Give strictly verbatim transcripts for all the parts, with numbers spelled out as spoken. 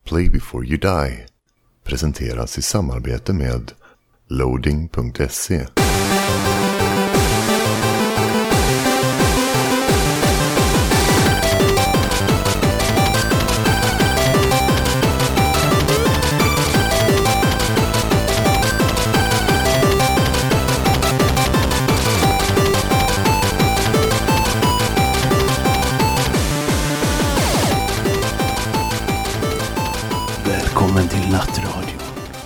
Play before you die presenteras i samarbete med loading punkt se. Välkommen till nattradio.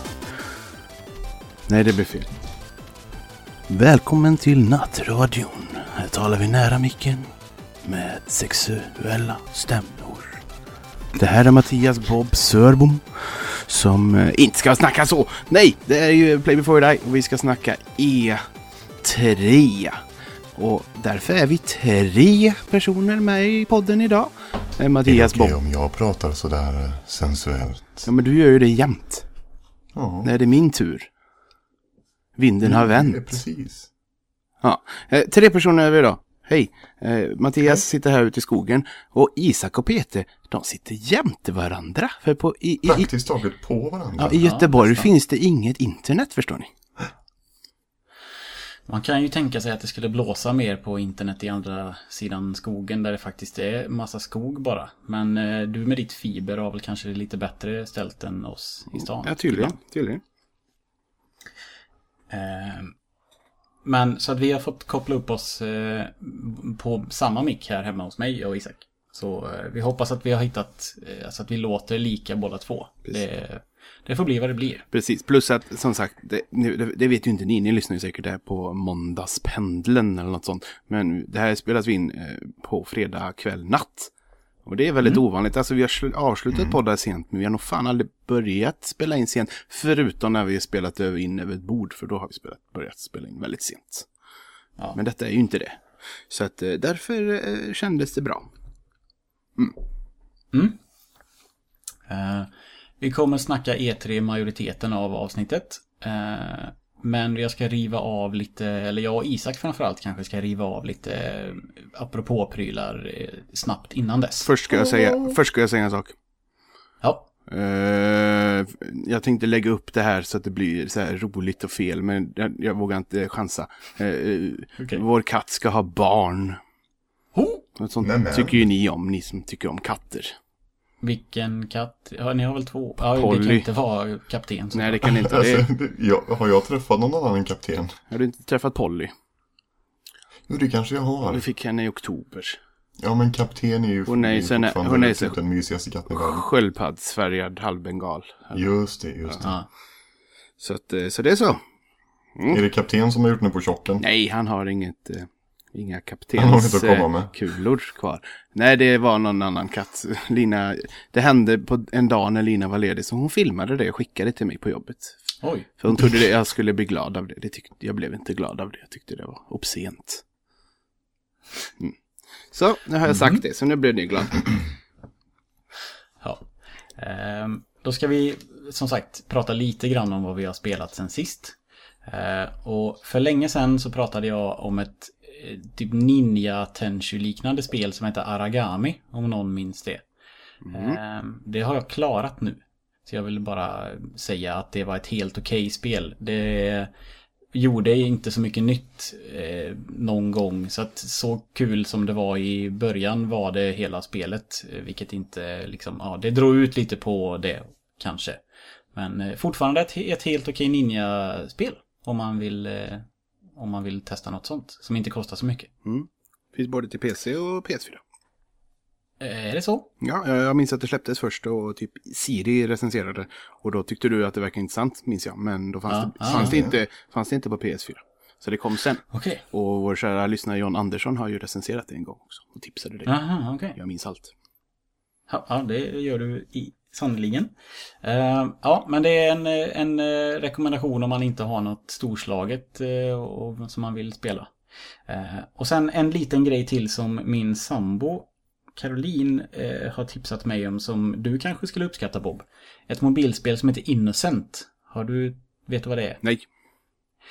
Nej, det blir fel. Välkommen till nattradion. Här talar vi nära micken med sexuella stämmor. Det här är Mattias Bob Sörbom som eh, inte ska snacka så. Nej, det är ju Play Before You Die och vi ska snacka E tre. Och därför är vi tre personer med i podden idag. Eh, Mattias Bob. Är det okej om jag pratar sådär eh, sensuellt? Ja, men du gör ju det jämt. Ja. Nej, det är min tur. Vinden har vänt. Ja, precis. Ja. Eh, tre personer över idag. Hej. Eh, Mattias Hej. Sitter här ute i skogen. Och Isak och Peter, de sitter jämte varandra. För på, i, i, Praktiskt taget på varandra. Ja, i Göteborg ja, finns det inget internet, förstår ni. Man kan ju tänka sig att det skulle blåsa mer på internet i andra sidan skogen där det faktiskt är massa skog bara. Men eh, du med ditt fiber har väl kanske lite bättre ställt än oss i stan. Ja, tydligen. tydligen. Eh, men så att vi har fått koppla upp oss eh, på samma mick här hemma hos mig och Isak. Så eh, vi hoppas att vi har hittat, eh, alltså att vi låter lika båda två. Det, det får bli vad det blir. Precis, plus att som sagt, det, det, det vet ju inte ni, ni lyssnar ju säkert där på måndagspendeln eller något sånt. Men det här spelas vi in eh, på fredag kväll natt. Och det är väldigt mm. ovanligt, alltså vi har sl- avslutat mm. poddar sent, men vi har nog fan aldrig börjat spela in sent. Förutom när vi har spelat över in över ett bord, för då har vi spelat, börjat spela in väldigt sent. Ja. Men detta är ju inte det. Så att eh, därför eh, kändes det bra. Mm. Mm. Uh. Vi kommer snacka E tre majoriteten av avsnittet. Eh, men jag ska riva av lite, eller jag och Isak framförallt kanske ska riva av lite eh, apropå-prylar eh, snabbt innan dess. Först ska jag säga, först ska jag säga en sak. Ja. Eh, jag tänkte lägga upp det här så att det blir så här roligt och fel, men jag, jag vågar inte chansa. Eh, okay. Vår katt ska ha barn. Oh. Något sånt nej, nej. Tycker ju ni om, ni som tycker om katter. Vilken katt? Ja, ni har väl två? Ja, Polly. Det kan inte vara kapten. Nej, det kan inte. Alltså, jag, har jag träffat någon annan än kapten? Har du inte träffat Polly? Jo, det kanske jag har. Vi fick henne i oktober. Ja, men kapten är ju hon är, sen, hon är typ den mysigaste katten i världen. Sköldpaddsfärgad halvbengal. Just det, just det. Ja. Så, att, så det är så. Mm. Är det kapten som har gjort den på tjocken? Nej, han har inget... Inga kaptens kulor kvar. Nej, det var någon annan katt. Lina, det hände på en dag när Lina var ledig, så hon filmade det och skickade till mig på jobbet. Oj. För hon trodde det, jag skulle bli glad av det. det tyckte, jag blev inte glad av det. Jag tyckte det var obscent. Mm. Så, nu har jag sagt mm. det. Så nu blev ni glada. Ja. Ehm, då ska vi som sagt prata lite grann om vad vi har spelat sen sist. Ehm, och för länge sedan så pratade jag om ett typ Ninja Tenshu-liknande spel som heter Aragami, om någon minns det. Mm. Det har jag klarat nu. Så jag vill bara säga att det var ett helt okej spel. Det gjorde inte så mycket nytt eh, någon gång. Så att så kul som det var i början var det hela spelet. Vilket inte liksom, ja, det drog ut lite på det kanske. Men eh, fortfarande ett, ett helt okej Ninja-spel. Om man vill... Eh, Om man vill testa något sånt som inte kostar så mycket. Mm. Finns både till P C och P S fyra. Är det så? Ja, jag minns att det släpptes först och typ Siri recenserade. Och då tyckte du att det verkar intressant, minns jag. Men då fanns, ja, det, ah, fanns, ja. det inte, fanns det inte på P S fyra. Så det kom sen. Okay. Och vår kära lyssnare John Andersson har ju recenserat det en gång också. Och tipsade dig. Aha, okay. Jag minns allt. Ja, ja, det gör du i sannoliken. Uh, ja, men det är en, en uh, rekommendation om man inte har något storslaget uh, och, som man vill spela. Uh, och sen en liten grej till som min sambo Caroline uh, har tipsat mig om som du kanske skulle uppskatta, Bob. Ett mobilspel som heter Innocent. Har du, vet du vad det är? Nej.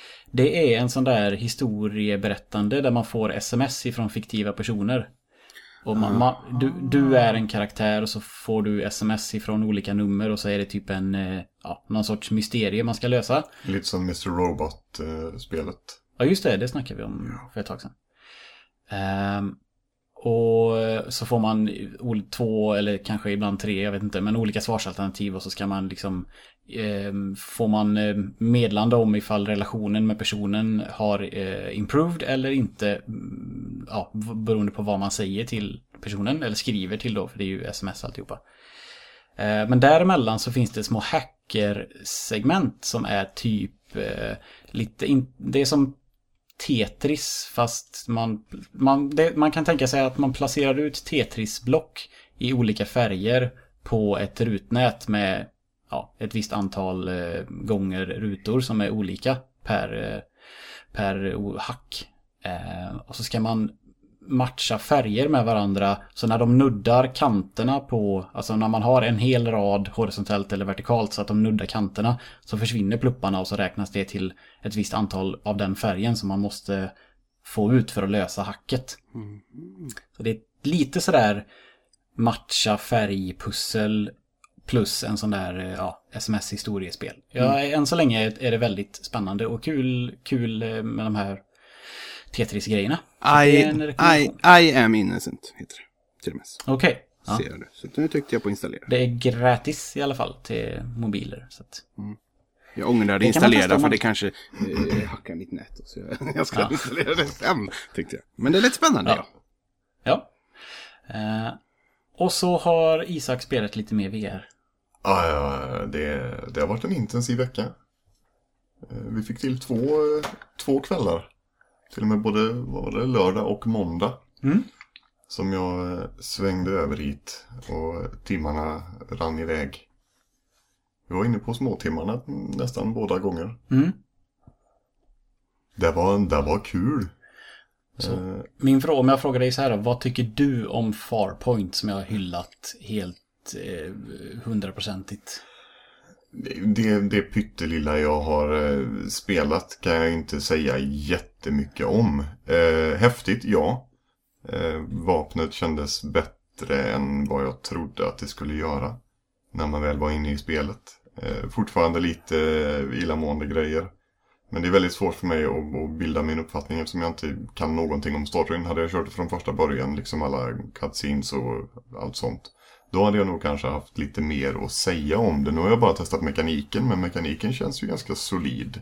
Det är en sån där historieberättande där man får sms ifrån fiktiva personer. Och man, man, du, du är en karaktär och så får du sms ifrån olika nummer och så är det typ en, ja, någon sorts mysterie man ska lösa. Lite som mister Robot-spelet. Ja, just det. Det snackade vi om för ett tag sedan. Um, och så får man två eller kanske ibland tre, jag vet inte, men olika svarsalternativ och så ska man liksom eh, får man medlanda om ifall relationen med personen har eh, improved eller inte, ja, beroende på vad man säger till personen eller skriver till då, för det är ju sms alltihopa. Eh, men däremellan så finns det små hacker-segment som är typ eh, lite, in, det är som Tetris, fast man, man, det, man kan tänka sig att man placerar ut Tetris-block i olika färger på ett rutnät med, ja, ett visst antal eh, gånger rutor som är olika per, eh, per hack. Eh, och så ska man matcha färger med varandra, så när de nuddar kanterna på, alltså när man har en hel rad horisontellt eller vertikalt så att de nuddar kanterna, så försvinner plupparna och så räknas det till ett visst antal av den färgen som man måste få ut för att lösa hacket. Mm. Så det är lite sådär matcha färgpussel plus en sån där, ja, sms-historiespel. Ja, mm. Än så länge är det väldigt spännande och kul, kul med de här Tetris-grejerna. I, I, I am innocent heter det till och med. Okej. Okay. Ja. Ser du. Så nu tyckte jag på installera. Det är gratis i alla fall till mobiler. Så att... mm. Jag ångrade installera för man... det kanske eh, hackar mitt nät. Så jag, jag ska ja. installera det sen, tyckte jag. Men det är lite spännande. Ja. Ja. ja. Uh, och så har Isak spelat lite mer V R. Ja, ja det, det har varit en intensiv vecka. Vi fick till två, två kvällar. Till och med både var det lördag och måndag. Mm. Som jag svängde över hit. Och timmarna rann iväg. Vi var inne på småtimmarna nästan båda gånger. Mm. Det var, det var kul. Så, eh. Min fråga, om jag frågar dig så här då, vad tycker du om Farpoint som jag har hyllat helt eh, hundraprocentigt? Det, det pyttelilla jag har eh, spelat kan jag inte säga jättemycket om. Eh, häftigt, ja. Eh, vapnet kändes bättre än vad jag trodde att det skulle göra när man väl var inne i spelet. Eh, fortfarande lite eh, illamående grejer. Men det är väldigt svårt för mig att, att bilda min uppfattning eftersom jag inte kan någonting om storyn. Hade jag kört det från första början, liksom alla cutscenes och allt sånt, då hade jag nog kanske haft lite mer att säga om det. Nu har jag bara testat mekaniken, men mekaniken känns ju ganska solid.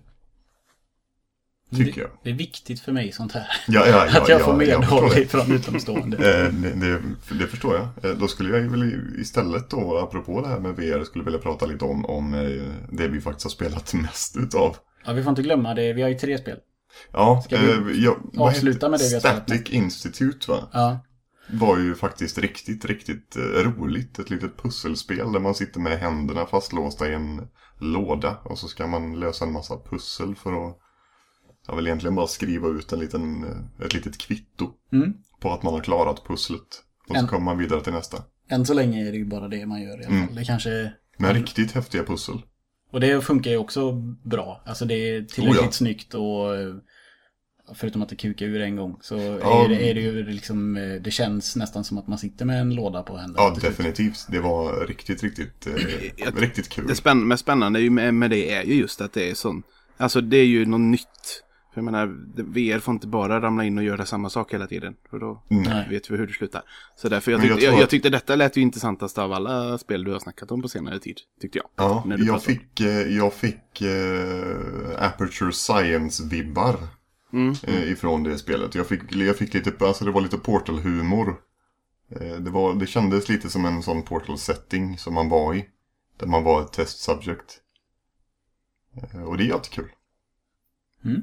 Tycker jag. Det är viktigt för mig sånt här. Ja, ja, ja, att jag ja, får medhåll från utomstående. eh, det, det, det förstår jag. Eh, då skulle jag väl istället då, apropå det här med V R, skulle vilja prata lite om, om eh, det vi faktiskt har spelat mest utav. Ja, vi får inte glömma det. Vi har ju tre spel. Ja, Ska vi eh, jag, avsluta med det vi har spelat? Static Institute, va? Ja. Var ju faktiskt riktigt, riktigt eh, roligt. Ett litet pusselspel där man sitter med händerna fastlåsta i en låda. Och så ska man lösa en massa pussel för att, jag vill egentligen bara skriva ut en liten, ett litet kvitto mm. på att man har klarat pusslet. Och en, så kommer man vidare till nästa. Än så länge är det ju bara det man gör i alla fall. Mm. Det kanske... Men riktigt häftiga pussel. Och det funkar ju också bra. Alltså det är tillräckligt oh ja. snyggt och... Förutom att det kukar ur en gång så ja. är, det, är det ju liksom, det känns nästan som att man sitter med en låda på händerna. Ja, definitivt. Det var riktigt, riktigt, eh, riktigt kul. Det spänn- mest spännande med, med det är ju just att det är sån, alltså det är ju något nytt. För jag menar, V R får inte bara ramla in och göra samma sak hela tiden. För då Nej. vet vi hur det slutar. Så därför jag tyckte, jag, jag, jag tyckte detta lät ju intressantast av alla spel du har snackat om på senare tid, tyckte jag. Ja, jag fick, jag fick uh, Aperture Science-vibbar. Mm, mm. ifrån det spelet. Jag fick, jag fick lite, alltså det var lite Portal-humor. Det, var, det kändes lite som en sån Portal-setting som man var i. Där man var ett test-subject. Och det är jättekul. Mm.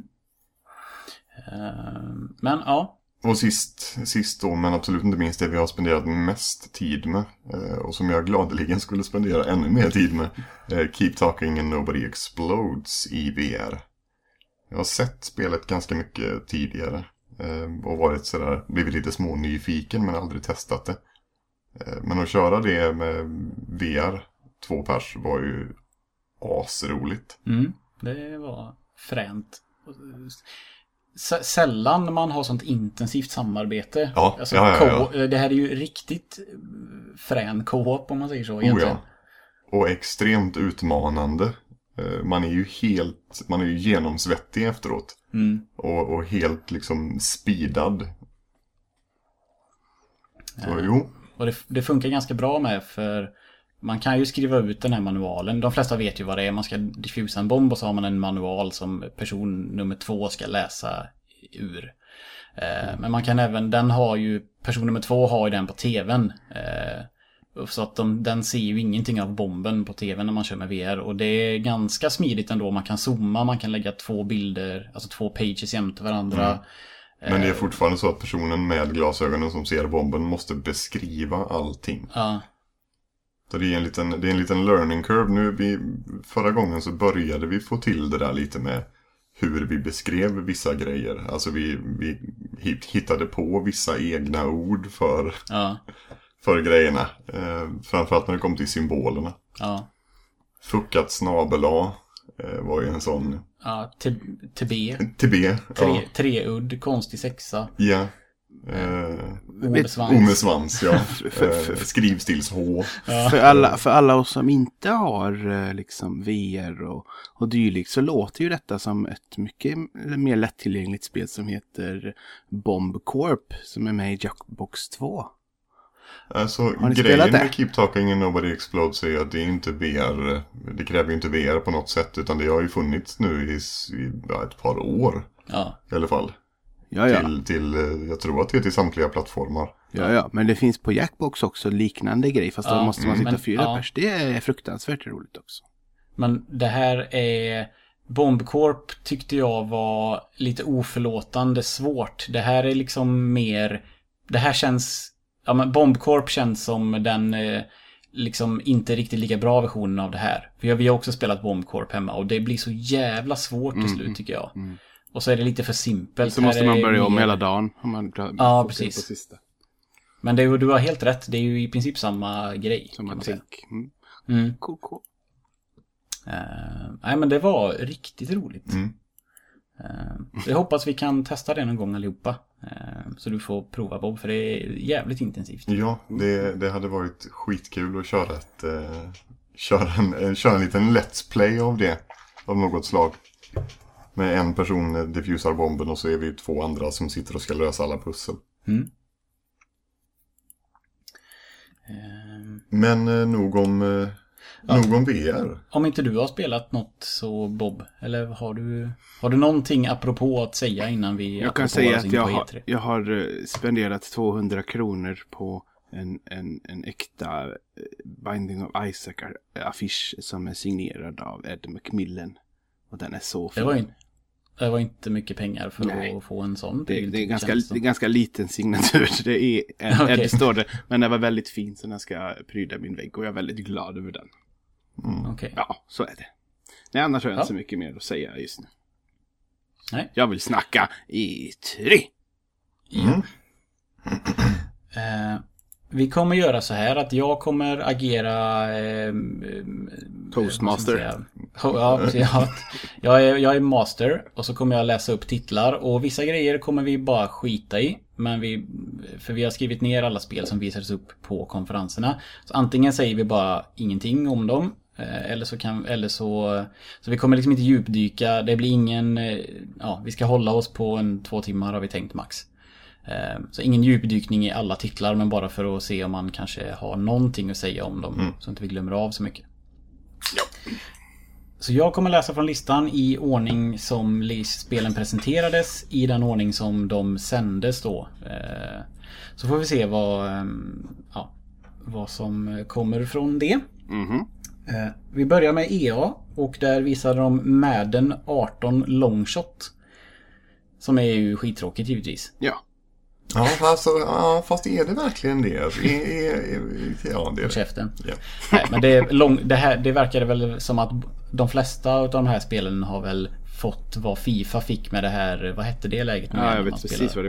Uh, men ja. Och sist, sist då, men absolut inte minst det vi har spenderat mest tid med. Och som jag gladeligen skulle spendera ännu mer tid med. Keep Talking and Nobody Explodes i V R. Jag har sett spelet ganska mycket tidigare eh, och varit sådär, blivit lite små nyfiken men aldrig testat det. Eh, men att köra det med V R, två pers, var ju asroligt. Mm, det var fränt. s- sällan man har sånt intensivt samarbete. Ja, alltså, ja, ja, ja. co- det här är ju riktigt frän co-op om man säger så Oh, egentligen. ja. Och extremt utmanande. Eh, Man är ju helt, man är ju genomsvettig efteråt. Mm. Och, och helt liksom speedad. Så Ja. jo. Och det, det funkar ganska bra med, för man kan ju skriva ut den här manualen. De flesta vet ju vad det är. Man ska diffusa en bomb och så har man en manual som person nummer två ska läsa ur. Eh, men man kan även, den har ju, person nummer två har ju den på tvn. Eh, så att de, den ser ju ingenting av bomben på tvn när man kör med V R. Och det är ganska smidigt ändå. Man kan zooma, man kan lägga två bilder, alltså två pages jämte varandra. Mm. Men det är fortfarande så att personen med glasögonen som ser bomben måste beskriva allting. Ja. Så det är en liten, det är en liten learning curve. Nu vi, förra gången så började vi få till det där lite med hur vi beskrev vissa grejer. Alltså vi, vi hittade på vissa egna ord för, Ja. för grejerna. Eh, framförallt när det kom till symbolerna. Ja. Fuckat snabel-A eh, var ju en sån. Ja, till, till B. Till B. Tre, Ja. Treudd, konstig sexa. Ja. Eh, Omesvans. Omesvans, ja. För- för- Eh, skrivstils H. För, alla, för alla oss som inte har eh, liksom V R och, och dylikt så låter ju detta som ett mycket mer lättillgängligt spel som heter Bomb Corp som är med i Jackbox två. Alltså Har ni grejen spelat det? med Keep Talking and Nobody Explodes är att det är inte V R. Det kräver ju inte V R på något sätt, utan det har ju funnits nu i, i ja, ett par år Ja. i alla fall. Ja, ja. Till, till, eh, jag tror att det är till samtliga plattformar. Ja, ja, men det finns på Jackbox också liknande grej, fast Ja, då måste man sitta men- fyra ja. pers. Det är fruktansvärt roligt också. Men det här är... Bomb Corp tyckte jag var lite oförlåtande svårt. Det här är liksom mer... Det här känns... Ja, men Bomb Corp känns som den eh, liksom inte riktigt lika bra versionen av det här. För vi har också spelat Bomb Corp hemma och det blir så jävla svårt till slut tycker jag. Mm. Och så är det lite för simpelt. Så måste Här man är börja om mer- hela dagen. Om man Ja, fokuserar precis. På sista. Men det, är- du har helt rätt. Det är ju i princip samma grej. Som kan man man säga. tänker. Mm. Mm. Cool, cool. Eh, nej men det var riktigt roligt. Mm. Uh, så jag hoppas vi kan testa det någon gång allihopa. Uh, så du får prova Bob, för det är jävligt intensivt. Ja, det, det hade varit skitkul att köra ett eh, köra, en, eh, köra en liten let's play av det. Av något slag. Med en person eh, diffusar bomben och så är vi två andra som sitter och ska lösa alla pussel. Mm. Uh, Men eh, nog om eh, Ja. nog om V R. om inte du har spelat något så Bob, eller har du har du någonting apropå att säga innan vi Jag kan apropå säga oss att in jag på har, E tre? jag har eh, spenderat tvåhundra kronor på en, en, en äkta eh, Binding of Isaac-affisch som är signerad av Ed McMillan. Och den är så fin. Det var, in, det var inte mycket pengar för Nej. att få en sån. Det, bild, det, är ganska, känns det det är som. ganska liten signatur. Det är en, Okej. Ed står det. Men den var väldigt fin så den ska pryda min vägg. Och jag är väldigt glad över den. Okej. Ja, så är det. Nej, annars har jag Ja. inte så mycket mer att säga just nu. Nej. Jag vill snacka i tre. Mm. Eh, vi kommer göra så här att jag kommer agera eh, eh, Toastmaster. vad ska man säga? Ho- Ja, precis, ja. jag, är, jag är master och så kommer jag läsa upp titlar och vissa grejer kommer vi bara skita i. Men vi, för vi har skrivit ner alla spel som visades upp på konferenserna. Så antingen säger vi bara ingenting om dem. eh, Eller så kan, eller så Så vi kommer liksom inte djupdyka. Det blir ingen eh, ja, vi ska hålla oss på en två timmar har vi tänkt max. Eh, Så ingen djupdykning i alla titlar, men bara för att se om man kanske har någonting att säga om dem. Mm. Så inte vi glömmer av så mycket. Så jag kommer läsa från listan i ordning som li- spelen presenterades, i den ordning som de sändes då. Eh, Så får vi se vad, ehm, ja, vad som kommer från det. Mhm. Eh, Vi börjar med E A och där visade de Madden arton Longshot. Som är ju skittråkigt givetvis. Ja. Ja, fast, ja, fast är det verkligen det? Är, är, är, ja, det är det. Käften. Ja. Nej, men det, är lång, det, här, det verkade väl som att de flesta av de här spelen har väl fått vad FIFA fick med det här, vad hette det läget nu Ja, igen jag när vet man precis spelar? vad du menar.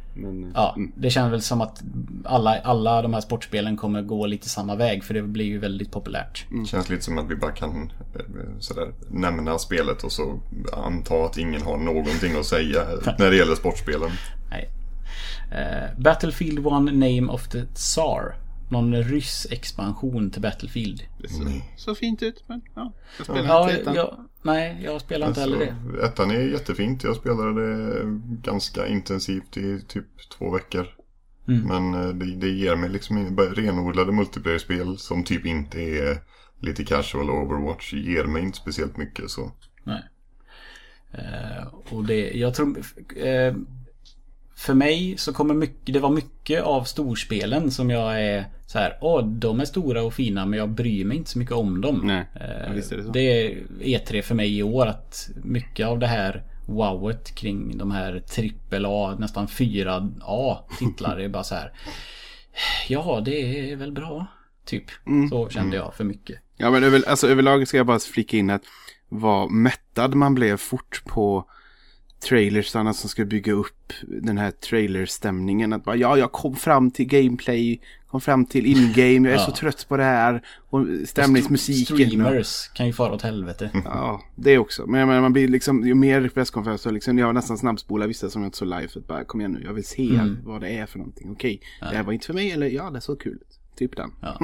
Men, Ja, mm. det känns väl som att alla, alla de här sportspelen kommer gå lite samma väg, för det blir ju väldigt populärt. Det känns lite som att vi bara kan sådär, nämna spelet och så anta att ingen har någonting att säga när det gäller sportspelen. Nej. Uh, Battlefield One Name of the Tsar. Någon ryss expansion till Battlefield. Det ser mm. så fint ut, men ja. Jag spelar ja, inte ettan. jag, nej, jag spelar inte alltså, heller det. Ettan är jättefint. Jag spelade det ganska intensivt i typ två veckor. Mm. Men det, det ger mig liksom renodlade multiplayer-spel som typ inte är lite casual Overwatch. Ger mig inte speciellt mycket så. Nej. Uh, och det, jag tror... Uh, För mig så kommer mycket, det var mycket av storspelen som jag är så här, åh, de är stora och fina, men jag bryr mig inte så mycket om dem. Nej, eh, visst är det så. Det är E tre för mig i år, att mycket av det här wowet kring de här trippel A, nästan fyra A titlar är bara så här, ja, det är väl bra, typ. Mm. Så kände jag för mycket. Ja, men över, alltså, överlag ska jag bara flika in att vad mättad man blev fort på trailersarna som ska bygga upp den här trailerstämningen, att bara, ja, jag kom fram till gameplay, kom fram till in-game, jag är ja. så trött på det här, och stämningsmusiken. Streamers kan ju fara åt helvete. Ja, det också. Men, men man blir liksom, ju mer presskonferenser, liksom, jag har nästan snabbspola vissa som jag inte så live, för att bara, kom igen nu, jag vill se mm. vad det är för någonting. Okej, ja. det här var inte för mig, eller ja, det är så kul ut. Typ den. Ja.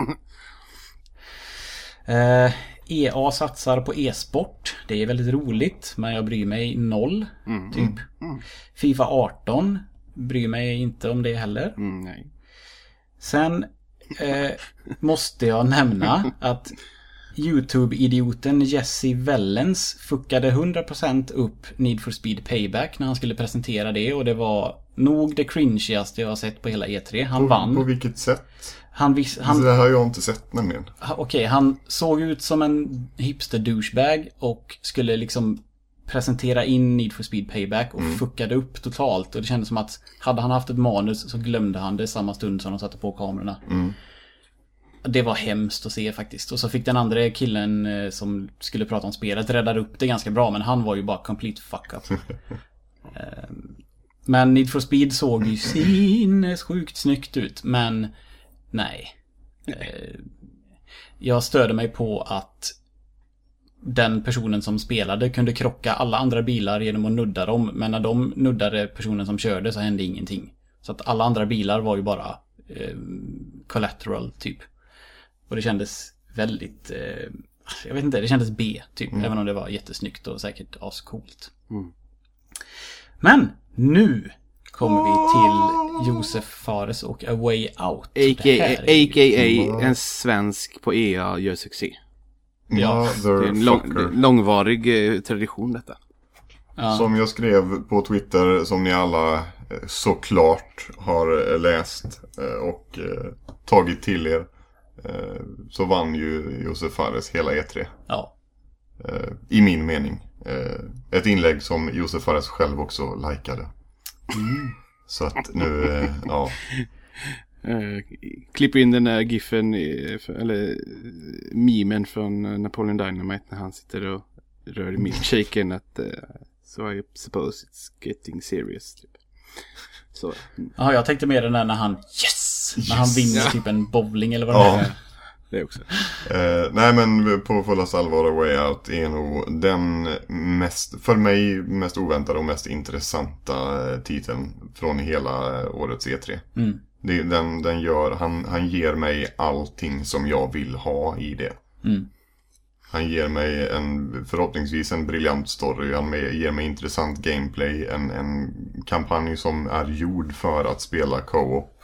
uh, E A satsar på e-sport. Det är väldigt roligt, men jag bryr mig noll, mm, typ. Mm, mm. FIFA arton bryr mig inte om det heller. Mm, nej. Sen eh, måste jag nämna att YouTube-idioten Jesse Wellens fuckade hundra procent upp Need for Speed Payback när han skulle presentera det, och det var nog det cringigaste jag har sett på hela E tre. Han på, vann. På vilket sätt? Han vis, han, alltså, det har jag inte sett nämligen. Okej, okay, han såg ut som en hipster douchebag och skulle liksom presentera in Need for Speed Payback och mm. fuckade upp totalt. Och det kändes som att hade han haft ett manus så glömde han det samma stund som de satte på kamerorna. Mm. Det var hemskt att se faktiskt. Och så fick den andra killen eh, som skulle prata om spelet räddade upp det ganska bra, men han var ju bara complete fuck up. eh, men Need for Speed såg ju sinnessjukt snyggt ut, men nej. Eh, jag störde mig på att den personen som spelade kunde krocka alla andra bilar genom att nudda dem, men när de nuddade personen som körde så hände ingenting. Så att alla andra bilar var ju bara eh, collateral typ. Och det kändes väldigt eh, jag vet inte, det kändes B typ, mm. även om det var jättesnyggt och säkert ascoolt. Mm. Men nu kommer vi till Josef Fares och A Way Out. A K A, A K A en svensk på E A gör succé. Ja, det är en lång, långvarig eh, tradition detta. Ja. Som jag skrev på Twitter, som ni alla eh, såklart har eh, läst eh, och eh, tagit till er, eh, så vann ju Josef Fares hela E tre. Ja. Eh, I min mening. Eh, ett inlägg som Josef Fares själv också likade. Mm. Så att nu, eh, ja... Uh, klipper in den där giffen eller memen från Napoleon Dynamite när han sitter och rör i milkshaken att uh, so I suppose it's getting serious typ. Så. Ja, jag tänkte mer den där när han yes, yes! När han vinner ja. typ en bowling eller vad ja. det är. Det också. Uh, nej men på fullast allvar, A Way Out är nog den mest, för mig mest oväntade och mest intressanta titeln från hela årets E tre. Mm. Det, den, den gör, han, han ger mig allting som jag vill ha i det. Mm. Han ger mig en, förhoppningsvis en briljant story. Han ger mig intressant gameplay. En, en kampanj som är gjord för att spela co-op.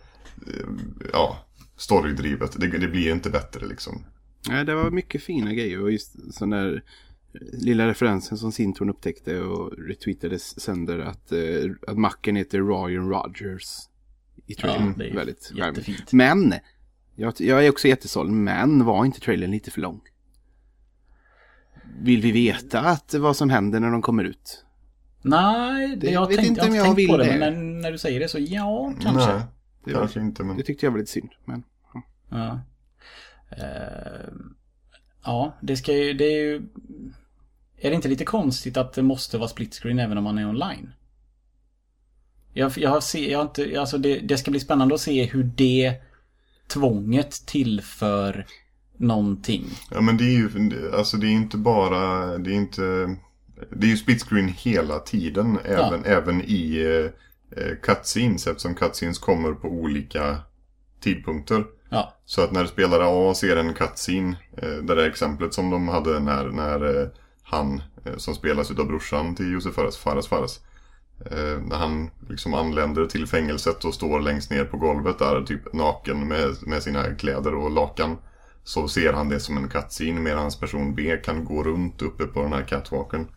Ja, storydrivet. Det, det blir inte bättre liksom. Ja, det var mycket fina grejer. Och just sån där lilla referensen som Sintorn upptäckte och retweetades sönder. Att, att macken heter Ryan Rogers. I trailern. Ja, det är väldigt jättefint. Men jag, jag är också jättesåld, men var inte trailern lite för lång? Vill vi veta att vad som händer när de kommer ut? Nej, det, jag, vet tänkt, inte jag om har jag tänkt vill på det, det. men när, när du säger det så ja, kanske. Nej, det kanske var, inte, men... Det tyckte jag var lite synd, men... Ja. Ja, uh, ja det ska ju, det är ju... Är det inte lite konstigt att det måste vara split screen även om man är online? Jag, jag har se, jag har inte, alltså det, det ska bli spännande att se hur det tvånget tillför någonting. Ja, men det är ju, alltså det är inte bara, det är inte, det är ju split screen hela tiden, även, ja. även i eh, cutscenes, eftersom cutscenes kommer på olika tidpunkter. Ja. Så att när spelare A ser en cutscene, eh, det där exemplet som de hade när, när eh, han, eh, som spelas utav brorsan till Josef Fares, Fares, Fares eh, när han liksom anländer till fängelset och står längst ner på golvet där, typ naken med, med sina kläder och lakan, så ser han det som en cutscene, medan hans person B kan gå runt uppe på den här catwalken.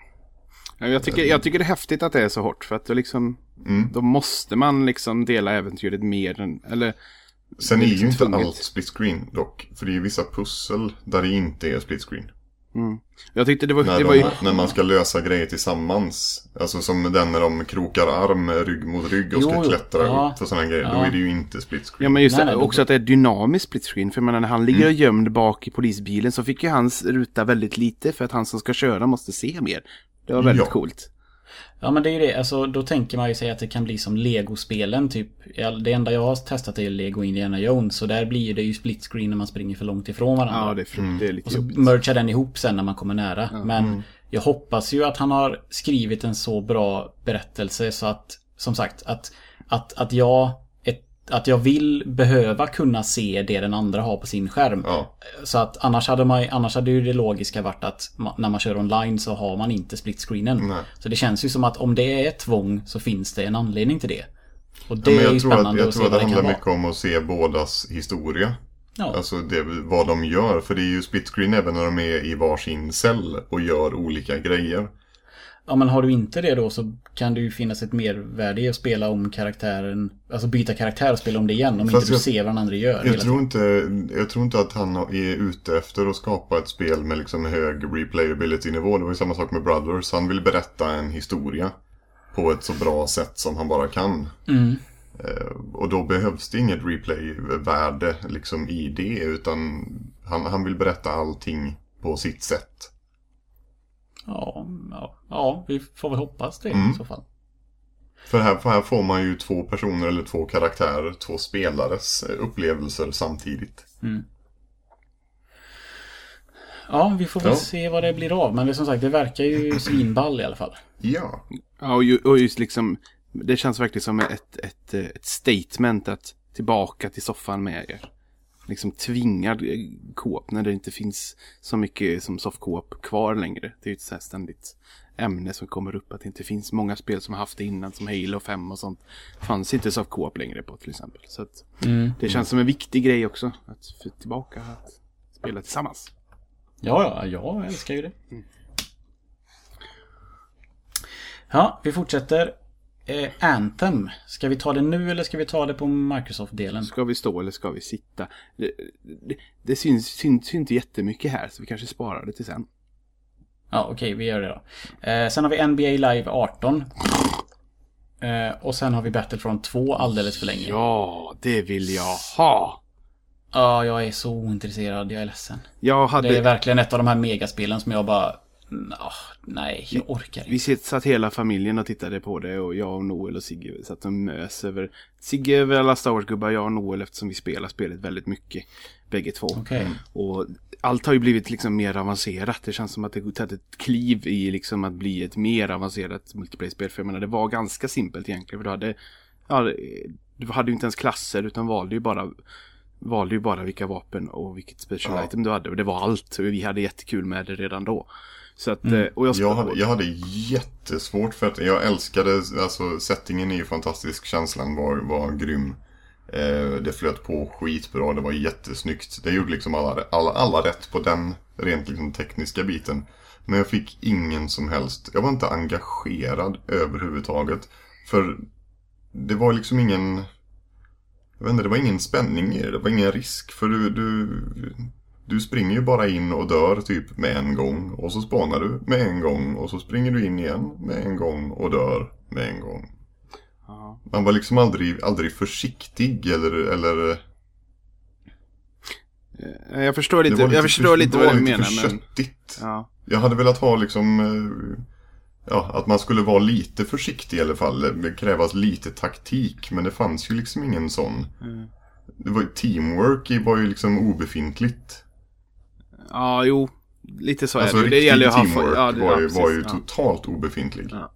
Jag tycker, jag tycker det är häftigt att det är så hårt, för att det liksom, mm. då måste man liksom dela äventyret mer än, eller... Sen är, är ju inte tvunget. allt split screen dock, för det är ju vissa pussel där det inte är split screen. Mm. Jag tyckte det var, när, det de, var ju... när man ska lösa grejer tillsammans, alltså som den när de krokar arm rygg mot rygg och ska jo, klättra ja. upp och sådana grejer, ja. då är det ju inte split screen. Ja, men just nej, det, nej, också att det är dynamiskt split screen, för menar, när han ligger mm. och gömd bak i polisbilen så fick ju hans ruta väldigt lite, för att han som ska köra måste se mer. Det var väldigt ja. coolt. Ja, men det är ju det. Alltså, då tänker man ju sig att det kan bli som Lego-spelen typ. Det enda jag har testat är Lego Indiana Jones, så där blir det ju split screen när man springer för långt ifrån varandra. Ja, det är, fru- mm. det är lite och så jobbigt. mergar den ihop sen när man kommer nära. Ja. Men mm. jag hoppas ju att han har skrivit en så bra berättelse så att, som sagt, att, att, att jag att jag vill behöva kunna se det den andra har på sin skärm. Ja. Så att annars hade, man, annars hade ju det logiska varit att man, när man kör online så har man inte split-screenen. Nej. Så det känns ju som att om det är ett tvång så finns det en anledning till det. Och det ja, men jag är ju tror spännande att, jag att se tror att vad det det kan handlar vara. mycket om att se bådas historia. Ja. Alltså det, vad de gör. För det är ju split screen även när de är i varsin cell och gör olika grejer. Ja, men har du inte det då så kan det ju finnas ett mervärde i att spela om karaktären, alltså byta karaktär och spela om det igen om Fast inte du jag, ser vad den andra gör. Jag tror, inte, jag tror inte att han är ute efter att skapa ett spel med liksom hög replayability-nivå. Det var ju samma sak med Brothers. Han vill berätta en historia på ett så bra sätt som han bara kan. Mm. Och då behövs det inget replay-värde liksom i det, utan han, han vill berätta allting på sitt sätt. Ja, ja, ja, vi får väl hoppas det Mm. i så fall. För här, för här får man ju två personer eller två karaktärer, två spelares upplevelser samtidigt. Mm. Ja, vi får väl ja. se vad det blir av. Men det, som sagt, det verkar ju svinball i alla fall. Ja. Ja, och, ju, och just liksom, det känns verkligen som ett, ett, ett statement att tillbaka till soffan med er. Liksom tvingar co-op när det inte finns så mycket som soft co-op kvar längre. Det är ju ett så här ständigt ämne som kommer upp, att det inte finns många spel som har haft det innan, som Halo fem och sånt. Fanns inte soft co-op längre på till exempel. Så att Mm. det känns som en viktig grej också att få tillbaka att spela tillsammans. Ja, ja, jag älskar ju det. Ja, vi fortsätter. Eh, Anthem. Ska vi ta det nu eller ska vi ta det på Microsoft-delen? Ska vi stå eller ska vi sitta? Det, det, det syns, syns inte jättemycket här, så vi kanske sparar det till sen. Ja, okej, okay, vi gör det då. Eh, sen har vi N B A Live arton. Eh, och sen har vi Battlefront två alldeles för länge. Ja, det vill jag ha. Ja, jag är så ointresserad. Jag är ledsen. Jag hade... Det är verkligen ett av de här megaspelen som jag bara... Oh, nej, jag orkar inte. Vi satt hela familjen och tittade på det, och jag och Noel och Sigge satt och mös över... Sigge över alla Star Wars-gubbar, jag och Noel, eftersom vi spelar spelet väldigt mycket. Bägge två. Okay. Och allt har ju blivit liksom mer avancerat. Det känns som att det har tagit ett kliv i liksom att bli ett mer avancerat multiplayer-spel. För jag menar, det var ganska simpelt egentligen. För du hade, ja, du hade ju inte ens klasser, utan valde ju bara... valde ju bara vilka vapen och vilket special ja. item du hade. Och det var allt. Och vi hade jättekul med det redan då. Så att, mm. och jag, jag, hade, jag hade jättesvårt för att jag älskade, alltså settingen är ju fantastisk, känslan var, var grym. Eh, det flöt på skitbra, det var jättesnyggt. Det gjorde liksom alla, alla, alla rätt på den rent liksom tekniska biten. Men jag fick ingen som helst, jag var inte engagerad överhuvudtaget. För det var liksom ingen... Jag vet inte, det var ingen spänning i det, det var ingen risk. För du, du, du springer ju bara in och dör typ med en gång. Och så spanar du med en gång. Och så springer du in igen med en gång och dör med en gång. Aha. Man var liksom aldrig, aldrig försiktig eller... eller... Jag förstår lite, lite jag förstår för, lite vad du menar. För men... köttigt. Ja. Jag hade velat ha liksom... ja, att man skulle vara lite försiktig i alla fall. Det krävas lite taktik, men det fanns ju liksom ingen sån. Mm. Det var, teamwork var ju liksom obefintligt. Ja, jo. Lite så alltså, är det. Det gäller ju att ha ja, det, var, ju, ja, var ju totalt obefintlig. Ja.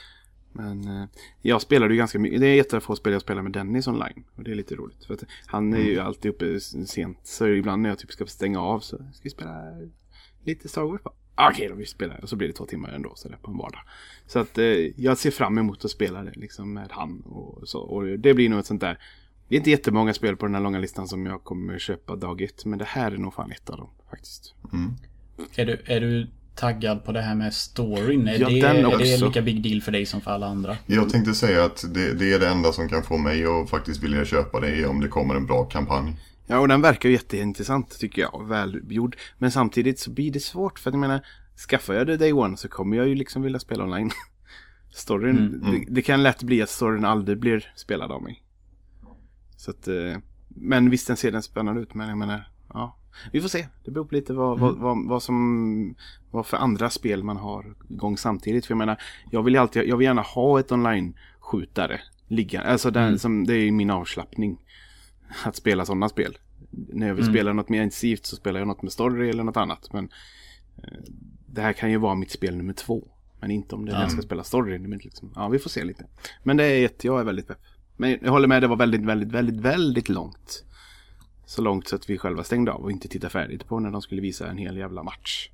Men eh, jag spelade ju ganska mycket. Det är jättefå spel jag spelar med Dennis online. Och det är lite roligt. För att han är ju mm. alltid uppe sent. Så ibland när jag typ ska stänga av så ska vi spela lite Star Wars. Okej, okay, då vi spelar. Och så blir det två timmar ändå så det på en vardag. Så att eh, jag ser fram emot att spela det liksom med han. Och, så. Och det blir nog ett sånt där. Det är inte jättemånga spel på den här långa listan som jag kommer köpa dag ett. Men det här är nog fan ett av dem faktiskt. Mm. Är du... Är du... taggad på det här med storyn? Är, ja, det, den är det lika big deal för dig som för alla andra? Jag tänkte säga att det, det är det enda som kan få mig att faktiskt vilja köpa det om det kommer en bra kampanj. Ja, och den verkar ju jätteintressant tycker jag. Välgjord. Men samtidigt så blir det svårt. För att jag menar, skaffar jag det day one så kommer jag ju liksom vilja spela online. Storyn, mm. det, det kan lätt bli att storyn aldrig blir spelad av mig. Så att, men visst den ser den spännande ut. Men jag menar, ja. Vi får se. Det beror på lite vad, mm. vad, vad, vad som vad för andra spel man har igång samtidigt. För jag menar, jag vill alltid jag vill gärna ha ett online-skjutare ligga. Alltså den, mm. som, det är min avslappning att spela sådana spel. När jag vill mm. spela något mer intensivt så spelar jag något med story eller något annat. Men eh, det här kan ju vara mitt spel nummer två. Men inte om det mm. jag ska spela story. Men liksom, ja, vi får se lite. Men det är jätte, jag är väldigt pepp. Men jag håller med, det var väldigt, väldigt, väldigt, väldigt långt. Så långt så att vi själva stängde av och inte tittade färdigt på när de skulle visa en hel jävla match.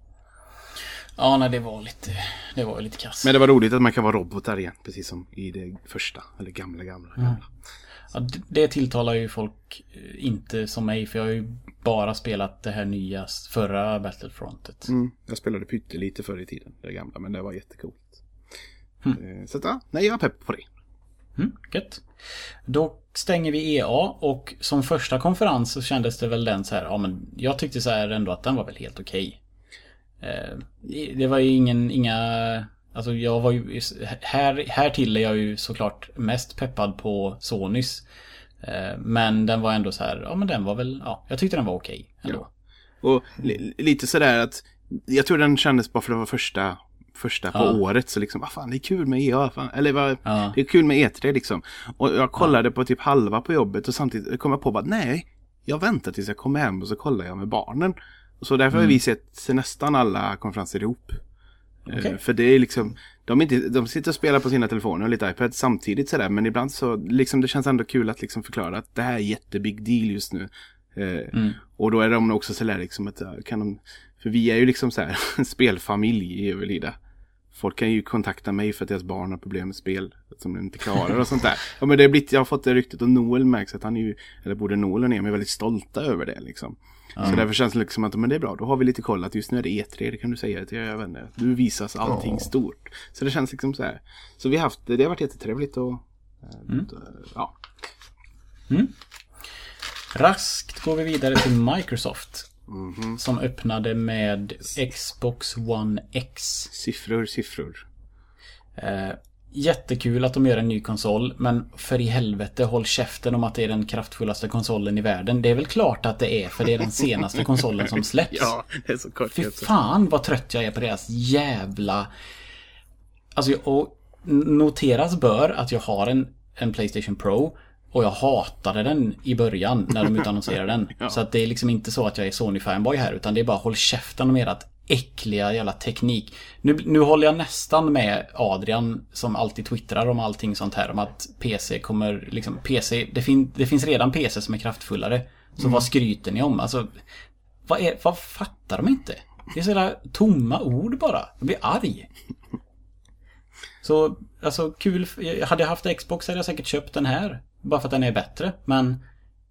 Ja, nej, det var lite det var lite kass. Men det var roligt att man kan vara robotar igen, precis som i det första, eller gamla, gamla, gamla. Mm. Ja, det, det tilltalar ju folk inte som mig, för jag har ju bara spelat det här nya förra Battlefrontet. Mm, jag spelade pyttelite förr i tiden, det gamla, men det var jättecoolt. Mm. Så att, ja, nej, jag är pepp på det. Mm, gött. Då stänger vi E A, och som första konferens så kändes det väl den så här, ja men jag tyckte så här ändå att den var väl helt okej. Eh, det var ju ingen, inga, alltså jag var ju, här, här till är jag ju såklart mest peppad på Sonys. Eh, men den var ändå så här, ja men den var väl, ja, jag tyckte den var okej ändå. Ja. Och li- lite sådär att, jag tror den kändes bara för det var första första på ja. året, så liksom, vad fan, det är kul med E A, fan. Eller vad, ja. det är kul med E tre liksom. Och jag kollade ja. på typ halva på jobbet och samtidigt kom jag på bara, nej, jag väntar tills jag kommer hem och så kollar jag med barnen. Och så därför mm. har vi sett nästan alla konferenser ihop. Okay. För det är liksom, de, inte, de sitter och spelar på sina telefoner och lite iPad samtidigt sådär, men ibland så liksom, det känns ändå kul att liksom förklara att det här är jättebig deal just nu. Mm. Och då är de också sådär liksom att kan de, för vi är ju liksom så här en spelfamilj i Överlida. Folk kan ju kontakta mig för att deras barn har problem med spel som de inte klarar och sånt där. Ja, men det är blivit, jag har fått det ryktet, och Noel märks att han är ju, eller både Noel och Nemi är väldigt stolta över det liksom. Mm. Så därför känns det liksom att, men det är bra, då har vi lite koll att just nu är det E tre, det kan du säga till jag vet inte. Du visas allting oh. stort. Så det känns liksom så här. Så vi har haft, det har varit jättetrevligt och mm. ja. Mm. Raskt går vi vidare till Microsoft. Mm-hmm. Som öppnade med Xbox One X. Siffror, siffror. Eh, jättekul att de gör en ny konsol, men för i helvete, håll käften om att det är den kraftfullaste konsolen i världen. Det är väl klart att det är, för det är den senaste konsolen som släpps. Ja, det är så kort. Fy fan vad trött jag är på deras jävla... Alltså, och noteras bör att jag har en, en PlayStation Pro. Och jag hatade den i början när de utannonserade den. Ja. Så att det är liksom inte så att jag är Sony-fanboy här, utan det är bara håll käften om ert äckliga jävla teknik. Nu, nu håller jag nästan med Adrian som alltid twittrar om allting sånt här. Om att P C kommer, liksom P C, det, fin, det finns redan P C som är kraftfullare. Så mm. vad skryter ni om? Alltså, vad, är, vad fattar de inte? Det är sådana tomma ord bara. Jag blir arg. Så, alltså kul. Hade jag haft Xbox hade jag säkert köpt den här. Bara för att den är bättre, men...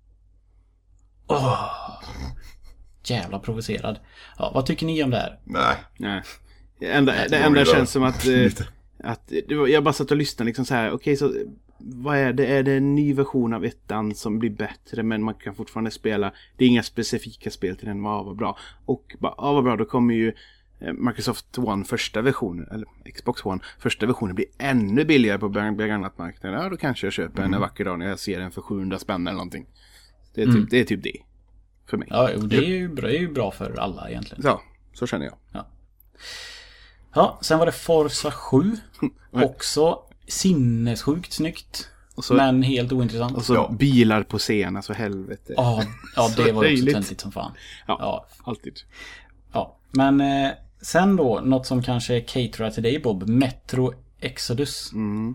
Åh! Jävla provocerad. Ja, vad tycker ni om det här? Nej. Nej. Det enda, det enda känns som att... Eh, att jag bara satt och lyssnade liksom så här. Okej, okay, så vad är det? Är det en ny version av ettan som blir bättre, men man kan fortfarande spela... Det är inga specifika spel till den. Vad var bra. Och bara, ja, vad bra, då kommer ju... Microsoft One första versionen, eller Xbox One första versionen blir ännu billigare på begagnat marknaden. Ja, då kanske jag köper mm. en vacker dag när jag ser den för sjuhundra spänn eller någonting. Det är typ, mm. det, är typ det för mig. Ja, det är ju bra, det är ju bra för alla egentligen. Ja, så känner jag. Ja. Ja, sen var det Forza sju. Också sinnessjukt snyggt. Och så, men helt ointressant. Och så Ja. bilar på scen, alltså helvete. Ja, ja Så det var ju också löjligt. töntigt som fan. Ja, Ja. alltid. Ja, men eh, sen då, något som kanske caterar till dig Bob, Metro Exodus. Mm.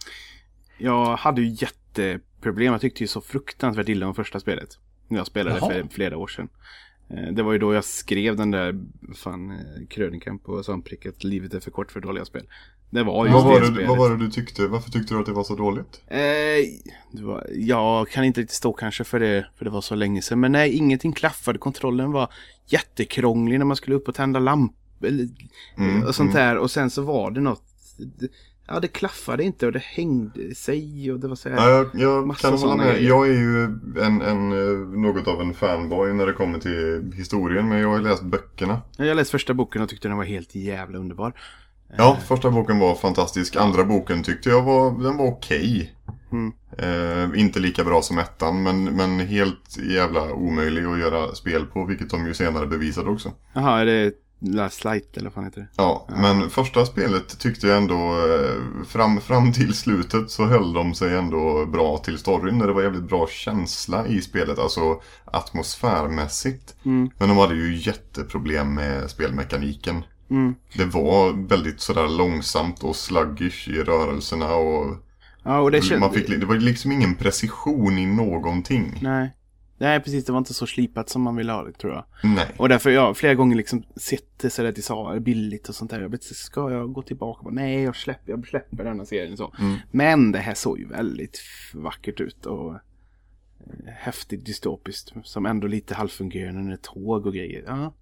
Jag hade ju jätteproblem. Jag tyckte ju så fruktansvärt illa om första spelet. När jag spelade Jaha. för flera år sedan. Eh, Det var ju då jag skrev den där fan, eh, krönikan på Svampricket. Livet är för kort för dåliga spel. Det var ju Vad var, det det, spelet. vad var det du tyckte? Varför tyckte du att det var så dåligt? Eh, det var, jag kan inte riktigt stå kanske för det, för det var så länge sedan. Men nej, ingenting klaffade. Kontrollen var jättekrånglig när man skulle upp och tända lampor Mm, och sånt mm. där. Och sen så var det något... Det, ja, det klaffade inte och det hängde sig och det var så här... Ja, jag jag massa kan hålla såna med. grejer. Jag är ju en, en, eh, något av en fanboy när det kommer till historien. Men jag har ju läst böckerna. Jag läste första boken och tyckte den var helt jävla underbar. Ja, första boken var fantastisk. Andra boken tyckte jag var, den var okej. Mm. Eh, inte lika bra som ettan, men, men helt jävla omöjlig att göra spel på. Vilket de ju senare bevisade också. Jaha, är det Last Light eller vad fan heter det? Ja, men första spelet tyckte jag ändå, eh, fram, fram till slutet så höll de sig ändå bra till storyn. När det var jävligt bra känsla i spelet, alltså atmosfärmässigt. Mm. Men de hade ju jätteproblem med spelmekaniken. Mm. Det var väldigt sådär långsamt och sluggish i rörelserna och Ja, och det man kände... fick, det var liksom ingen precision i någonting. Nej. Nej, precis. Det var inte så slipat som man ville ha det, tror jag. Nej. Och därför jag flera gånger liksom sett det så där till sa billigt och sånt där. Jag vet, ska jag gå tillbaka? Nej, jag släpper, jag släpper denna serien så. Mm. Men det här såg ju väldigt vackert ut och eh, häftigt dystopiskt. Som ändå lite halvfungerande när det är tåg och grejer. Ja.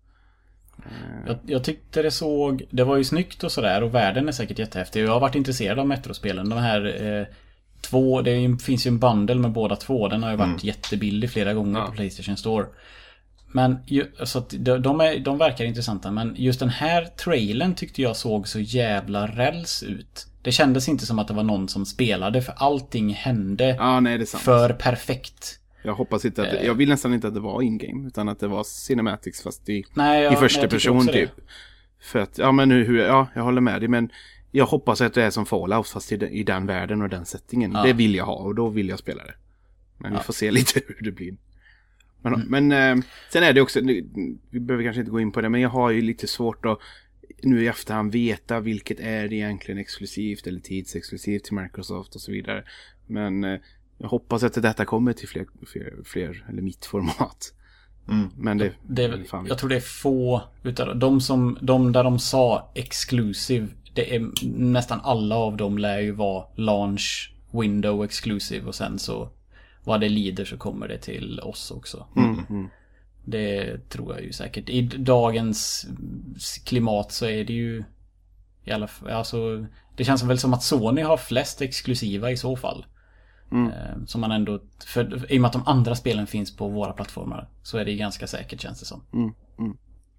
Jag, jag tyckte det såg, det var ju snyggt och sådär och världen är säkert jättehäftig. Jag har varit intresserad av Metro-spelen. De här eh, två, det är ju, finns ju en bundle med båda två. Den har ju varit Mm. jättebillig flera gånger Ja. på PlayStation Store. Men ju, så att de, de, är, de verkar intressanta. Men just den här trailern tyckte jag såg så jävla räls ut. Det kändes inte som att det var någon som spelade, för allting hände Ja, nej, det är sant. för perfekt. Jag hoppas inte att det, jag vill nästan inte att det var in-game utan att det var cinematics fast i, Nej, jag, i första nej, jag tycker person också det. typ. För att, ja men hur, ja, jag håller med dig, men jag hoppas att det är som Fallout fast i, den- i den världen och den settingen. Ja. Det vill jag ha och då vill jag spela det. Men Ja. vi får se lite hur det blir. Men, Mm. men eh, sen är det också, nu- vi behöver kanske inte gå in på det, men jag har ju lite svårt att nu i efterhand veta vilket är egentligen exklusivt eller tidsexklusivt till Microsoft och så vidare. Men eh, jag hoppas att detta kommer till fler, fler, fler eller mitt format. Mm. Men det, Det är väl, fan vet. jag tror det är få utav de som, de där de sa exclusive, det är nästan alla av dem lär ju vara launch window exclusive och sen så vad det lider så kommer det till oss också. Mm, mm. Det tror jag ju säkert. I dagens klimat så är det ju i alla fall, alltså det känns väl som att Sony har flest exklusiva i så fall. Mm. Eh, Som man ändå, för, i och med att de andra spelen finns på våra plattformar så är det ganska säkert, känns det som. Mm, mm.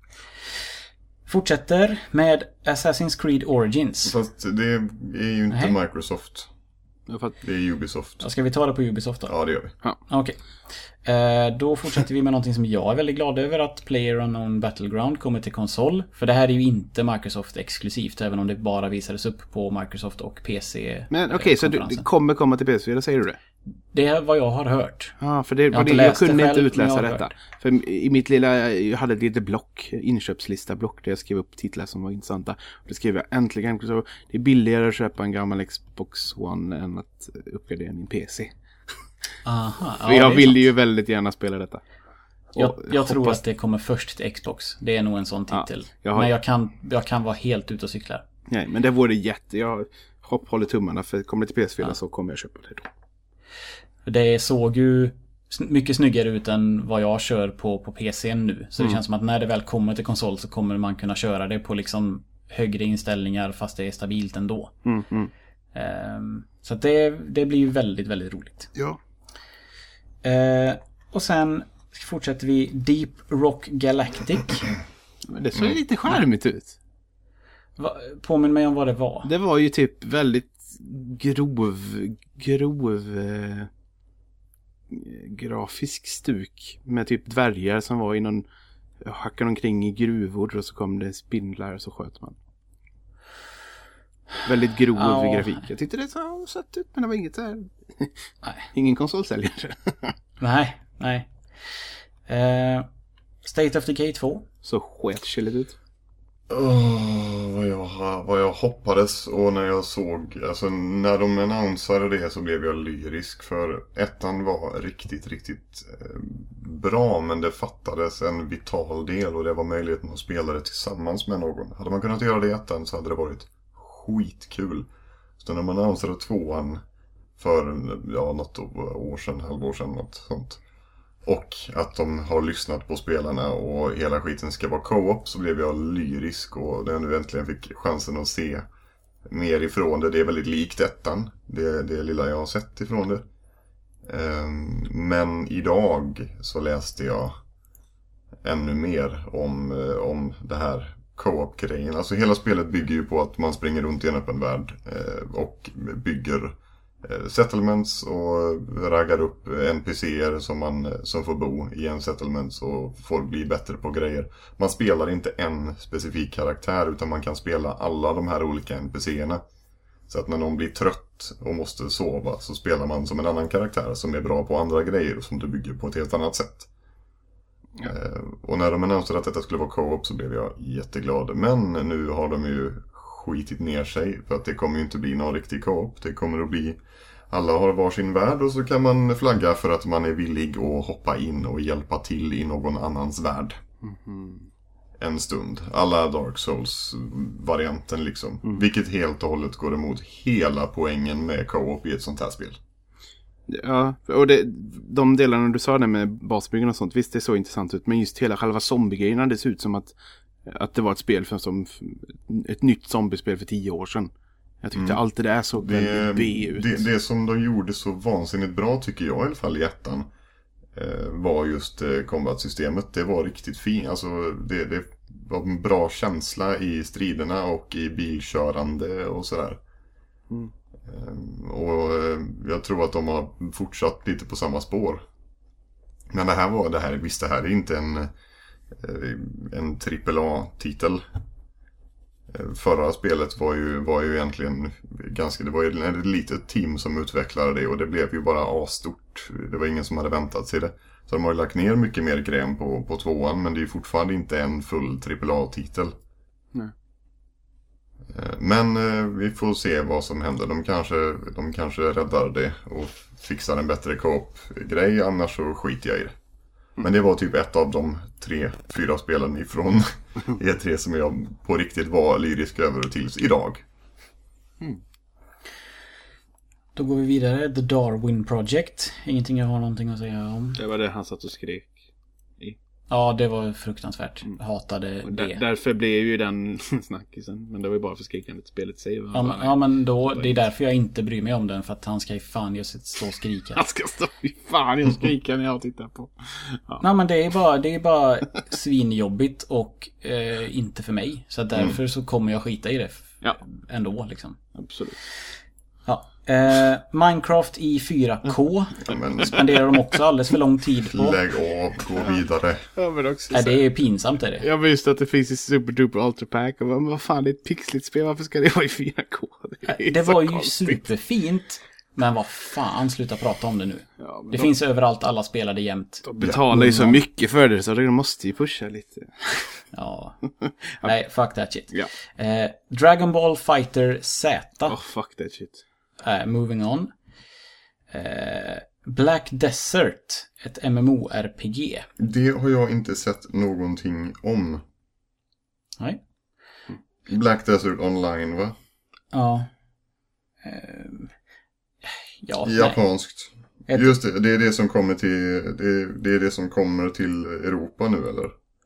Fortsätter med Assassin's Creed Origins. Fast det är ju inte Nej. Microsoft. Ja, för att, Det är Ubisoft. Ja, ska vi ta det på Ubisoft då? Ja, det gör vi. Okej. Eh, Då fortsätter vi med någonting som jag är väldigt glad över, att PlayerUnknown Battleground kommer till konsol. För det här är ju inte Microsoft exklusivt, även om det bara visades upp på Microsoft och P C. men okej, så du, det kommer komma till P S fyra, säger du det? Det är vad jag har hört. Ja, för det har var inte det, jag läst det kunde inte själv, utläsa men jag har detta. hört. För i mitt lilla, jag hade ett litet block, inköpslista block där jag skrev upp titlar som var intressanta. Och det skrev jag äntligen, så det är billigare att köpa en gammal Xbox One än att uppgradera min P C. Aha, För ja, jag det är ville sant. ju väldigt gärna spela detta. Jag, Och jag tror hoppas- att det kommer först till Xbox. Det är nog en sån Ja, titel. jag har- Men jag kan, jag kan vara helt ute och cykla. Nej, men det vore jätte, jag hopp, håller tummarna, för kommer det till P S fyra Ja. så kommer jag köpa det då. Det såg ju sn- mycket snyggare ut än vad jag kör på, på P C nu. Så det Mm. känns som att när det väl kommer till konsol så kommer man kunna köra det på liksom högre inställningar fast det är stabilt ändå. Mm, mm. Ehm, så att det, det blir ju väldigt, väldigt roligt. Ja. Ehm, och sen fortsätter vi Deep Rock Galactic. Men det såg ju lite charmigt ut. Va, påminn mig om vad det var. Det var ju typ väldigt grov, grov eh, grafisk stuk med typ dvärgar som var i någon, hackade omkring i gruvor och så kom det spindlar och så sköt man. Väldigt grov Ja. grafik. Jag tyckte det så sett ut, men det var inget så här. Nej. Ingen konsolsäljare. Nej, nej. Eh, State of Decay två. Så sketchilligt ut. Oh, vad, jag, vad jag hoppades och när jag såg, alltså när de annonsade det så blev jag lyrisk, för ettan var riktigt, riktigt eh, bra, men det fattades en vital del och det var möjligheten att spela det tillsammans med någon. Hade man kunnat göra det i ettan så hade det varit skitkul. Så när man annonsade tvåan för ja, något år sedan, halvår sedan, något sånt. Och att de har lyssnat på spelarna och hela skiten ska vara co-op, så blev jag lyrisk och när jag nu äntligen fick chansen att se mer ifrån det. Det är väldigt likt ettan, det, det lilla jag har sett ifrån det. Um, men idag så läste jag ännu mer om, om det här co-op-grejen. Alltså hela spelet bygger ju på att man springer runt i en öppen värld eh, och bygger settlements och raggar upp N P C-er som, man, som får bo i en settlements och får bli bättre på grejer. Man spelar inte en specifik karaktär utan man kan spela alla de här olika N P C-erna. Så att när någon blir trött och måste sova så spelar man som en annan karaktär som är bra på andra grejer och som du bygger på ett helt annat sätt. Ja. Och när de annonserade att detta skulle vara co-op så blev jag jätteglad. Men nu har de ju skitit ner sig för att det kommer ju inte bli någon riktig co-op. Det kommer att bli alla har varsin värld och så kan man flagga för att man är villig att hoppa in och hjälpa till i någon annans värld. Mm-hmm. En stund. Alla Dark Souls-varianten liksom. Mm. Vilket helt och hållet går emot hela poängen med co-op i ett sånt här spel. Ja, och det, de delarna du sa där med basbyggen och sånt, visst det såg intressant ut. Men just hela själva zombie-grejerna, det ser ut som att, att det var ett spel för, som ett nytt zombiespel för tio år sedan. Jag tyckte mm. allt det där såg det, väldigt B ut. Det, det som de gjorde så vansinnigt bra tycker jag i alla fall i ettan eh, var just eh, combat-systemet. Det var riktigt fint. Alltså det, det var en bra känsla i striderna och i bilkörande och sådär. Mm. Eh, och eh, jag tror att de har fortsatt lite på samma spår. Men det här var det här, visst det här är inte en, eh, en trippel A-titel. Förra spelet var ju, var ju egentligen ganska, det var ju ett litet team som utvecklade det och det blev ju bara A-stort. Det var ingen som hade väntat sig det. Så de har ju lagt ner mycket mer gräm på, på tvåan, men det är ju fortfarande inte en full trippel A-titel. Nej. Men vi får se vad som händer. De kanske, de kanske räddar det och fixar en bättre co-op-grej, annars så skiter jag i det. Men det var typ ett av de tre, fyra spelen ifrån E tre som jag på riktigt var lyrisk över tills idag. Mm. Då går vi vidare. The Darwin Project. Ingenting jag har någonting att säga om. Det var det han satt och skrek i. Ja, det var fruktansvärt. Mm. Hatade och där, det. Därför blev ju den snackisen. Men det var ju bara för skrikandet spelet sig. Ja, men, ja, men då, det är därför jag inte bryr mig om den. För att han ska ju fan just stå och skrika. Han ska stå i fan och skrika när jag tittar på. Ja. Nej, men det är bara, det är bara svinjobbigt och eh, inte för mig. Så därför mm. så kommer jag skita i det ja. ändå liksom. Absolut. Ja. Eh, Minecraft i fyra K mm. spenderar de också alldeles för lång tid på. Lägg av, gå vidare. Ja, men också Nej, det är pinsamt är det. Jag visste att det finns i Super Duper Ultra Pack och vad, vad fan, det är ett pixligt spel, varför ska det vara i fyra K? Det, det var ju konstigt. Superfint. Men vad fan, sluta prata om det nu. Ja, det de, finns överallt, alla spelar det jämt. De betalar ju så mycket för det så de måste ju pusha lite. Ja. Nej, fuck that shit. Ja. Eh, Dragon Ball Fighter Z. Oh, fuck that shit. Uh, moving on. Uh, Black Desert, ett M M O R P G. Det har jag inte sett någonting om. Nej. Black Desert Online, va? Ja. Uh, ja. Japanskt. Ett... Just det, det är det som kommer till det, det är det som kommer till Europa nu, eller?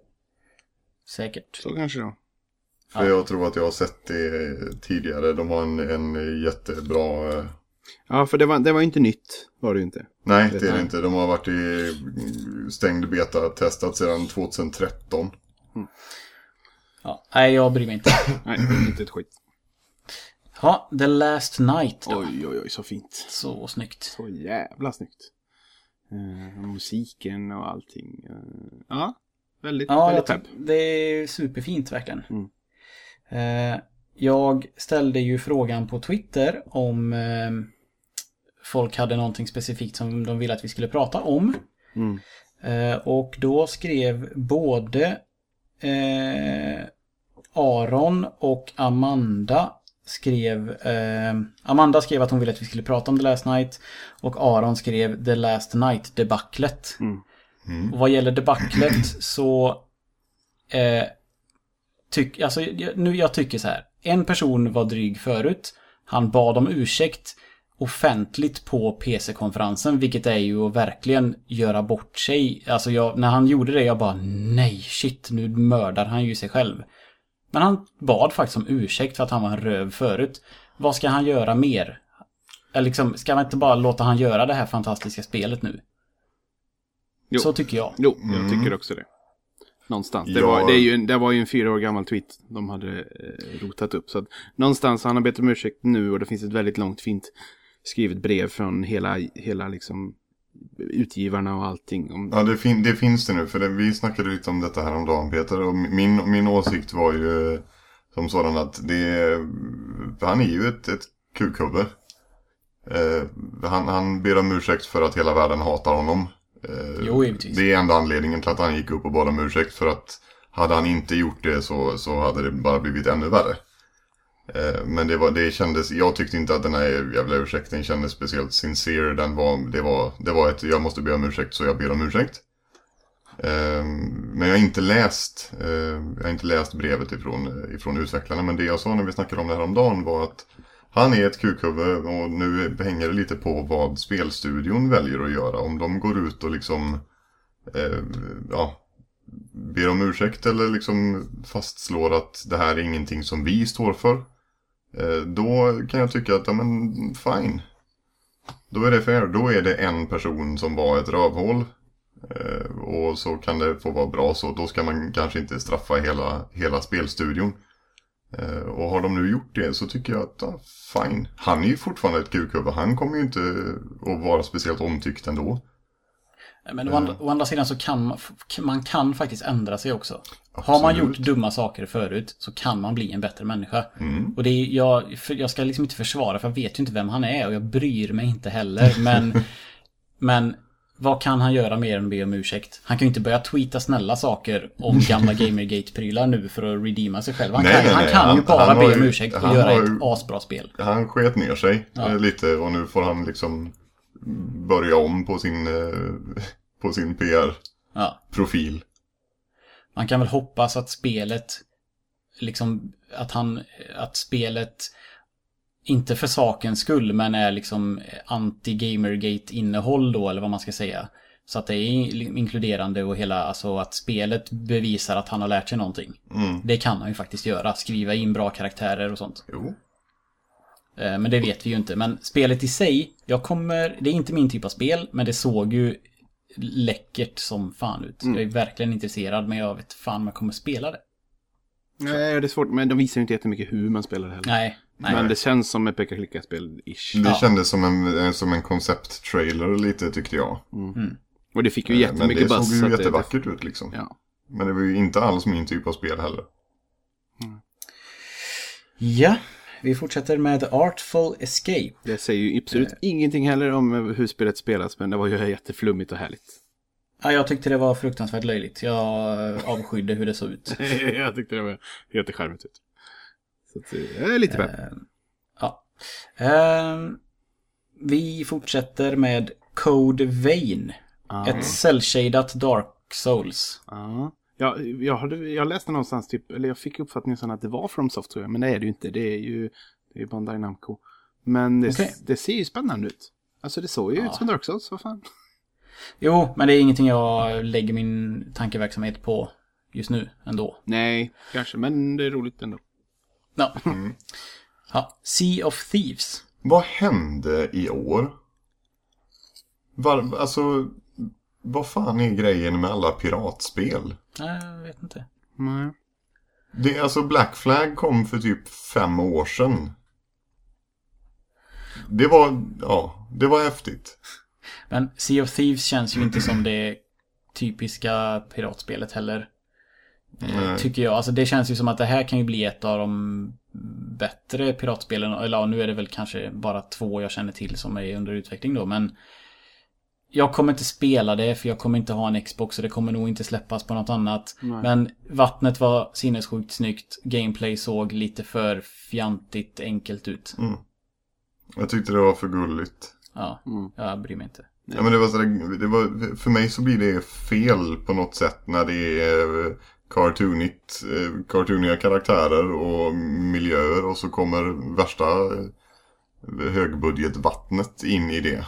Säkert. Så kanske då. För ja. Jag tror att jag har sett det tidigare. De har en, en jättebra... Ja, för det var, det var inte nytt, var det ju inte. Nej, det är det inte. De har varit i stängd beta, testat sedan tjugohundratretton. Mm. Ja, nej, jag bryr mig inte. Nej, inte ett skit. Ja, The Last Night då. Oj, oj, oj, så fint. Så snyggt. Så jävla snyggt. Uh, musiken och allting. Uh, ja, väldigt, ja, väldigt pepp. Det är superfint verkligen. Mm. Uh, jag ställde ju frågan på Twitter om eh, folk hade någonting specifikt som de ville att vi skulle prata om. Mm. Eh, och då skrev både eh, Aron och Amanda skrev eh, Amanda skrev att hon ville att vi skulle prata om The Last Night, och Aron skrev The Last Night debaclet. Mm. Mm. Och vad gäller debaclet så eh, tyck, alltså, jag, nu jag tycker så här. En person var dryg förut. Han bad om ursäkt offentligt på P C-konferensen, vilket är ju att verkligen göra bort sig. Alltså jag, när han gjorde det, jag bara nej, shit, nu mördar han ju sig själv. Men han bad faktiskt om ursäkt för att han var en röv förut. Vad ska han göra mer? Eller liksom, ska man inte bara låta han göra det här fantastiska spelet nu? Jo. Så tycker jag. Jo, jag Mm. tycker också det. Någonstans. Det, Ja. var, det, är ju en, det var ju en fyra år gammal tweet de hade eh, rotat upp. Så att någonstans han har bett om ursäkt nu, och det finns ett väldigt långt fint skrivet brev från hela, hela liksom utgivarna och allting. Om... Ja, det, fin- det finns det nu. För det, vi snackade lite om detta här om dagen, Peter. Och min, min åsikt var ju som sådan att det, han är ju ett, ett kukhuvud. Eh, han, han ber om ursäkt för att hela världen hatar honom. Eh, Jo, givetvis. det är enda anledningen till att han gick upp och bad om ursäkt. För att hade han inte gjort det så, så hade det bara blivit ännu värre. Eh, men det var, det kändes, jag tyckte inte att den här jävla ursäkten kändes speciellt sincere. Den var, det, var, det var ett, jag måste be om ursäkt så jag ber om ursäkt. Eh, men jag har inte läst, eh, jag har inte läst brevet ifrån, ifrån utvecklarna. Men det jag sa när vi snackade om det här om dagen var att han är ett kukhuvud, och nu hänger det lite på vad spelstudion väljer att göra. Om de går ut och liksom eh, ja, ber om ursäkt eller liksom fastslår att det här är ingenting som vi står för, eh, då kan jag tycka att ja, men fine. Då är det fair. Då är det en person som var ett rövhål, eh, och så kan det få vara bra. Så då ska man kanske inte straffa hela, hela spelstudion. Uh, och har de nu gjort det så tycker jag att ja, fine. Han är ju fortfarande ett kukhuvud. Han kommer ju inte att vara speciellt omtyckt ändå. Men å andra, å andra sidan så kan man, man kan faktiskt ändra sig också. Absolut. Har man gjort dumma saker förut så kan man bli en bättre människa. Mm. Och det är, jag, för, jag ska liksom inte försvara, för jag vet ju inte vem han är och jag bryr mig inte heller. Men, men vad kan han göra mer än be om ursäkt? Han kan ju inte börja tweeta snälla saker om gamla Gamergate-prylar nu för att redeema sig själv. Han Nej, kan, nej, han nej. kan Han- ju bara han har be om ju- ursäkt och han göra har ett ju- asbra spel. Han sket ner sig Ja. eh, lite, och nu får han liksom börja om på sin, eh, på sin P R-profil. Ja. Man kan väl hoppas att spelet liksom att han att spelet inte för sakens skull, men är liksom anti-Gamergate-innehåll då, eller vad man ska säga. Så att det är inkluderande och hela, alltså att spelet bevisar att han har lärt sig någonting. Mm. Det kan han ju faktiskt göra, skriva in bra karaktärer och sånt. Jo. Eh, Men det vet vi ju inte. Men spelet i sig, jag kommer, det är inte min typ av spel, men det såg ju läckert som fan ut. Mm. Jag är verkligen intresserad, men jag vet fan om jag kommer spela det. Nej, det är svårt, men de visar ju inte jättemycket hur man spelar heller. Nej, nej. Men det känns som ett peka-klicka-spel-ish. Det Ja. kändes som en, som en koncept-trailer lite, tyckte jag. Mm. Och det fick ju Eh, jättemycket Men det buzz. såg så ju att det- jättevackert ut liksom. Ja. Men det var ju inte alls min typ av spel heller. Ja, vi fortsätter med Artful Escape. Det säger ju absolut ingenting heller om hur spelet spelas, men det var ju jätteflummigt och härligt. Ja, jag tyckte det var fruktansvärt löjligt. Jag eh, avskydde hur det såg ut. Jag tyckte det var helt charmigt ut. Så att, eh, jag är lite pepp. Eh, ja. Eh, vi fortsätter med Code Vein. Ja. Ett cell-shadat Dark Souls. Ja. Ja, jag, hade, jag läste någonstans typ, eller jag fick uppfattningen sån att det var From Software, men det är det ju inte. Det är ju det är Bandai Namco. Men det, Okej. det ser ju spännande ut. Alltså det såg ju Ja. ut som Dark Souls, vad fan. Jo, men det är ingenting jag lägger min tankeverksamhet på just nu ändå. Nej, kanske, men det är roligt ändå. Ja. Mm. Ja. Sea of Thieves. Vad hände i år? Var, alltså, vad fan är grejen med alla piratspel? Nej, jag vet inte. Nej. Det, alltså Black Flag kom för typ fem år sedan. Det var, ja, det var häftigt. Men Sea of Thieves känns ju inte som det typiska piratspelet heller. Nej. Tycker jag. Alltså det känns ju som att det här kan ju bli ett av de bättre piratspelen. Eller ja, nu är det väl kanske bara två jag känner till som är under utveckling då. Men jag kommer inte spela det för jag kommer inte ha en Xbox och det kommer nog inte släppas på något annat. Nej. Men vattnet var sinnessjukt snyggt. Gameplay såg lite för fjantigt enkelt ut. Mm. Jag tyckte det var för gulligt. Ja, mm. jag bryr mig inte. Ja, men det var, så där, det var för mig så blir det fel på något sätt när det är cartoonigt, cartooniga karaktärer och miljöer och så kommer värsta högbudgetvattnet in i det.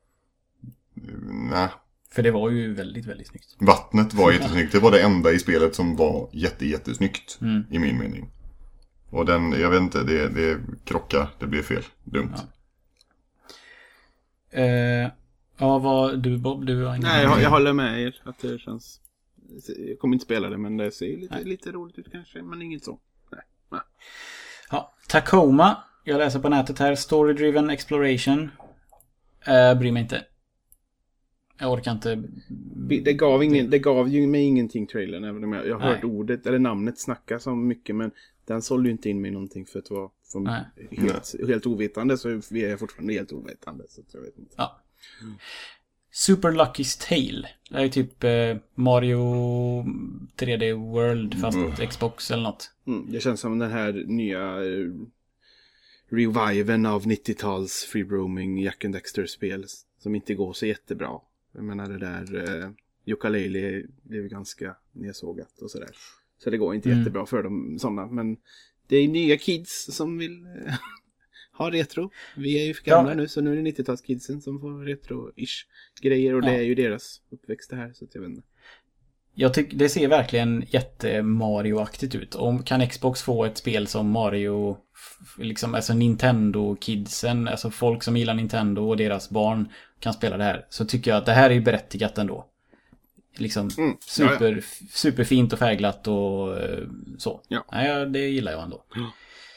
Nej. För det var ju väldigt, väldigt snyggt. Vattnet var jättesnyggt. Det var det enda i spelet som var jätte, jättesnyggt mm. i min mening. Och den, jag vet inte, det, det krockar, det blir fel. Dumt. Ja, eh, ja vad du Bob, du har Nej, jag, jag håller med er att det känns... Jag kommer inte spela det, men det ser lite, lite roligt ut kanske, men inget så. Nej. Nej. Ja, Tacoma. Jag läser på nätet här. Story-driven exploration. Eh, bryr mig inte. Jag orkar inte... Det gav, ingen, det gav ju mig ingenting, trailern. Även om jag, jag har hört ordet, eller namnet snacka så mycket. Men den sålde ju inte in mig någonting för att vara för helt, helt ovetande. Så vi är fortfarande helt ovetande. Så jag vet inte. Ja. Mm. Super Lucky's Tale. Det är typ eh, Mario tre D World fast mm. Xbox eller något. Mm, det känns som den här nya... Eh, reviven av nittio-tals free roaming Jack and Dexter-spel som inte går så jättebra. Jag menar det där eh, Yooka-Laylee blev ganska nedsågat och sådär. Så det går inte mm. jättebra för dem sådana. Men det är nya kids som vill eh, ha retro. Vi är ju för gamla ja. nu så nu är det nittio-talskidsen som får retro-ish grejer och ja. det är ju deras uppväxt det här så att jag vet inte. Jag tycker det ser verkligen jätte-Mario-aktigt ut. Och kan Xbox få ett spel som Mario, liksom, alltså Nintendo-kidsen, alltså folk som gillar Nintendo och deras barn kan spela det här, så tycker jag att det här är ju berättigat ändå. Liksom mm. super, ja, ja. superfint och färgglatt och så. Ja. Nej, det gillar jag ändå. Mm.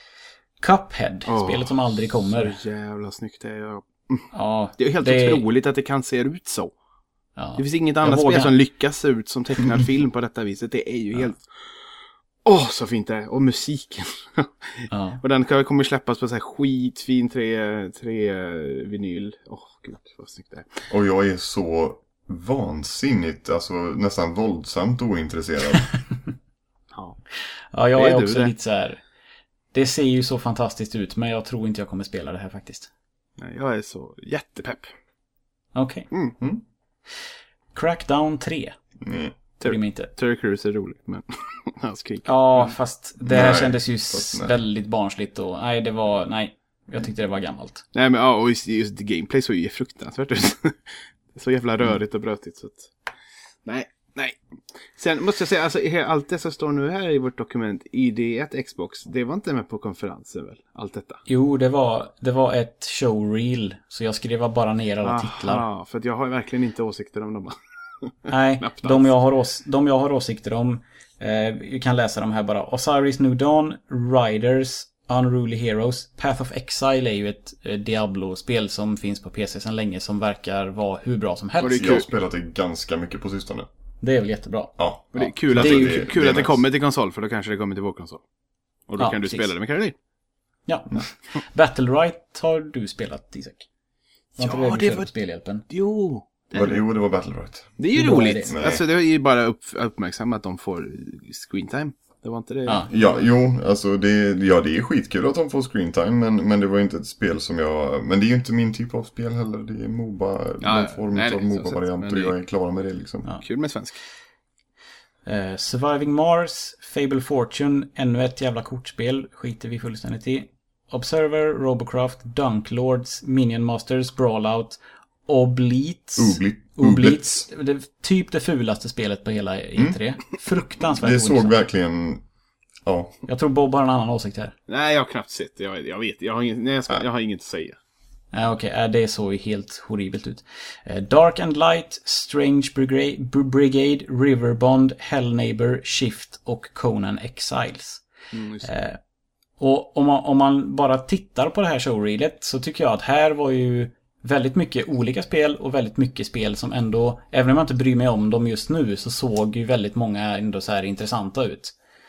Cuphead, oh, spelet som aldrig kommer. Så jävla snyggt det är. Mm. Ja, det är helt det... otroligt att det kan se ut så. Ja. Det finns inget annat spel vågar... som lyckas se ut som tecknad film på detta viset. Det är ju ja. helt... Åh, oh, så fint det är. Och musiken. Ja. Och den kommer släppas på så här skitfin tre, tre vinyl. Åh, oh, gud, vad snyggt det är. Och jag är så vansinnigt, alltså nästan våldsamt ointresserad. Ja. Ja, jag är, är också det? lite så här... Det ser ju så fantastiskt ut, men jag tror inte jag kommer spela det här faktiskt. Nej, jag är så jättepepp. Okej. Okay. Mm. Mm. Crackdown tre. Mm. Tur- inte. Terry Crews är roligt, men han skriker. Ja, fast det här nej, kändes ju s- väldigt barnsligt och nej, det var, nej, jag tyckte det var gammalt. Nej, men ja, och just, just gameplay så är ju fruktansvärt ut. Så jävla rörigt och brötigt så att... Nej, nej. Sen måste jag säga, alltså allt det som står nu här i vårt dokument, I D ett Xbox, det var inte med på konferensen väl? Allt detta. Jo, det var, det var ett showreel, så jag skrev bara ner alla Aha, titlar. Ja, för att jag har verkligen inte åsikter om dem. Nej, de jag, har ås- de jag har åsikter om, eh, vi kan läsa dem här bara. Osiris New Dawn, Riders, Unruly Heroes. Path of Exile är ju ett eh, Diablo-spel som finns på P C sedan länge som verkar vara hur bra som helst. Och det är kul. Jag har spelat det ganska mycket på sistone. Det är väl jättebra. Ja. Och det är kul, ja. att, det, det, är, kul det, att det kommer till konsol, för då kanske det kommer till vår konsol. Och då ja, kan du precis. spela det med Caroline. Ja. Mm. Battle.Right har du spelat, Isak. Var ja, inte det, det var... spelhjälpen? Jo. Det var, jo, det var Battle.Right. Det är ju det roligt. Det. Alltså det är ju bara upp, uppmärksammat att de får screen time. Det var inte det. Ja, ja jo, alltså det, ja, det är skitkul att de får screen time, men, men det var inte ett spel som jag... Men det är ju inte min typ av spel heller. Det är MOBA, ja, någon form nej, av MOBA-variant och jag är klar med det liksom. Ja. Kul med svensk. Uh, Surviving Mars, Fable Fortune, ännu ett jävla kortspel, skiter vi fullständigt i. Observer, Robocraft, Dunklords, Minion Masters, Brawlout, Oblits. Oblit. Oblits. Det är typ det fulaste spelet på hela E tre. Mm. Fruktansvärt. Det såg verkligen... Ja. Jag tror Bob har en annan åsikt här. Nej, jag har knappt sett det. Jag, jag vet. Jag har, ingen, nej, jag, ska, jag har inget att säga. Ja, okej. Okay. Det såg helt horribelt ut. Dark and Light, Strange Brigade, Brigade Riverbond, Hellneighbor, Shift och Conan Exiles. Mm, eh, och om man, om man bara tittar på det här showreelet så tycker jag att här var ju väldigt mycket olika spel och väldigt mycket spel som ändå, även om jag inte bryr mig om dem just nu, så såg ju väldigt många ändå så här intressanta ut.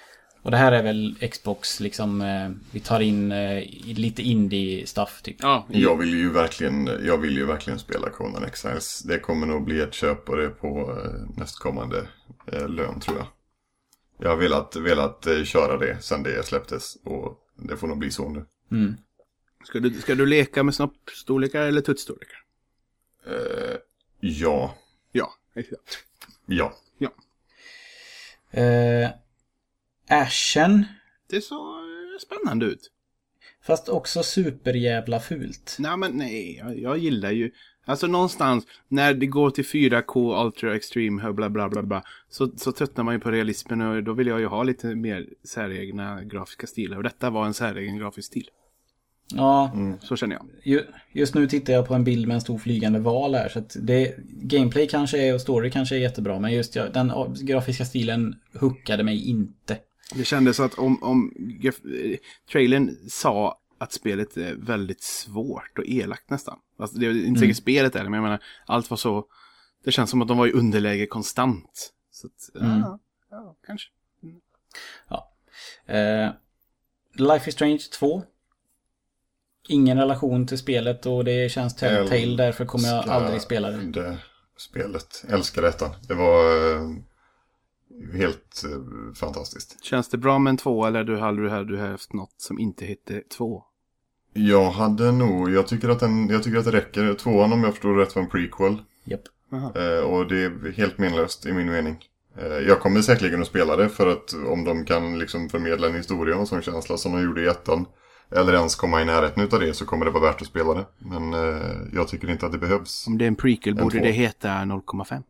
Och det här är väl Xbox liksom, eh, vi tar in eh, lite indie-stuff typ. Ja, Jag vill ju verkligen, jag vill ju verkligen spela Conan Exiles. Det kommer nog bli ett köp och det på eh, nästkommande eh, lön tror jag. Jag har velat, velat eh, köra det sen det släpptes och det får nog bli så nu. Mm. Ska du, ska du leka med snoppstorlekar eller tuttstorlekar? Eh, ja. Ja, exakt. Ja. Ja. Eh, Ashen. Det så eh, spännande ut. Fast också superjävla fult. Nej men nej, jag, jag gillar ju. Alltså någonstans när det går till fyra K Ultra Extreme bla bla bla bla så, så tröttnar man ju på realismen och då vill jag ju ha lite mer säregna grafiska stilar. Och detta var en säregen grafisk stil. Ja, Mm. Så känner jag. ju, just nu tittar jag på en bild med en stor flygande val här. Så att det, gameplay kanske är och story kanske är jättebra. Men just ja, den grafiska stilen hookade mig inte. Det kändes att om, om eh, trailern sa att spelet är väldigt svårt och elakt nästan. Alltså, det är inte säkert Mm. spelet är det, men jag menar, allt var så... Det känns som att de var i underläge konstant. Så att, Mm. ja, ja, kanske. Ja. Eh, Life is Strange två. Ingen relation till spelet och det känns Telltale, därför kommer jag Älskar aldrig spela det. det spelet. Älskar detta. Det var eh, helt eh, fantastiskt. Känns det bra med en två eller du hade du här du haft något som inte hette två? Jag hade nog, jag tycker att den, jag tycker att det räcker. Tvåan om jag förstår rätt var en prequel. Japp. Eh, och det är helt menlöst i min mening. Eh, jag kommer säkerligen att spela det för att om de kan liksom förmedla en historia och sån känsla som de gjorde i ettan. Eller ens komma i närheten av det så kommer det vara värt att spela det. Men eh, jag tycker inte att det behövs. Om det är en prequel En borde två. det heta noll komma fem.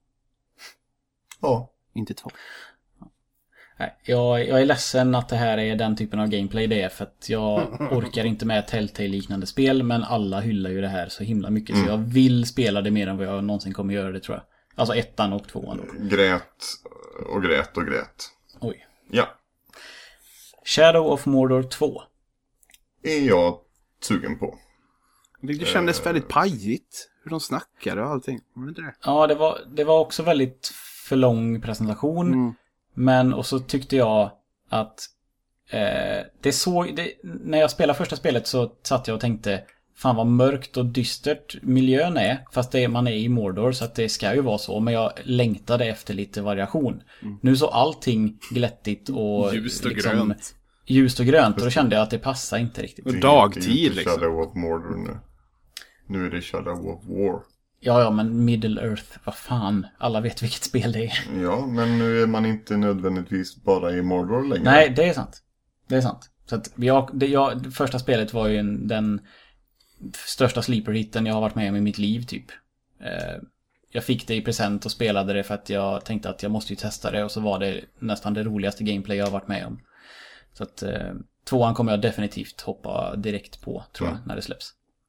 Ja. Inte två. Nej, jag, jag är ledsen att det här är den typen av gameplay det är, för att jag orkar inte med Telltale-liknande spel, men alla hyllar ju det här så himla mycket Mm. så jag vill spela det mer än vad jag någonsin kommer göra det, tror jag. Alltså ettan och tvåan då. Grät och grät och grät. Oj. Ja. Shadow of Mordor två. Är jag sugen på. Det kändes väldigt pajigt. Hur de snackade och allting. Var det inte det? Ja, det var, det var också väldigt för lång presentation. Mm. Men, och så tyckte jag att eh, det såg, det, när jag spelade första spelet så satt jag och tänkte, fan vad mörkt och dystert miljön är. Fast det är, man är i Mordor så att det ska ju vara så. Men jag längtade efter lite variation. Mm. Nu så allting glättigt och ljust och liksom, grönt. Ljust och grönt. Och då kände jag att det passar inte riktigt. Och Det är- dagtid, det är inte liksom. Shadow of Mordor nu. Nu är det Shadow of War. Ja, ja, men Middle Earth, vad fan. Alla vet vilket spel det är. Ja, men nu är man inte nödvändigtvis bara i Mordor längre. Nej, det är sant. Det är sant. Så att jag, det, jag, det första spelet var ju en, den största sleeper-hitten jag har varit med om i mitt liv typ. Eh, jag fick det i present och spelade det för att jag tänkte att jag måste ju testa det. Och så var det nästan det roligaste gameplay jag har varit med om. Så att eh, tvåan kommer jag definitivt hoppa direkt på, tror jag, Mm. när det släpps.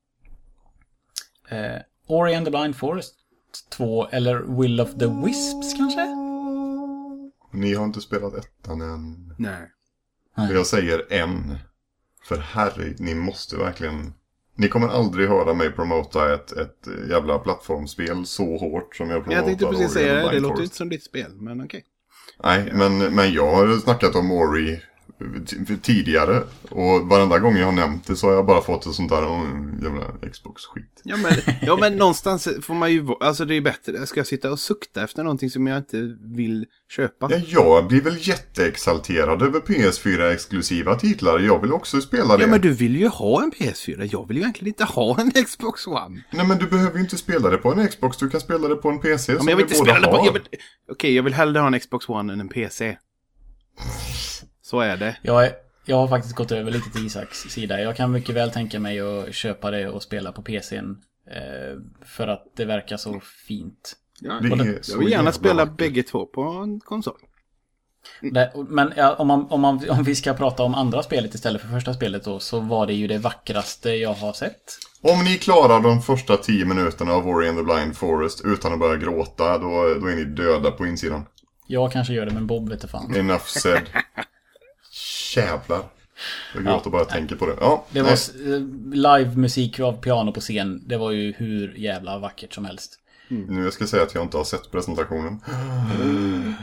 Eh, Ori and the Blind Forest två, eller Will of the Wisps kanske? Ni har inte spelat ettan än. Nej. Nej. Jag säger en. För herre, ni måste verkligen... Ni kommer aldrig höra mig promota ett, ett jävla plattformsspel så hårt som jag promotar. Jag tänkte precis Ori säga and the det. Det Blind låter Forest. inte som ditt spel, men okej. Nej, men, men jag har snackat om Ori t- tidigare. Och varenda gång jag har nämnt det så har jag bara fått ett sånt där oh, jävla Xbox-skit. Ja men, ja men någonstans får man ju... Alltså det är bättre. Ska jag sitta och sukta efter någonting som jag inte vill köpa? Ja, jag blir väl jätteexalterad över P S fyra-exklusiva titlar. Jag vill också spela det. Ja men du vill ju ha en P S fyra. Jag vill ju egentligen inte ha en Xbox One. Nej, men du behöver ju inte spela det på en Xbox. Du kan spela det på en P C Ja, som men jag vill vi inte båda spela det på... har. Jag vill... Okej, jag vill hellre ha en Xbox One än en P C. Så är det. Jag, är, jag har faktiskt gått över lite till Isaks sida. Jag kan mycket väl tänka mig att köpa det och spela på P C:n. Eh, för att det verkar så fint. Ja, Det jag är vill så gärna jävla spela vackert. bägge två på en konsol. Det, men ja, om, man, om, man, om vi ska prata om andra spelet istället för första spelet då, så var det ju det vackraste jag har sett. Om ni klarar de första tio minuterna av Ori and the Blind Forest utan att börja gråta, då, då är ni döda på insidan. Jag kanske gör det, men Bob vet inte fan. Enough said. Jävlar. Jag gråter Ja. bara jag tänker på det. Ja, Det var s- live-musik av piano på scen. Det var ju hur jävla vackert som helst. Nu jag ska säga att jag inte har sett presentationen.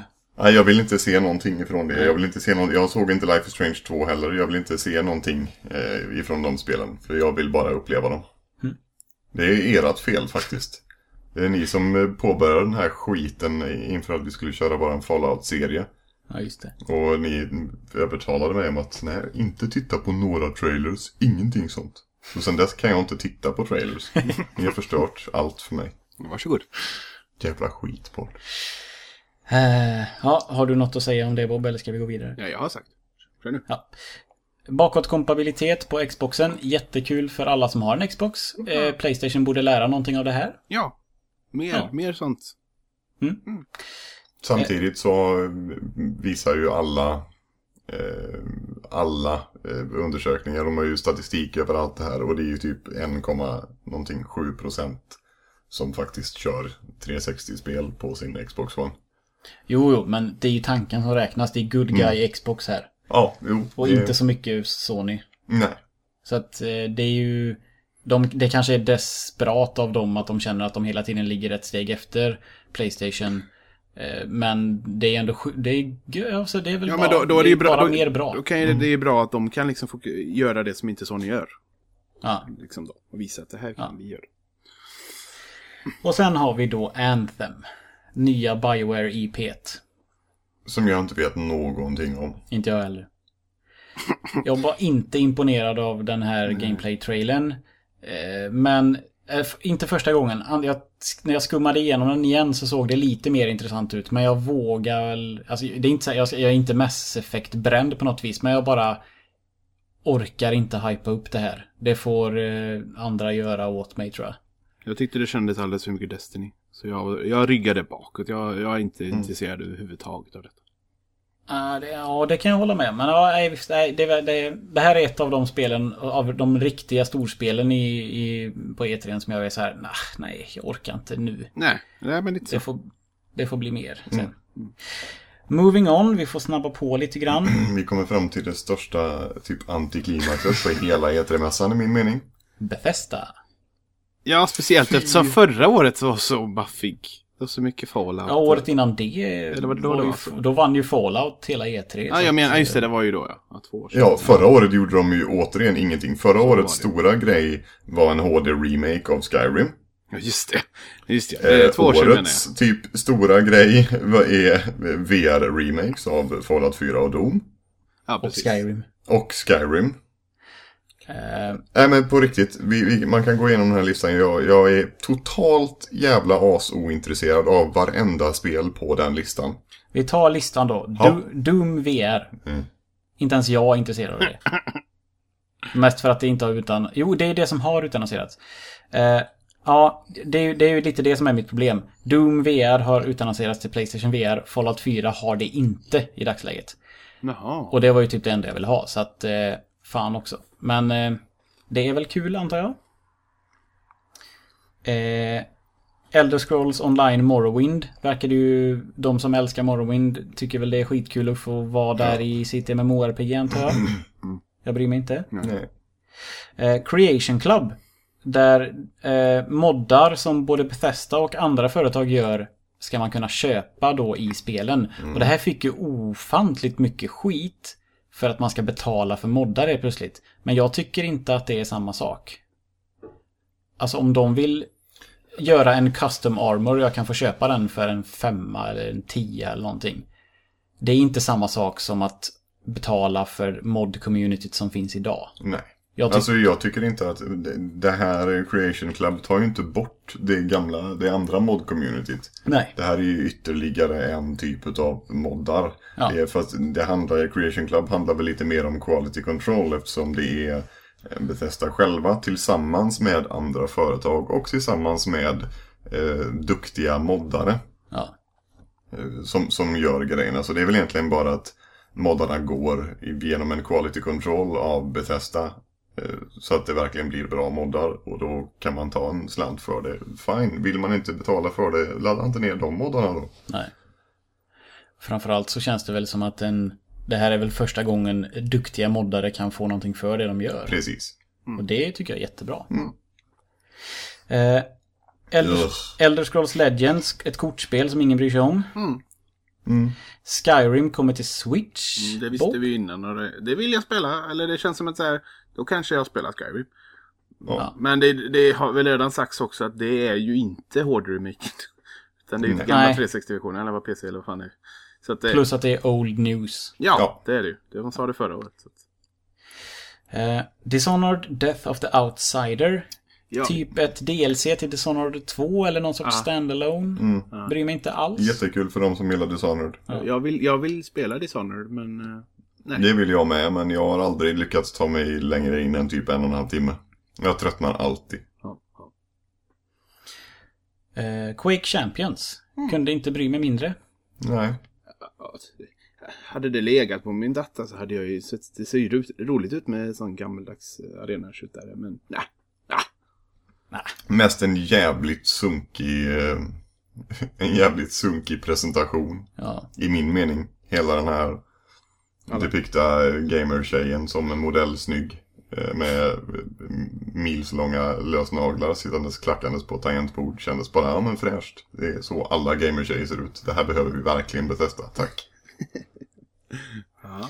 Nej, jag vill inte se någonting ifrån det. Jag vill inte se någon... Jag såg inte Life is Strange två heller. Jag vill inte se någonting eh, ifrån de spelen. För jag vill bara uppleva dem. Mm. Det är ert fel faktiskt. Det är ni som påbörjade den här skiten inför att vi skulle köra bara en Fallout-serie. Ja, just det. Och ni övertalade mig om att nej, inte titta på några trailers. Ingenting sånt. Och sen dess kan jag inte titta på trailers. Ni har förstört allt för mig. Varsågod. Jävla skit på. Uh, ja, har du något att säga om det, Bob, eller ska vi gå vidare? Ja, jag har sagt. Kör nu. Ja. Bakåtkompatibilitet på Xboxen. Jättekul för alla som har en Xbox. Mm. Eh, PlayStation borde lära någonting av det här. Ja, mer, ja. mer sånt. Mm. Mm. Samtidigt så visar ju alla eh, alla eh, undersökningar, de har ju statistik över allt det här, och det är ju typ en, någonting sju procent som faktiskt kör trehundrasextio-spel på sin Xbox One. Jo, jo, men det är ju tanken som räknas. Det är good guy mm. Xbox här. Ja, jo. Och det... inte så mycket Sony. Nej. Så att eh, det är ju... De, det kanske är desperat av dem att de känner att de hela tiden ligger ett steg efter PlayStation. Eh, men det är ändå... Det är, alltså det är väl ja, bara, men då, då är det, det är bra, bara då, mer bra. Då kan ju, mm. Det är bra att de kan liksom få göra det som inte Sony gör. Ja. Liksom då, och visa att det här kan ja. vi göra. Och sen har vi då Anthem. Nya BioWare-I P:t. Som jag inte vet någonting om. Inte jag heller. Jag var inte imponerad av den här mm. gameplay-trailern. Eh, men eh, inte första gången. Jag, när jag skummade igenom den igen så såg det lite mer intressant ut. Men jag vågar... Alltså, det är inte, jag, jag är inte Mass Effect-bränd på något vis. Men jag bara orkar inte hypa upp det här. Det får eh, andra göra åt mig, tror jag. Jag tyckte det kändes alldeles för mycket Destiny. Så jag, jag ryggade bakåt. Jag, jag är inte mm. intresserad överhuvudtaget av detta. Uh, det, ja, det kan jag hålla med. Men ja, det, det, det, det här är ett av de spelen, av de riktiga storspelen i, i, på E tre som jag är så här, nah, nej, jag orkar inte nu. Nej, nej men inte så. Det får, det får bli mer sen. Mm. Mm. Moving on, vi får snabba på lite grann. Vi kommer fram till det största typ antiklimaxet på hela E tre-mässan i min mening. Bethesda. Ja, speciellt Fy. eftersom förra året var så baffig. Det var så mycket Fallout. Ja, året innan det, Eller var det då, var det ju, då vann ju Fallout hela E tre. Ja, jag menar, just det, det var ju då, ja. ja två år sedan. Ja, förra året gjorde de ju återigen ingenting. Förra så årets stora grej var en H D-remake av Skyrim. Ja, just det. Just det. det är två år sedan, årets typ stora grej är V R-remakes av Fallout fyra och Doom. Ja, och Skyrim. Och Skyrim. Uh, Nej, men på riktigt, vi, vi, man kan gå igenom den här listan. Jag, jag är totalt jävla asointresserad av varenda spel på den listan. Vi tar listan då. Do, Doom V R. Mm. Inte ens jag är intresserad av det. Mest för att det inte har utan... Jo, det är det som har utannonserats. Uh, ja, det är, det är ju lite det som är mitt problem. Doom V R har utannonserats till PlayStation V R. Fallout fyra har det inte i dagsläget. Jaha. Och det var ju typ det enda jag ville ha. Så att... Uh, fan också. Men eh, det är väl kul, antar jag. Eh, Elder Scrolls Online Morrowind verkar det ju, de som älskar Morrowind tycker väl det är skitkul att få vara där i sitt MMORPG, antar jag. Jag bryr mig inte. Nej. Eh, Creation Club, där eh, moddar som både Bethesda och andra företag gör ska man kunna köpa då i spelen. Mm. Och det här fick ju ofantligt mycket skit för att man ska betala för moddar plötsligt. Men jag tycker inte att det är samma sak. Alltså om de vill göra en custom armor och jag kan få köpa den för en femma eller en tia eller någonting. Det är inte samma sak som att betala för mod-communityt som finns idag. Nej. Jag ty- alltså jag tycker inte att det här Creation Club tar ju inte bort det gamla, det andra mod-communityt. Nej. Det här är ju ytterligare en typ av moddar. Ja. Det är för att det handlar, Creation Club handlar väl lite mer om quality control eftersom det är Bethesda själva tillsammans med andra företag och tillsammans med eh, duktiga moddare. Ja. Eh, som, som gör grejerna. Så det är väl egentligen bara att moddarna går genom en quality control av Bethesda. Så att det verkligen blir bra moddar. Och då kan man ta en slant för det. Fine, vill man inte betala för det, ladda inte ner de moddarna då. Nej. Framförallt så känns det väl som att en, det här är väl första gången duktiga moddare kan få någonting för det de gör. Precis. Mm. Och det tycker jag är jättebra. Mm. Eh, Elder, Elder Scrolls Legends, ett kortspel som ingen bryr sig om. Mm. Mm. Skyrim kommer till Switch. Mm, det visste Bob. vi innan. Och det, det vill jag spela. Eller det känns som att så här, då kanske jag spelar Skyrim. Ja. Men det, det har väl redan sagts också att det är ju inte hård remake. Utan det är ju Nej. gamla Nej. trehundrasextio-versionen eller vad P C eller vad fan det är. Så att det, Plus att det är old news. ja, Ja. det är det ju. Det man sa det förra året. Så att, Eh, Dishonored Death of the Outsider. ja. Typ ett D L C till Dishonored två eller någon sorts Ah. standalone. Mm. Bryr mig inte alls. Jättekul för de som gillar Dishonored. Jag, vill, jag vill spela Dishonored, men eh, nej. Det vill jag med, men jag har aldrig lyckats ta mig längre in än typ en och en halv timme. Jag tröttnar alltid. Ja, ja. Eh, Quake Champions. Kunde inte bry mig mindre. Nej. Ja, hade det legat på min data så hade jag ju sett, det ser ju ro- roligt ut med sån gammaldags arena-skjutare, men nej. nej. Mest en jävligt sunkig eh, en jävligt sunkig presentation. Ja. I min mening. Hela den här depikta gamer-tjejen som en modell snygg. eh, Med eh, milslånga lösnaglar sittandes klackandes på tangentbord. Kändes bara, ja men fräscht. Det är så alla gamer-tjejer ser ut. Det här behöver vi verkligen betesta, tack. Ja.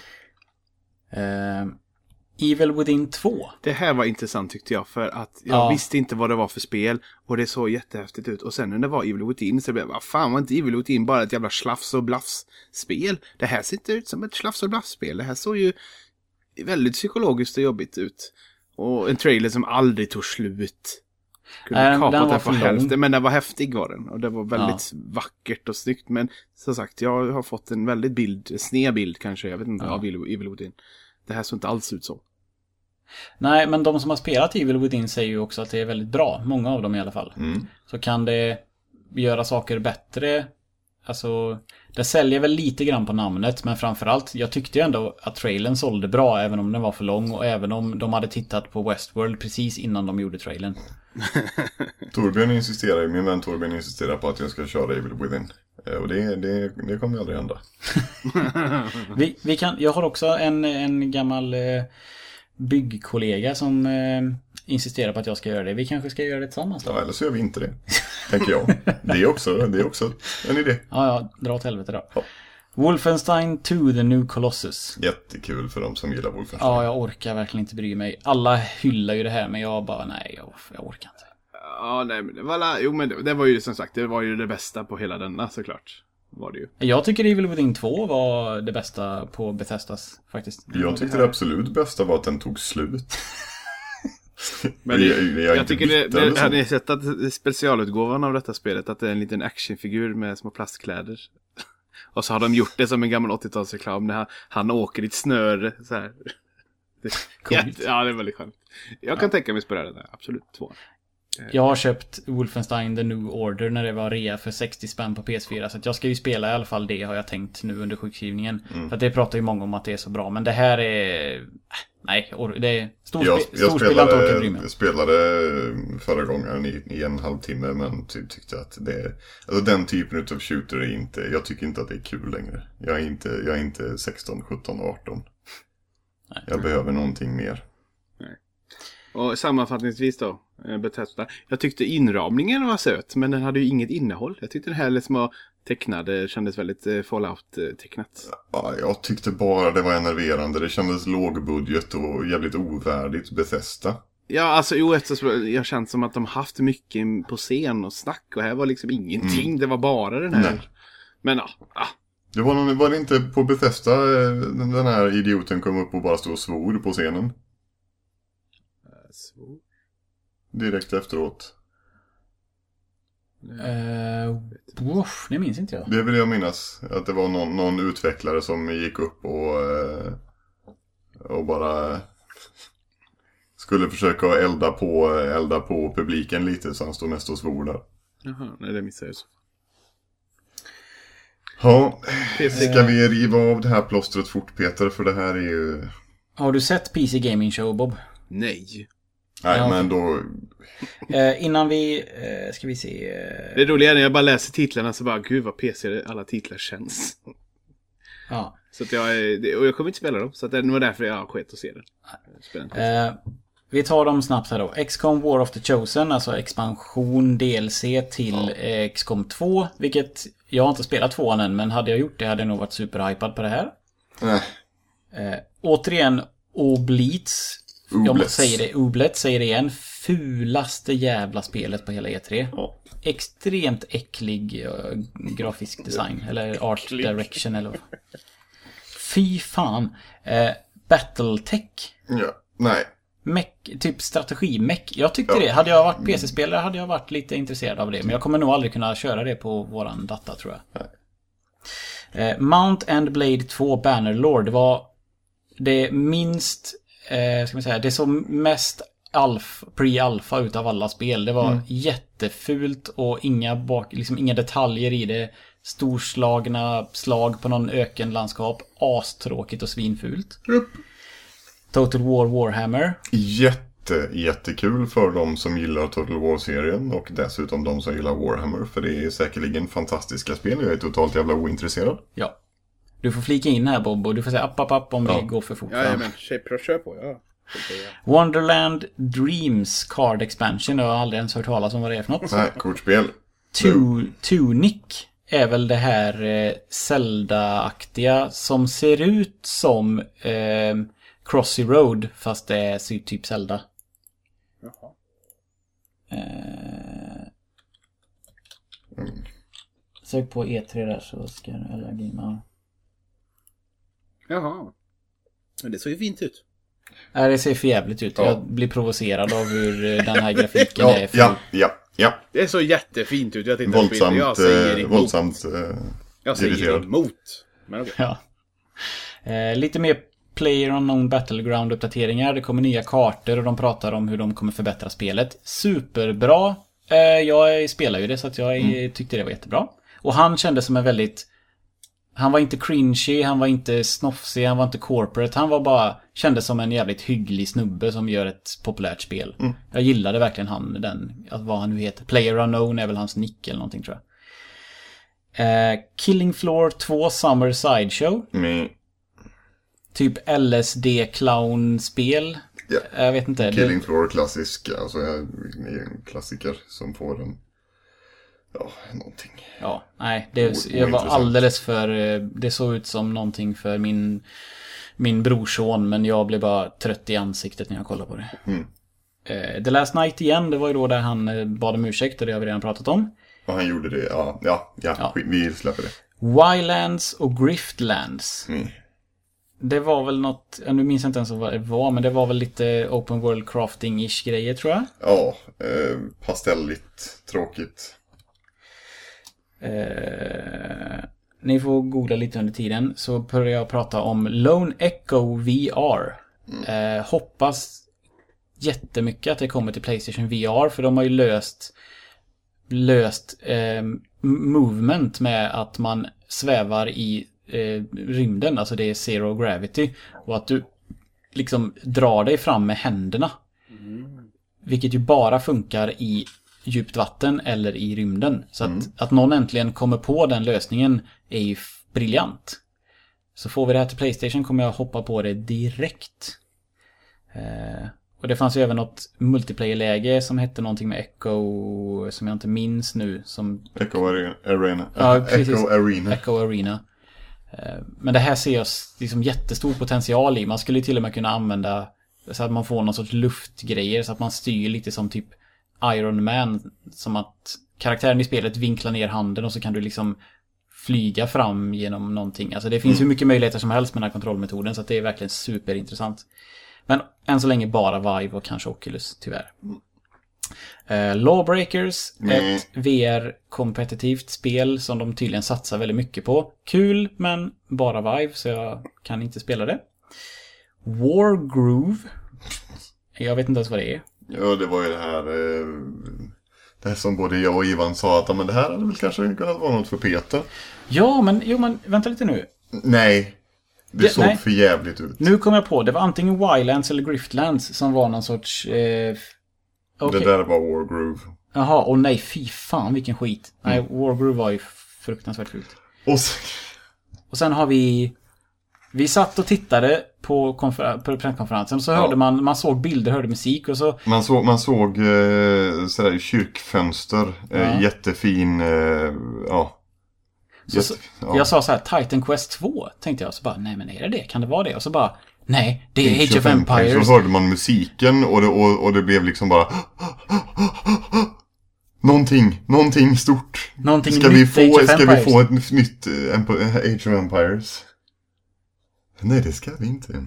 Eh, Evil Within två. Det här var intressant tyckte jag, för att jag Ja. visste inte vad det var för spel och det såg jättehäftigt ut. Och sen när det var Evil Within så blev jag, vad fan var inte Evil Within bara ett jävla slafs och blafs-spel? Det här ser inte ut som ett slafs och blafs-spel. Det här såg ju väldigt psykologiskt och jobbigt ut. Och en trailer som aldrig tog slut. Kunde Nej, den kapat var den för på lång. hälften, men den var häftig var den. Och det var väldigt vackert och snyggt. Men som sagt, jag har fått en väldigt bild, sned bild kanske, jag vet inte, Ja. av Evil Evil Within. Det här såg inte alls ut så. Nej, men de som har spelat Evil Within säger ju också att det är väldigt bra. Många av dem i alla fall. Mm. Så kan det göra saker bättre. Alltså, det säljer väl lite grann på namnet. Men framförallt, jag tyckte ju ändå att trailern sålde bra. Även om den var för lång. Och även om de hade tittat på Westworld precis innan de gjorde trailern. Torbjörn insisterar, min vän Torbjörn insisterar på att jag ska köra Evil Within. Eh, Och det, det, det kommer aldrig hända. Vi, vi kan, jag har också en, en gammal eh, byggkollega som eh, insisterar på att jag ska göra det. Vi kanske ska göra det tillsammans då. Ja, eller så gör vi inte det, tänker jag. Det är också, det är också en idé. Ja, ja, dra åt helvete då. Ja. Wolfenstein två The New Colossus. Jättekul för de som gillar Wolfenstein. Ja, jag orkar verkligen inte bry mig. Alla hyllar ju det här, men jag bara, nej, jag, jag orkar inte. Ja, nej, men det var la, jo, men det, det var ju som sagt, det var ju det bästa på hela denna såklart. Var det ju. Jag tycker Evil Within två var det bästa på Bethesdas, faktiskt. Jag tyckte det absolut bästa var att den tog slut. Men Vi- det, vi är jag inte tycker det, bitter eller det så. hade ni sett att specialutgåvan av detta spelet, att det är en liten actionfigur med små plastkläder. Och så har de gjort det som en gammal åttiotalsreklam när han, han åker i ett snöre så här. Det, Coolt. ja, det är väldigt skönt. Jag kan tänka mig spela det där, absolut, två. Jag har köpt Wolfenstein The New Order när det var rea för sextio spänn på P S fyra. Så att jag ska ju spela i alla fall det, har jag tänkt nu under sjukskrivningen. Mm. För att det pratar ju många om att det är så bra. Men det här är... äh, Nej, or- det är Jag, storspe- jag storspelaren inte orkar bry mig. spelade, spelade förra gången i, i en halvtimme, men ty, tyckte att det, alltså den typen av shooter är inte, jag tycker inte att det är kul längre. Jag är inte, jag är inte sexton, sjutton, arton. Nej. Jag behöver någonting mer. Och sammanfattningsvis då, eh, Bethesda. Jag tyckte inramningen var söt, men den hade ju inget innehåll. Jag tyckte det här liksom var tecknade, kändes väldigt eh, Fallout-tecknat. Ja, jag tyckte bara det var enerverande. Det kändes lågbudget och jävligt ovärdigt Bethesda. Ja, alltså jo, eftersom jag känt som att de haft mycket på scen och snack. Och här var liksom ingenting, Mm. det var bara den här. Nej. Men ja, ah, Det var, någon, var det inte på Bethesda eh, den den här idioten kom upp och bara stod och svor på scenen? så. Direkt efteråt. Uh, uff, det minns inte jag. Det vill jag minnas. Att det var någon, någon utvecklare som gick upp och, eh, och bara skulle försöka elda på, elda på publiken lite, så han stod mest och svor där. Jaha, nej det missade jag så. Ja, P C. ska vi riva av det här plåstret fort, Peter? För det här är ju... Har du sett P C Gaming Show, Bob? Nej. Nej, Ja, men då... Eh, innan vi... Eh, ska vi se... Eh, Det roliga är när jag bara läser titlarna så bara, gud vad P C alla titlar känns. ja. Så att jag, är- det- och jag kommer inte spela dem, så att det var därför jag sket och se den. Spela den. Eh, vi tar dem snabbt här då. X COM War of the Chosen, alltså expansion D L C till ja. X COM två. Vilket jag har inte spelat tvåan än, men hade jag gjort det hade jag nog varit superhypad på det här. Nej. Eh, återigen, Oblitz. Jag måste säga det, Oblitz säger det igen. Fulaste jävla spelet på hela E tre. Ja. Extremt äcklig uh, grafisk design. Eller art direction. Eller... Fy fan. Eh, Battletech. Ja, nej. Mech, typ strategi, mech. Jag tyckte ja. det. Hade jag varit P C-spelare hade jag varit lite intresserad av det. Men jag kommer nog aldrig kunna köra det på våran data, tror jag. Nej. Eh, Mount and Blade två Bannerlord. Det var det minst... Eh, ska man säga, det som mest alf, pre-alpha utav alla spel. Det var mm. jättefult och inga, bak, liksom inga detaljer i det. Storslagna slag på någon ökenlandskap. Astråkigt och svinfult. Yep. Total War Warhammer. Jätte, jättekul för de som gillar Total War-serien och dessutom de som gillar Warhammer. För det är säkerligen fantastiska spel. Jag är totalt jävla ointresserad. Ja. Du får flika in här, Bob, och du får säga app, app, app om ja. det går för fort. Ja, men kör, kör på, ja. Wonderland Dreams Card Expansion. Jag har aldrig ens hört talas om vad det är för något. Nej, kortspel. Tu- Tunic är väl det här eh, Zelda-aktiga som ser ut som eh, Crossy Road, fast det är typ Zelda. Jaha. Eh, mm. Sök på E tre där så ska du eller gimma. Jaha. Men det såg ju fint ut. Nej, det ser för jävligt ut. Ja. Jag blir provocerad av hur den här grafiken ja, är. För... Ja, ja, ja. Det är så jättefint ut. Jag tittar våldsamt, på jag säger emot. Våldsamt eh, Jag säger irriterad. emot. Men okay. Ja. Eh, lite mer Player Unknown Battleground-uppdateringar. Det kommer nya kartor och de pratar om hur de kommer förbättra spelet. Superbra. Eh, jag spelar ju det så att jag mm. tyckte det var jättebra. Och han kände som en väldigt... Han var inte cringy, han var inte snoffsig, han var inte corporate. Han var bara, kände som en jävligt hygglig snubbe som gör ett populärt spel. Mm. Jag gillade verkligen han, den, att vad han nu heter. Player Unknown är väl hans nick eller någonting, tror jag. Eh, Killing Floor två Summer Sideshow. Mm. Typ L S D-clown-spel. Yeah. Jag vet inte. Killing det... Floor klassisk, alltså är en klassiker som får en... Ja, någonting. Ja, nej, det jag var alldeles för... Det såg ut som någonting för min min brorson, men jag blev bara trött i ansiktet när jag kollade på det. Mm. Uh, The Last Night igen, det var ju då där han bad om ursäkt och det har vi redan pratat om. Och han gjorde det, ja, ja, ja, ja. Vi släpper det. Wildlands och Griftlands. Mm. Det var väl något, nu minns jag inte ens vad det var, men det var väl lite open world crafting-ish grejer, tror jag. Ja, eh, pastelligt, tråkigt. Eh, ni får googla lite under tiden. Så börjar jag prata om Lone Echo V R. mm. eh, Hoppas jättemycket att det kommer till PlayStation V R, för de har ju löst Löst eh, movement med att man svävar i eh, rymden. Alltså det är zero gravity. Och att du liksom drar dig fram med händerna. mm. Vilket ju bara funkar i djupt vatten eller i rymden. Så att, mm. att någon äntligen kommer på den lösningen är ju briljant. Så får vi det här till PlayStation kommer jag hoppa på det direkt. Eh, och det fanns ju även något multiplayer-läge som hette någonting med Echo som jag inte minns nu. Som... Echo Arena. Ja, Echo Arena. Echo Arena. Eh, men det här ser jag liksom jättestor potential i. Man skulle till och med kunna använda så att man får någon sorts luftgrejer så att man styr lite som typ Iron Man, som att karaktären i spelet vinklar ner handen och så kan du liksom flyga fram genom någonting. Alltså det finns mm. hur mycket möjligheter som helst med den här kontrollmetoden, så att det är verkligen superintressant. Men än så länge bara Vive och kanske Oculus, tyvärr. Uh, Lawbreakers, mm. ett V R-kompetitivt spel som de tydligen satsar väldigt mycket på. Kul, men bara Vive, så jag kan inte spela det. Wargroove. Jag vet inte ens vad det är. Ja, det var ju det här eh, det här som både jag och Ivan sa att men det här hade väl kanske kunnat vara något för Peter. Ja, men, jo, men vänta lite nu. Nej, det, det såg nej. för jävligt ut. Nu kom jag på, det var antingen Wildlands eller Griftlands som var någon sorts... Eh, okay. Det där var Wargroove. Jaha, och nej, fy fan vilken skit. Mm. Nej, Wargroove var ju fruktansvärt fult. Och sen... och sen har vi Vi satt och tittade på, konfer- på presskonferensen och så hörde ja. man, man såg bilder, hörde musik och så... Man såg, man såg eh, sådär kyrkfönster, eh, Ja. jättefin, eh, ja. Så, Jätte, så, ja. Jag sa så här, Titan Quest två, tänkte jag. Så bara, nej men är det det? Kan det vara det? Och så bara, nej, det är Age of Empires. Så hörde man musiken och det, och, och det blev liksom bara... Någonting, någonting stort. Någonting ska vi nytt få, Age of Ska vi Empires. få ett nytt eh, Age of Empires? Nej, det ska vi inte.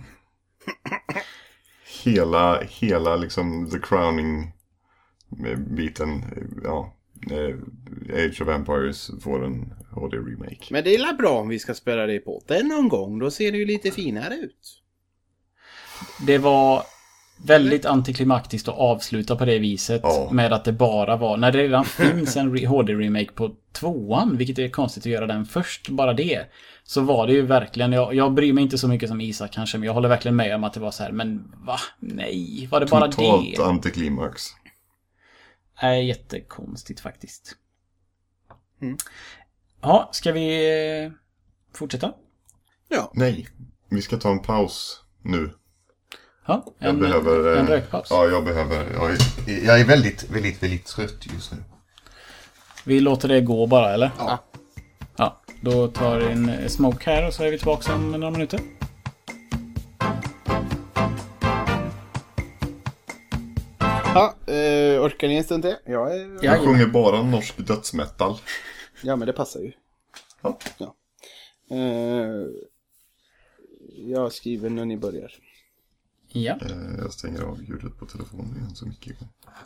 Hela, hela liksom The Crowning biten, ja, Age of Empires får en H D-remake. Men det är väl bra om vi ska spela det på den någon gång. Då ser det ju lite finare ut. Det var väldigt antiklimaktiskt att avsluta på det viset. Ja. Med att det bara var, när det redan finns en H D-remake på tvåan, vilket är konstigt att göra den först, bara det. Så var det ju verkligen, jag, jag bryr mig inte så mycket som Isak kanske, men jag håller verkligen med om att det var så här, men va? Nej, var det bara Totalt det? antiklimax. Nej, jättekonstigt faktiskt. Mm. Ja, ska vi eh, fortsätta? Ja. Nej, vi ska ta en paus nu. Ja, Jag en, behöver... en eh, rökpaus. Ja, jag behöver... Jag är, jag är väldigt, väldigt, väldigt trött just nu. Vi låter det gå bara, eller? Ja. Ja, då tar vi en smoke här och så är vi tillbaka om några minuter. Ja, eh, orkar ni en stund till? Ja, eh, Ja. Jag sjunger bara norsk dödsmetal. ja, men det passar ju. Ja. Ja. Eh, jag skriver när ni börjar. Ja. Eh, Jag stänger av ljudet på telefonen igen så mycket.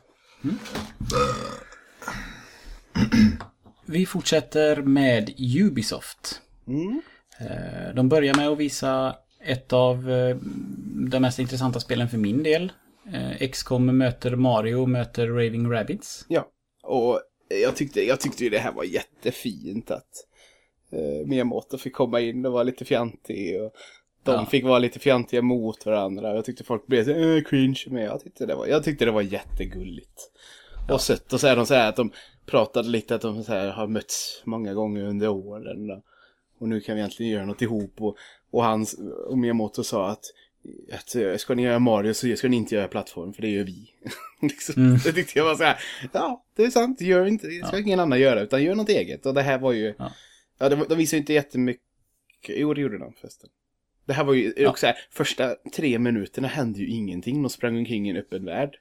Vi fortsätter med Ubisoft. Mm. Eh, De börjar med att visa ett av eh, de mest intressanta spelen för min del. Eh, X COM möter Mario möter Raving Rabbids. Ja, och jag tyckte, jag tyckte ju det här var jättefint att eh, Miyamoto fick komma in och vara lite fjantig och de Ja. fick vara lite fjantiga mot varandra. Jag tyckte folk blev så äh, cringe, men jag tyckte det var, jag tyckte det var jättegulligt. Ja. Och sött, och så är de så här att de pratade lite att de så här har mötts många gånger under åren då. Och nu kan vi egentligen göra något ihop och, och, hans, och Miyamoto sa att att ska ni göra Mario så ska ni inte göra plattform, för det gör vi. liksom. Mm. Det tyckte jag var så här, ja, det är sant, gör inte, det ska Ja. ingen annan göra, utan gör något eget. Och det här var ju, Ja. ja, det, var- de visade ju inte jättemycket, jo det gjorde de förresten. Det här var ju Ja. också så här, första tre minuterna hände ju ingenting, de sprang omkring i en öppen värld.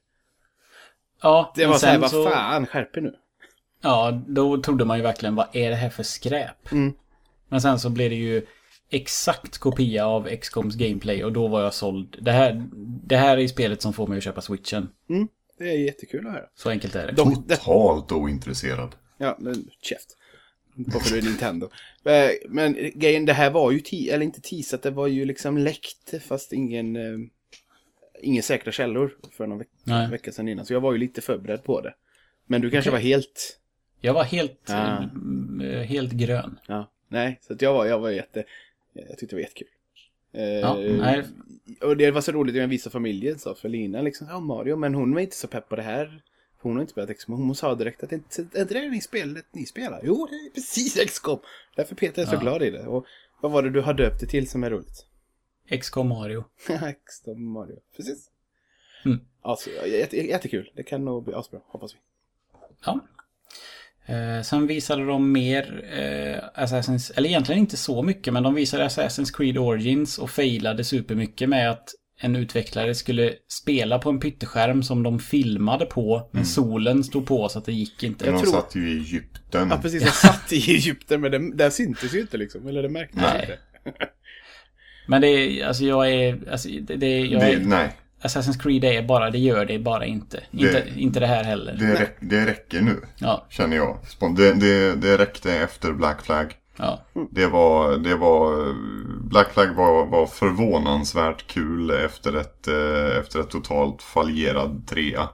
Ja, Det men var så här, sen vad så, fan, skärp er nu. ja, då trodde man ju verkligen, vad är det här för skräp? Mm. Men sen så blev det ju exakt kopia av X COMs gameplay och då var jag såld. Det här, det här är spelet som får mig att köpa Switchen. Mm. Det är jättekul att höra. Så enkelt är det. De, det, Totalt ointresserad. ja, men käft. Varför är Nintendo? Eh, Men grejen, det här var ju, te- eller inte teasat, det var ju liksom läckt, fast ingen, eh, ingen säkra källor för någon veck- Nej. vecka sedan innan. Så jag var ju lite förberedd på det. Men du kanske Okej. var helt, Jag var helt, Ah. eh, helt grön. ja, nej, så att jag var, jag var jätte, jag tyckte det var jättekul. Eh, Ja, nej. Och det var så roligt när jag visade familjen, så för Lina liksom, ja Mario, men hon var inte så pepp på det här. Hon har inte spelat X COM, hon sa direkt att det inte är inte det ni spelet ni spelar. Jo, det är precis X COM. Därför Peter är så Ja. glad i det. Och vad var det du har döpt det till som är roligt? X COM Mario. X COM Mario, precis. Mm. Alltså, jätte, jättekul. Det kan nog bli asbra, hoppas vi. Ja. Eh, sen visade de mer eh, Assassin's, eller egentligen inte så mycket, men de visade Assassin's Creed Origins och failade supermycket med att en utvecklare skulle spela på en pytteskärm som de filmade på, men solen stod på så att det gick inte. Men de tror- satt ju i Egypten. Ja, precis. Jag satt i Egypten, men det, där syntes ju inte liksom. Eller det märktes Nej. inte. Men det är, alltså jag är, alltså det, det jag det, är, nej, Assassin's Creed är bara, det gör det bara inte. Det- inte, inte det här heller. det, räck, det räcker nu, Ja, känner jag. Spon- Det, det, det räckte efter Black Flag. ja. Det var, det var, Black Flag var, var förvånansvärt kul efter ett, eh, efter ett totalt fallerad trea.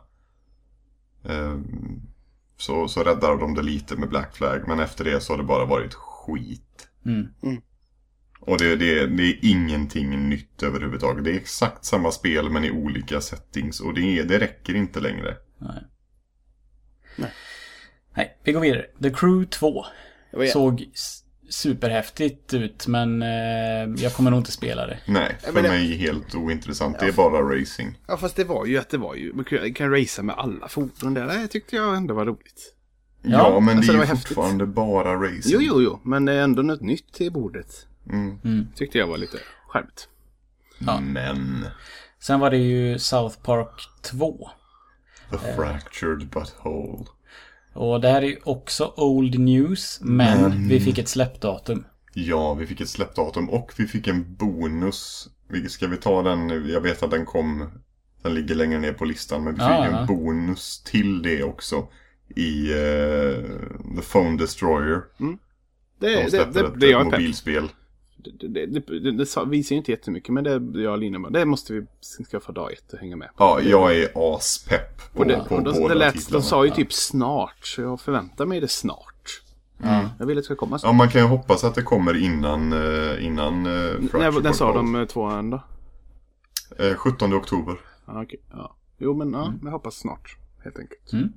Eh, Så, så räddade de det lite med Black Flag, men efter det så har det bara varit skit. Mm. Och det, det, det är ingenting nytt överhuvudtaget. Det är exakt samma spel men i olika settings. Och det, det räcker inte längre. Nej. Nej. Nej, vi går vidare. The Crew två Det var, såg s- superhäftigt ut, men eh, jag kommer nog inte spela det. Nej, för men det... mig helt ointressant. Det är bara racing. Ja, fast det var ju att det var ju... Man kan, kan racea med alla fordon där. Det tyckte jag ändå var roligt. Ja, ja men alltså det är det ju fortfarande häftigt. Bara racing. Jo, jo, jo. Men det är ändå något nytt till bordet. Mm. Mm. Tyckte jag var lite skärpt. Ja. Men... Sen var det ju South Park två. The Fractured But Whole. Och det här är ju också old news, men, men vi fick ett släppdatum. Ja, vi fick ett släppdatum och vi fick en bonus. Ska vi ta den? Jag vet att den kom, den ligger längre ner på listan, men vi fick ah, en ja. bonus till det också i uh, The Phone Destroyer. Mm. Det, De släppte det, det, ett, det, ett mobilspel. Det, det, det, det, det visar ju inte jättemycket, men det, jag Lina, det måste vi skaffa dag ett och hänga med på. Ja, jag är aspepp på, och det, på och båda det lät, titlarna. De sa ju typ snart, så jag förväntar mig det snart. Mm. Jag vill att det ska komma snart. Ja, man kan ju hoppas att det kommer innan, innan uh, När den sa de tvåan då? Eh, sjuttonde oktober. Ja, okej. Ja. Jo, men ja, mm. jag hoppas snart, helt enkelt. Mm.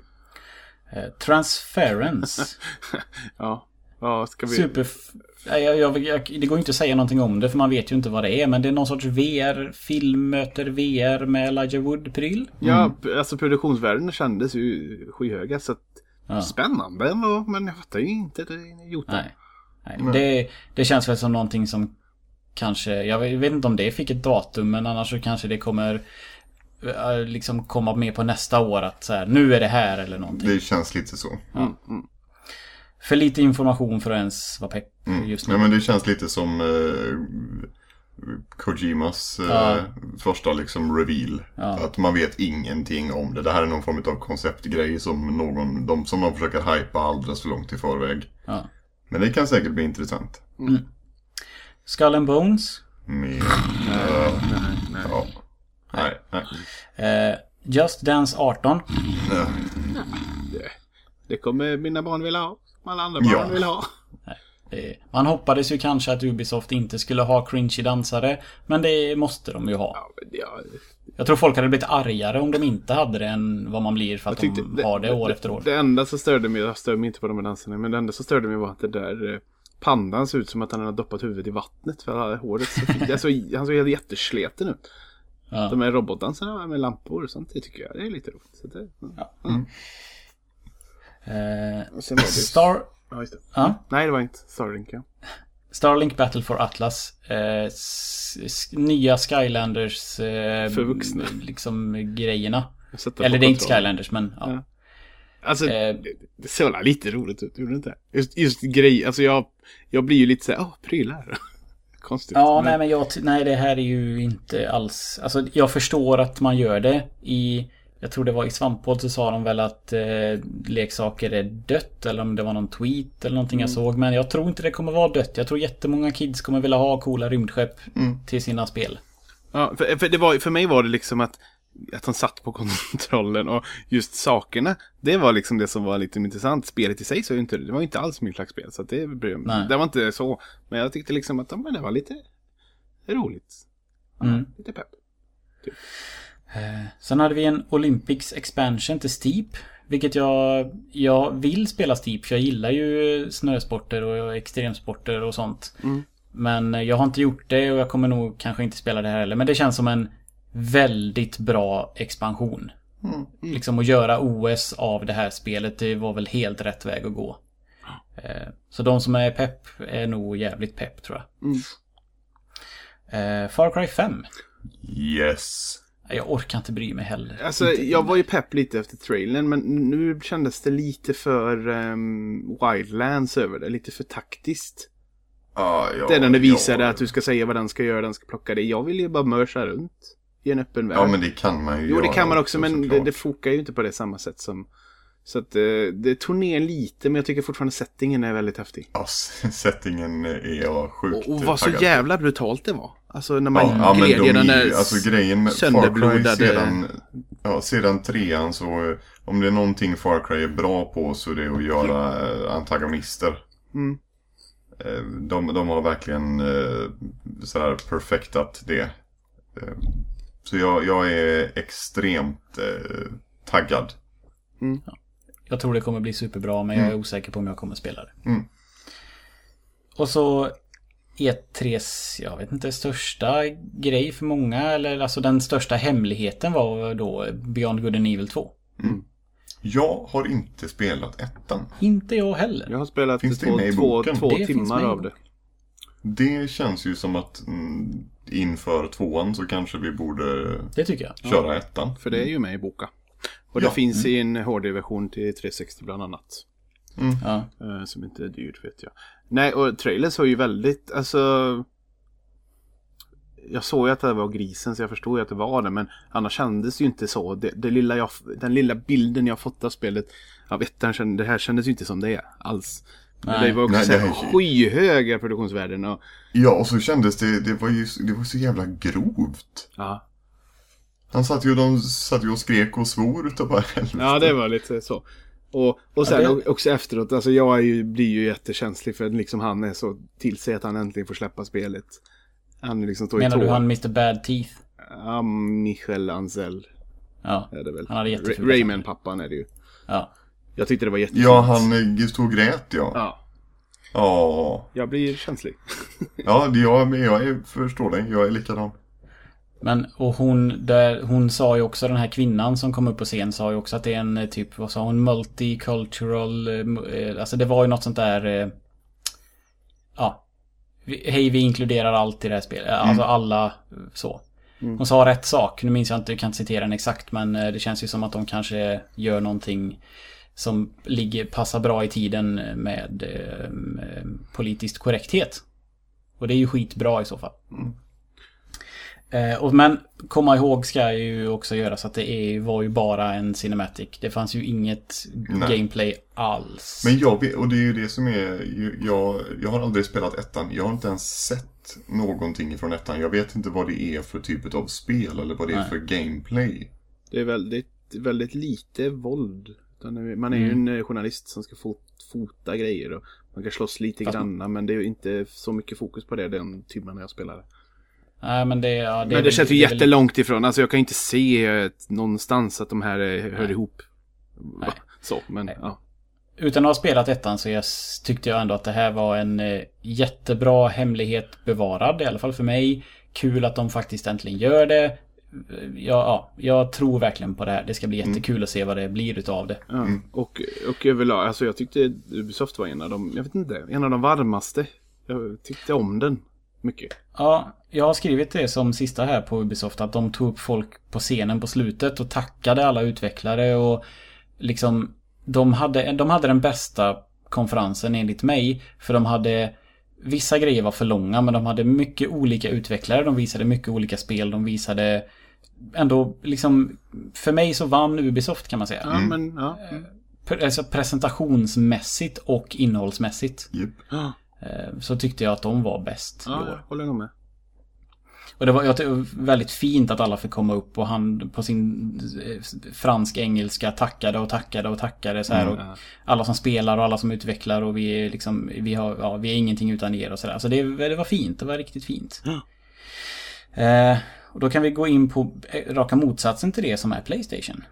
Uh, Transference. Ja. Ja, ska vi... Super... Jag, jag, jag, det går inte att säga någonting om det, för man vet ju inte vad det är. Men det är någon sorts V R, film möter V R med Elijah Wood-pryl. Mm. Ja, alltså produktionsvärden kändes ju skyhöga, så att ja. Spännande, men jag fattar ju inte det gjort. Nej, Nej. Mm. Det, det känns väl som någonting som kanske, jag vet inte om det fick ett datum, men annars så kanske det kommer liksom komma med på nästa år att så här, nu är det här eller någonting. Det känns lite så. Ja. Mm. Mm. För lite information för att ens vara pepp mm. just nu. Ja, men det känns lite som eh, Kojimas eh, ja. första liksom reveal. Ja. Att man vet ingenting om det. Det här är någon form av konceptgrej som någon, de, som de försöker hypa alldeles för långt i förväg. Ja. Men det kan säkert bli intressant. Mm. Skull and Bones? Med, nej, uh, nej, nej. Ja. nej, nej. Uh, Just Dance arton? Ja. Det, det kommer mina barn vilja ha. Alla andra barn ja. vill ha. Det, man hoppades ju kanske att Ubisoft inte skulle ha cringy dansare, men det måste de ju ha. Ja, men ja. Jag tror folk hade blivit argare om de inte hade det än vad man blir för att de det, har det år det, efter år. Det enda som störde mig, jag störde mig inte på de här danserna, men det enda som störde mig var att det där pandan såg ut som att han hade doppat huvudet i vattnet för alla håret. Så, alltså, han såg helt jättesleten ut. Ja. De här robotdanserna med lampor och sånt, det tycker jag det är lite roligt. Så det, ja. Mm. Uh, och sen var det Star... Ja, just det. Ja. Nej, det var inte Starlink, ja. Starlink Battle for Atlas. Eh, s- s- nya Skylanders eh, för vuxna. Liksom grejerna. Eller det är inte Skylanders, men ja. ja. Alltså, eh, det, det ser lite roligt ut, gjorde det inte? Just, just grej, alltså jag, jag blir ju lite så här, åh, prylar. Konstigt. Ja, men... nej men jag, nej det här är ju inte alls, alltså jag förstår att man gör det i, jag tror det var i Svampboll så sa de väl att eh, leksaker är dött, eller om det var någon tweet eller någonting mm. jag såg, men jag tror inte det kommer vara dött. Jag tror jättemånga kids kommer vilja ha coola rymdskepp mm. till sina spel. Ja, för, för, det var, för mig var det liksom att att han satt på kontrollen och just sakerna, det var liksom det som var lite intressant. Spelet i sig så inte, det var inte alls min slags spel, så att det, det var inte så, men jag tyckte liksom att men det var lite roligt. Ja, mm. Lite pepp. Typ. Eh, sen hade vi en Olympics expansion till Steep, vilket jag jag vill spela Steep, för jag gillar ju snösporter och extremsporter och sånt. Mm. Men jag har inte gjort det och jag kommer nog kanske inte spela det här heller, men det känns som en väldigt bra expansion. Mm. Mm. Liksom att göra O S av det här spelet, det var väl helt rätt väg att gå. Eh, så de som är pepp är nog jävligt pepp, tror jag. Mm. Eh, Far Cry fem. Yes. Jag orkar inte bry mig heller. Alltså, inte jag var ju pepp lite efter trailern, men nu kändes det lite för um, Wildlands över det. Lite för taktiskt. Ah, ja, det är när det visade ja. att du ska säga vad den ska göra, den ska plocka det. Jag vill ju bara mörsa runt i en öppen värld. Ja, men det kan man ju Jo, det kan man också, också men det, det fokar ju inte på det samma sätt som... Så att det, det tog ner lite, men jag tycker fortfarande settingen är väldigt häftig. Ja, settingen är jag sjukt Och, och vad så jävla brutalt det var. Alltså när man ja, gled ja, genom de, alltså, grejen med Far Cry sedan, ja, sedan trean så, om det är någonting Far Cry är bra på så är det att göra äh, antagonister. Mm. De, de har verkligen äh, sådär perfektat det. Så jag, jag är extremt äh, taggad. Mm. Ja. Jag tror det kommer bli superbra, men jag är osäker på om jag kommer spela det. Mm. och så E tre, jag vet inte, största grej för många, eller alltså den största hemligheten var då Beyond Good and Evil två. Mm. Jag har inte spelat ettan. Inte jag heller. Jag har spelat Finns det två, med i två, boken? två Det finns timmar med i av det. Det känns ju som att mm, inför tvåan så kanske vi borde Det tycker jag. köra ettan. För det är ju med i boka. Och Ja. det finns i en H D-version till trehundrasextio bland annat. Ja. Eh, som inte är dyrt, vet jag. Nej, och trailers var ju väldigt, alltså... Jag såg ju att det var grisen, så jag förstod ju att det var det. Men annars kändes ju inte så. Det, det lilla jag, den lilla bilden jag fått av spelet, jag vet, den kände, det här kändes ju inte som det är alls. Men Nej. det var också Nej, så det här är- skyhöga produktionsvärden. Och, Ja, och så kändes det, det var ju det var så jävla grovt. ja. Han satt ju, de satt ju och skrek och svor utav bara helvete. Ja, det var lite så. Och, och sen Ja, det- också efteråt, alltså jag är ju, blir ju jättekänslig för liksom han är så till sig att han äntligen får släppa spelet. Han är liksom står i Menar du tår. han mister Bad Teeth? Ja, Michel Ansel Ja. är det väl. Han hade jättefula Ra- Rayman-pappan är det ju. Ja. Jag tyckte det var jättefint. Ja, han eh, stod och grät, ja. Ja, Ja, jag blir känslig. ja det jag, men jag är, förstår dig, jag är likadan. Men, och hon, där, hon sa ju också, den här kvinnan som kom upp på scen sa ju också att det är en eh, typ, vad sa hon, multicultural, eh, alltså det var ju något sånt där, eh, ja, vi, hej vi inkluderar allt i det här spelet, mm. alltså alla, eh, så. Mm. Hon sa rätt sak, nu minns jag inte, jag kan inte citera den exakt, men eh, det känns ju som att de kanske gör någonting som ligger, passar bra i tiden med, eh, med politisk korrekthet. Och det är ju skitbra i så fall. Mm. Eh, och, men komma ihåg ska ju också göra så att det är, var ju bara en cinematic. Det fanns ju inget Nej. gameplay alls. Men jag vet, och det är ju det som är, jag, jag har aldrig spelat ettan. Jag har inte ens sett någonting från ettan. Jag vet inte vad det är för typ av spel eller vad det är Nej. för gameplay. Det är väldigt, väldigt lite våld. Man är ju Mm. en journalist som ska fot, fota grejer och man kan slåss lite Fast- granna, men det är ju inte så mycket fokus på det den timmen jag spelar. Nej, men det, ja, det, är Men det väl- känns ju det är väl- jättelångt ifrån. Alltså jag kan inte se ett, någonstans att de här eh, hör Nej. ihop. Nej. Så, men Nej. ja. Utan att ha spelat ettan så jag, tyckte jag ändå att det här var en eh, jättebra hemlighet bevarad. I alla fall för mig. Kul att de faktiskt äntligen gör det. Ja, ja, jag tror verkligen på det här. Det ska bli jättekul Mm. att se vad det blir utav det. Ja. Och, och överlag, alltså jag tyckte Ubisoft var en av de, jag vet inte, en av de varmaste. Jag tyckte om den mycket. Ja, jag har skrivit det som sista här på Ubisoft, att de tog upp folk på scenen på slutet och tackade alla utvecklare och liksom de hade, de hade den bästa konferensen enligt mig, för de hade, vissa grejer var för långa, men de hade mycket olika utvecklare, de visade mycket olika spel, de visade ändå liksom, för mig så vann Ubisoft kan man säga. Ja, men ja. Mm. Pre- alltså presentationsmässigt och innehållsmässigt Yep. Ja, eh, så tyckte jag att de var bäst i ja, år. jag håller nog med. Och det var, jag tyckte det var väldigt fint att alla fick komma upp och han på sin eh, fransk-engelska tackade och tackade och tackade så här, Mm. och alla som spelar och alla som utvecklar och vi är liksom, vi har, ja, vi är ingenting utan er och sådär. Så det, det var fint, det var riktigt fint. Ja. Eh, och då kan vi gå in på eh, raka motsatsen till det som är PlayStation.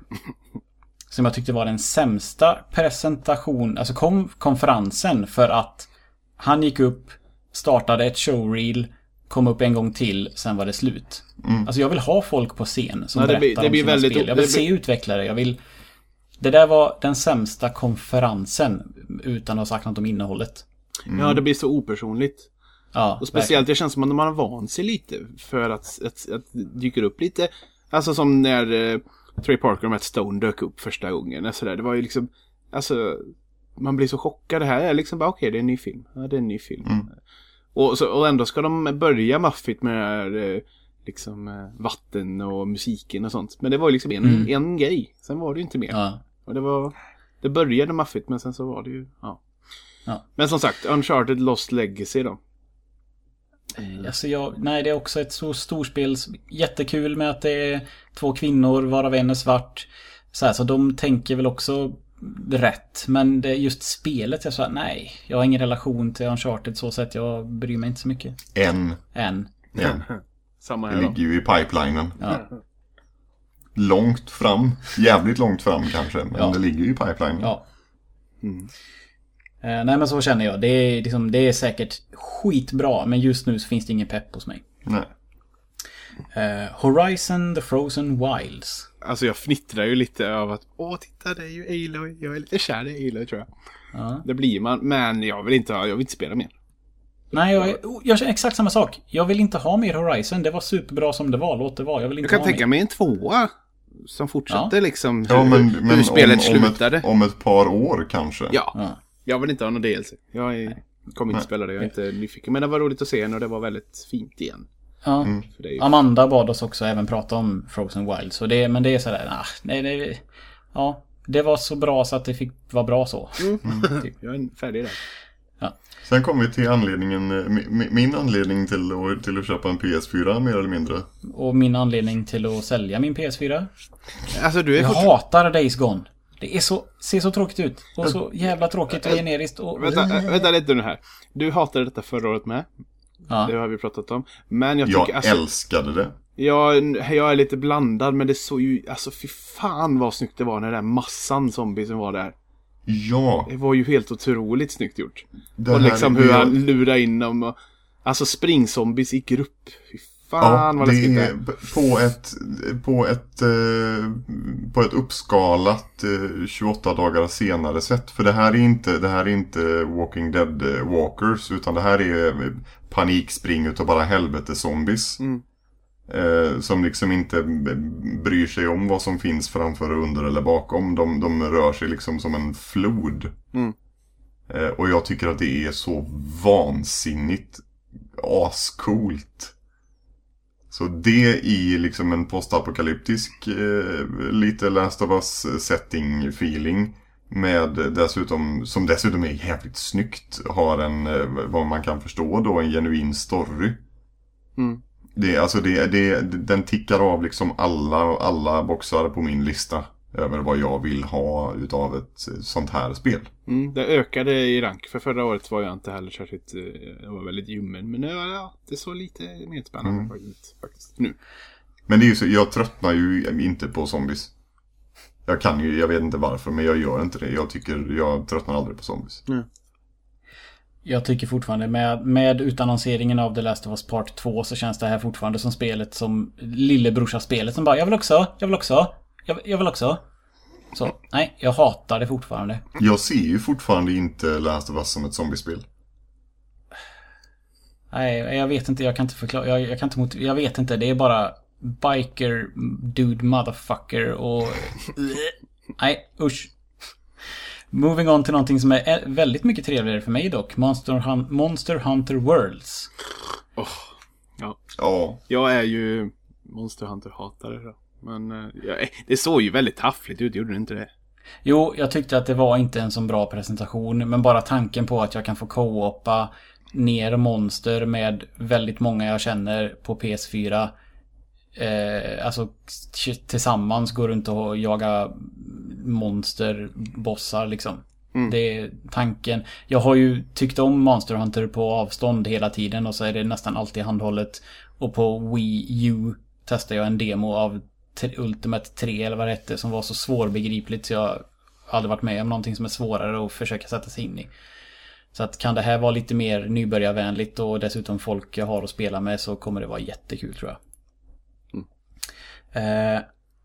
Som jag tyckte var den sämsta presentation, alltså kom, konferensen, för att han gick upp, startade ett showreel, kom upp en gång till, sen var det slut. Mm. Alltså jag vill ha folk på scen som Ja, det berättar blir- det om blir sina väldigt- spel. Jag vill det blir- se utvecklare, jag vill... Det där var den sämsta konferensen utan att ha sagt något om innehållet. Ja, det blir så opersonligt. Ja, Och speciellt, det känns som att man har vant sig lite för att, att, att det dyker upp lite. Alltså som när eh, Trey Parker och Matt Stone dök upp första gången. Alltså där, det var ju liksom, alltså man blir så chockad. Det här är liksom bara, okej, okay, det är en ny film. Ja, det är en ny film. Mm. Och, så, och ändå ska de börja maffigt med eh, liksom eh, vatten och musiken och sånt. Men det var ju liksom en, Mm. en grej. Sen var det ju inte mer. Ja. Och det var, det började maffigt, men sen så var det ju, ja. Ja. Men som sagt, Uncharted Lost Legacy då. Alltså jag, nej, det är också ett så storspel. Jättekul med att det är två kvinnor, varav en är svart. Så, här, så de tänker väl också rätt. Men det är just spelet, jag sa nej. Jag har ingen relation till Uncharted så sätt. Jag bryr mig inte så mycket. En. Än. En. Samma Det här då. ligger ju i pipelinen. Ja. Långt fram. Jävligt långt fram kanske. Men Ja. det ligger ju i pipelinen. Ja. Mm. Eh, nej men så känner jag. Det är, liksom, det är säkert skitbra. Men just nu så finns det ingen pepp hos mig. Nej. Eh, Horizon The Frozen Wilds. Alltså jag fnittrar ju lite av att åh titta det är ju Aloy. Jag är lite kär i Aloy tror jag. Ja. Det blir man. Men jag vill inte, jag vill inte spela mer. Nej, jag, jag känner exakt samma sak. Jag vill inte ha mer Horizon. Det var superbra som det var. Låt det vara. Jag vill inte Jag kan ha tänka mer. mig en tvåa som fortsätter Ja. liksom hur, Ja, men, men hur spelet om, om, slutade. ett, om ett par år kanske. Ja. Ja. Jag vill inte ha någon D L C. Jag är, kommer inte Nej. spela det. Jag är inte nyfiken. Men det var roligt att se en och det var väldigt fint igen. Ja. För det är ju... Amanda bad oss också även prata om Frozen Wilds. Så det, men det är sådär, nah, nej, det, ja, det var så bra så att det fick vara bra så. Mm. Typ. Jag är färdig där. Sen kommer vi till anledningen, min, min anledning till att, till att köpa en P S fyra mer eller mindre. Och min anledning till att sälja min P S fyra. Alltså du är Jag fort... hatar Days Gone. Det är så, ser så tråkigt ut. Och så jävla tråkigt och generiskt. Och... Vänta, äh, vänta lite nu här. Du hatade detta förra året med. Ja. Det har vi pratat om. Men jag Jag tycker... alltså, älskade det. jag, jag är lite blandad. Men det såg ju... Alltså fy fan vad snyggt det var när den där massan zombies som var där. Ja. Det var ju helt otroligt snyggt gjort. Det och här liksom är- hur han lurar in dem. Och, alltså springzombies i grupp. Fy fan Ja, vad det läskigt det är är. på ett, på ett, eh, på ett uppskalat eh, tjugoåtta dagar senare sätt. För det här är inte, det här är inte Walking Dead eh, walkers, utan det här är eh, panikspring utav bara helvete zombies. Mm. Eh, som liksom inte b- bryr sig om vad som finns framför, under eller bakom. De, de rör sig liksom som en flod. Mm. Eh, och jag tycker att det är så vansinnigt ascoolt. Så det i liksom en postapokalyptisk eh, lite Last of Us setting feeling med dessutom, som dessutom är jävligt snyggt, har en, eh, vad man kan förstå då, en genuin story. Mm. Det, alltså det, det, den tickar av liksom alla, alla boxar på min lista över vad jag vill ha utav ett sånt här spel. Mm, det ökade i rank. För förra året var jag inte heller särskilt... eh, Jag var väldigt ljummen. Men nu, ja, det är så lite mer spännande Mm. faktiskt, faktiskt. Nu. Men det är ju så, jag tröttnar ju inte på zombies. Jag kan ju, jag vet inte varför, men jag gör inte det. Jag tycker, jag tröttnar aldrig på zombies. Mm. Jag tycker fortfarande med, med utannonseringen av The Last of Us Part två så känns det här fortfarande som spelet som lillebrorsa-spelet som bara jag vill också, jag vill också, jag, jag vill också. Så, nej, jag hatar det fortfarande. Jag ser ju fortfarande inte Last of Us som ett zombiespel. Nej, jag vet inte, jag kan inte förklara, jag, jag kan inte mot, jag vet inte, det är bara biker, dude, motherfucker och... Nej, usch. Moving on till någonting som är väldigt mycket trevligare för mig dock. Monster, Hun- Monster Hunter Worlds. Oh, ja. Ja, Jag är ju Monster Hunter-hatare då. Men eh, jag, det såg ju väldigt taffligt ut, gjorde det inte det? Jo, jag tyckte att det var inte en så bra presentation. Men bara tanken på att jag kan få co-opa ner monster med väldigt många jag känner på P S fyra. Eh, alltså t- tillsammans går runt och jaga monster, bossar liksom. Mm. Det är tanken. Jag har ju tyckt om Monster Hunter på avstånd hela tiden och så är det nästan alltid handhållet. Och på Wii U testade jag en demo av t- Ultimate tre eller vad det hette som var så svårbegripligt så jag aldrig varit med om någonting som är svårare att försöka sätta sig in i. Så att kan det här vara lite mer nybörjarvänligt och dessutom folk jag har att spela med så kommer det vara jättekul tror jag. Eh,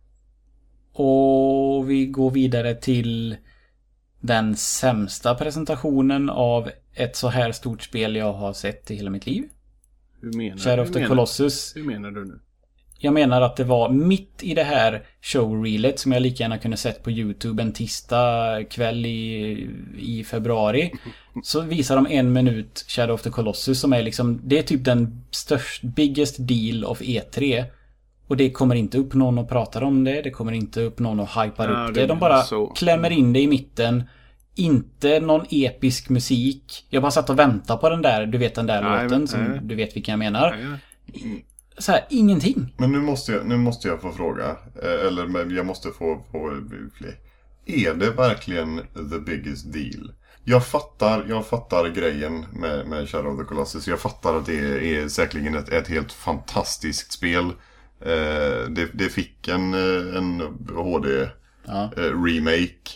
och vi går vidare till den sämsta presentationen av ett så här stort spel jag har sett i hela mitt liv. Hur menar, Shadow of hur the menar, Colossus. hur menar du nu? Jag menar att det var mitt i det här showreelet som jag lika gärna kunde sett på YouTube en tisdag kväll i, i februari. Så visar de en minut Shadow of the Colossus som är liksom, det är typ den största, biggest deal of E tre. Och det kommer inte upp någon och pratar om det. Det kommer inte upp någon och hypar Ja, upp det det. De är bara så. klämmer in det i mitten. Inte någon episk musik. Jag bara satt och väntade på den där, du vet den där Nej, låten men, som nej. du vet vilken jag menar. Ja, ja. Så här, ingenting. men nu måste jag, nu måste jag få fråga. eh, Eller men jag måste få, få fler. Är det verkligen the biggest deal? Jag fattar, jag fattar grejen med, med Shadow of the Colossus. Jag fattar att det är, är säkerligen ett, ett helt fantastiskt spel. Eh, det, det fick en, eh, en H D Ja. eh, remake.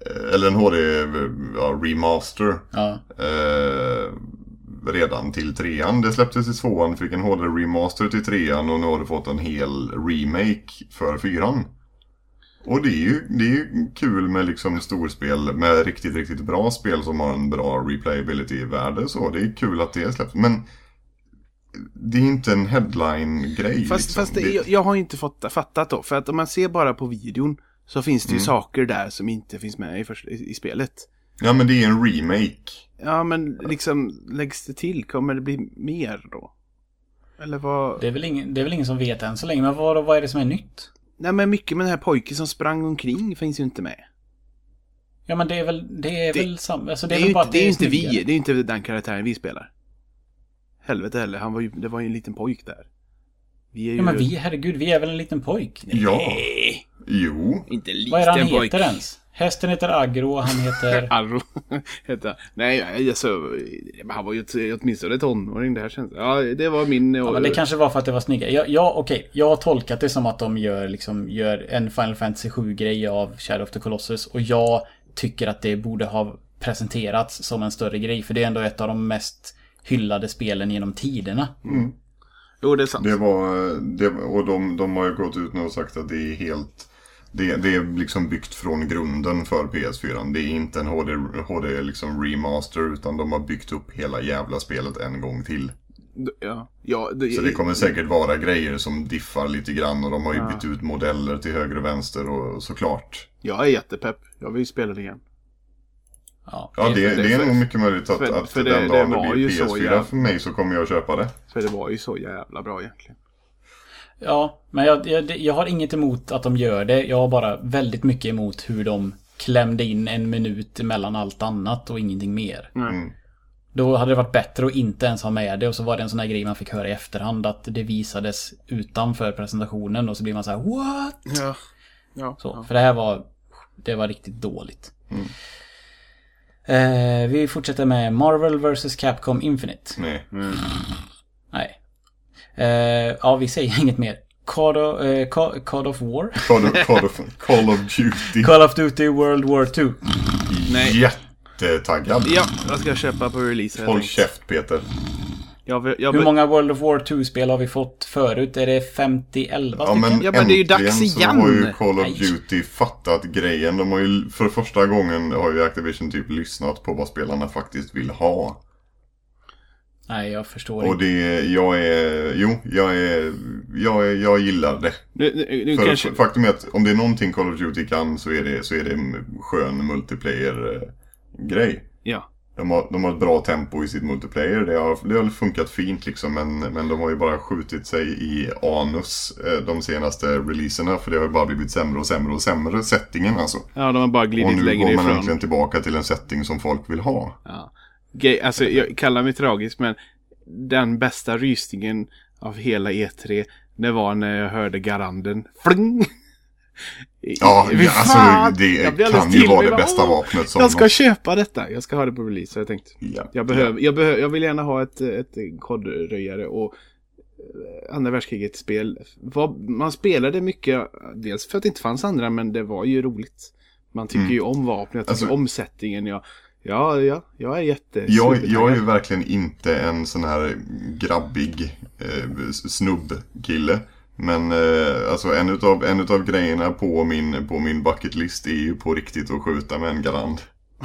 eller en H D ja, remaster Ja. eh, redan till trean. Det släpptes i tvåan, fick en H D remaster till trean och nu har du fått en hel remake för fyran. Och det är ju, det är ju kul med liksom storspel, med riktigt, riktigt bra spel som har en bra replayability-värde. Så det är kul att det släpps. Men det är inte en headline-grej. Fast, liksom. fast det, det... jag, jag har inte fått fattat då. För att om man ser bara på videon så finns det ju Mm. saker där som inte finns med i, först, i, i spelet. Ja, men det är en remake. Ja, men liksom läggs det till, kommer det bli mer då? Eller vad? Det är väl ingen, det är väl ingen som vet än så länge. Men vad, vad är det som är nytt? Nej, men mycket med den här pojken som sprang omkring finns ju inte med. Ja, men det är väl, det är Det- väl samma. Alltså, Det det är är ju väl bara inte, att det är ju inte snyggare. vi, det är ju inte den karaktären vi spelar. Helvete heller, han var ju, det var ju en liten pojk där. Vi är ju... Ja, men vi, herregud, vi är väl en liten pojk. Ja. Nej, Jo. inte liten Vad är det han pojk. heter ens? Hästen heter Agro och han heter... Arro heter han. Nej, alltså, han var ju ett- åtminstone tonåring. Det här känns... Ja, det var min... Ja, men det kanske var för att det var snyggare. Jag, jag, okej, jag har tolkat det som att de gör, liksom, gör en Final Fantasy sju-grej av Shadow of the Colossus. Och jag tycker att det borde ha presenterats som en större grej. För det är ändå ett av de mest hyllade spelen genom tiderna. Mm. Jo, det är sant. Det var, det, och de, de har ju gått ut nu och sagt att det är helt... Det, det är liksom byggt från grunden för P S fyra. Det är inte en H D, H D liksom remaster, utan de har byggt upp hela jävla spelet en gång till. Ja, ja, det, Så det kommer säkert vara grejer som diffar lite grann, och de har ju Ja. bytt ut modeller till höger och vänster och såklart. Jag är jättepepp. Jag vill ju spela det igen. Ja, Ja, det, för- det är för- nog mycket möjligt att, för- att för det- den det dagen var det ju blir så P S fyra jävla- för mig så kommer jag köpa det. För det var ju så jävla bra egentligen. Ja, men jag, jag, jag har inget emot att de gör det. Jag har bara väldigt mycket emot hur de klämde in en minut mellan allt annat och ingenting mer. Mm. Då hade det varit bättre att inte ens ha med det. Och så var det en sån här grej man fick höra i efterhand, att det visades utanför presentationen. Och så blir man så här: what? Ja. Ja. Så, ja. för det här var, det var riktigt dåligt. Mm. Eh, vi fortsätter med Marvel versus. Capcom Infinite. Nej. Nej. Eh, ja, vi säger inget mer. Call of, eh, Call, Call of War. Call of, Call of, Call of Duty. Call of Duty World War two. Nej. Jättetaggad. Ja, jag ska köpa på release. Håll käft, Peter. Jag, jag, Hur många World of War two-spel har vi fått förut? Är det femtio elva Ja, men, Ja, men det är ju dags äntligen igen. så har ju Call of Nej. Duty fattat grejen. De har ju, för första gången har ju Activision typ lyssnat på vad spelarna faktiskt vill ha. Nej, jag förstår Och inte. det, jag är, jo, jag är, jag är, jag gillar det. Nu, nu, nu För kanske... faktum är att om det är någonting Call of Duty kan, så är det, så är det en skön multiplayer-grej. Ja. De har, de har ett bra tempo i sitt multiplayer. Det har, det har funkat fint liksom, men, men de har ju bara skjutit sig i anus eh, de senaste releaserna. För det har ju bara blivit sämre och sämre och sämre settingen alltså. Ja, de har bara Och glidit nu längre går man ifrån. äntligen tillbaka till en setting som folk vill ha. Ja. Gay, alltså, jag kallar mig tragisk, men den bästa rysningen av hela E tre, det var när jag hörde Garanden. Fling! Ja, Fy ja, alltså fan! det Jag blir kan alldeles ju till vara mig, det bara, bästa åh, vapnet som Jag ska någon- köpa detta. Jag ska ha det på release, har jag tänkt. Ja, Jag, behöver, jag, behöver, jag vill gärna ha ett, ett kodröjare och eh, andra världskriget-spel. Vad- Man spelade mycket, dels för att det inte fanns andra, men det var ju roligt. Man tycker Mm. ju om vapnet, jag tycker Alltså- om settingen. Jag, ja, ja, jag är jätte... Jag, supertaggad. jag är ju verkligen inte en sån här grabbig eh, snubbkille. Men eh, alltså en utav, en utav grejerna på min, på min bucketlist är ju på riktigt att skjuta med en Garand.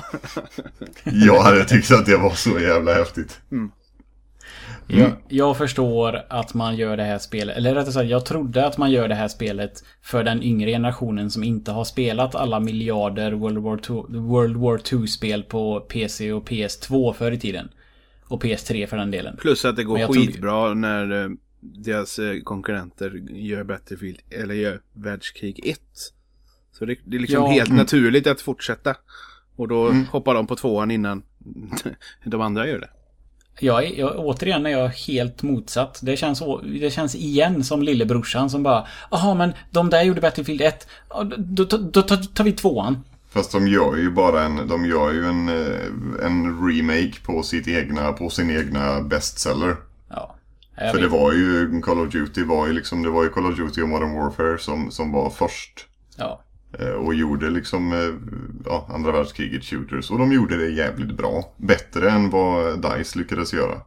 Jag hade tyckt att det var så jävla häftigt. Mm. Jag, jag förstår att man gör det här spelet, eller rättare sagt, jag trodde att man gör det här spelet för den yngre generationen som inte har spelat alla miljarder World War two, World War two-spel på P C och P S två förr i tiden. Och P S tre för den delen. Plus att det går Men jag trodde- skitbra när eh, deras eh, konkurrenter gör Battlefield eller gör Världskrig ett. Så det, det är liksom Ja. helt Mm. naturligt att fortsätta. Och då Mm. hoppar de på tvåan innan de andra gör det. Jag, är, jag, återigen är jag helt motsatt. Det känns, å- det känns igen som lillebrorsan som bara: jaha, men de där gjorde Battlefield ett. Ja, Då, då, då, då tar vi tvåan. Fast de gör ju bara en, de gör ju en, eh, en remake på sitt egna, på sin egna bestseller. Ja. Jag För vet. det var ju, Call of Duty var ju liksom, det var ju Call of Duty och Modern Warfare som, som var först. Ja. Och gjorde liksom ja, andra världskriget shooters. Och de gjorde det jävligt bra. Bättre än vad DICE lyckades göra.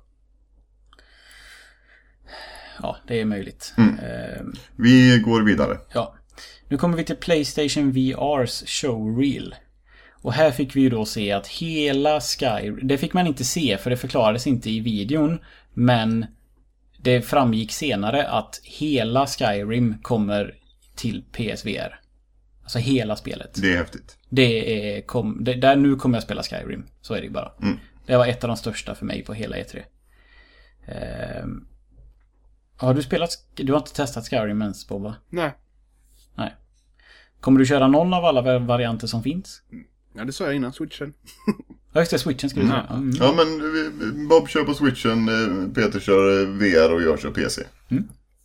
Ja, det är möjligt. Mm. Uh, vi går vidare. Ja. Nu kommer vi till PlayStation V R:s showreel. Och här fick vi ju då se att hela Skyrim... Det fick man inte se för det förklarades inte i videon. Men det framgick senare att hela Skyrim kommer till P S V R. Alltså hela spelet. Det är häftigt. Det är... Kom, det, där nu kommer jag spela Skyrim. Så är det ju bara. Mm. Det var ett av de största för mig på hela E tre. Ehm... Har du spelat... Du har inte testat Skyrim ens på, va? Nej. Nej. Kommer du köra någon av alla varianter som finns? Ja, det sa jag innan. Switchen. Ja, just det. Switchen ska du säga. Mm. Ja, men Bob kör på Switchen, Peter kör V R och jag kör P C. Mm.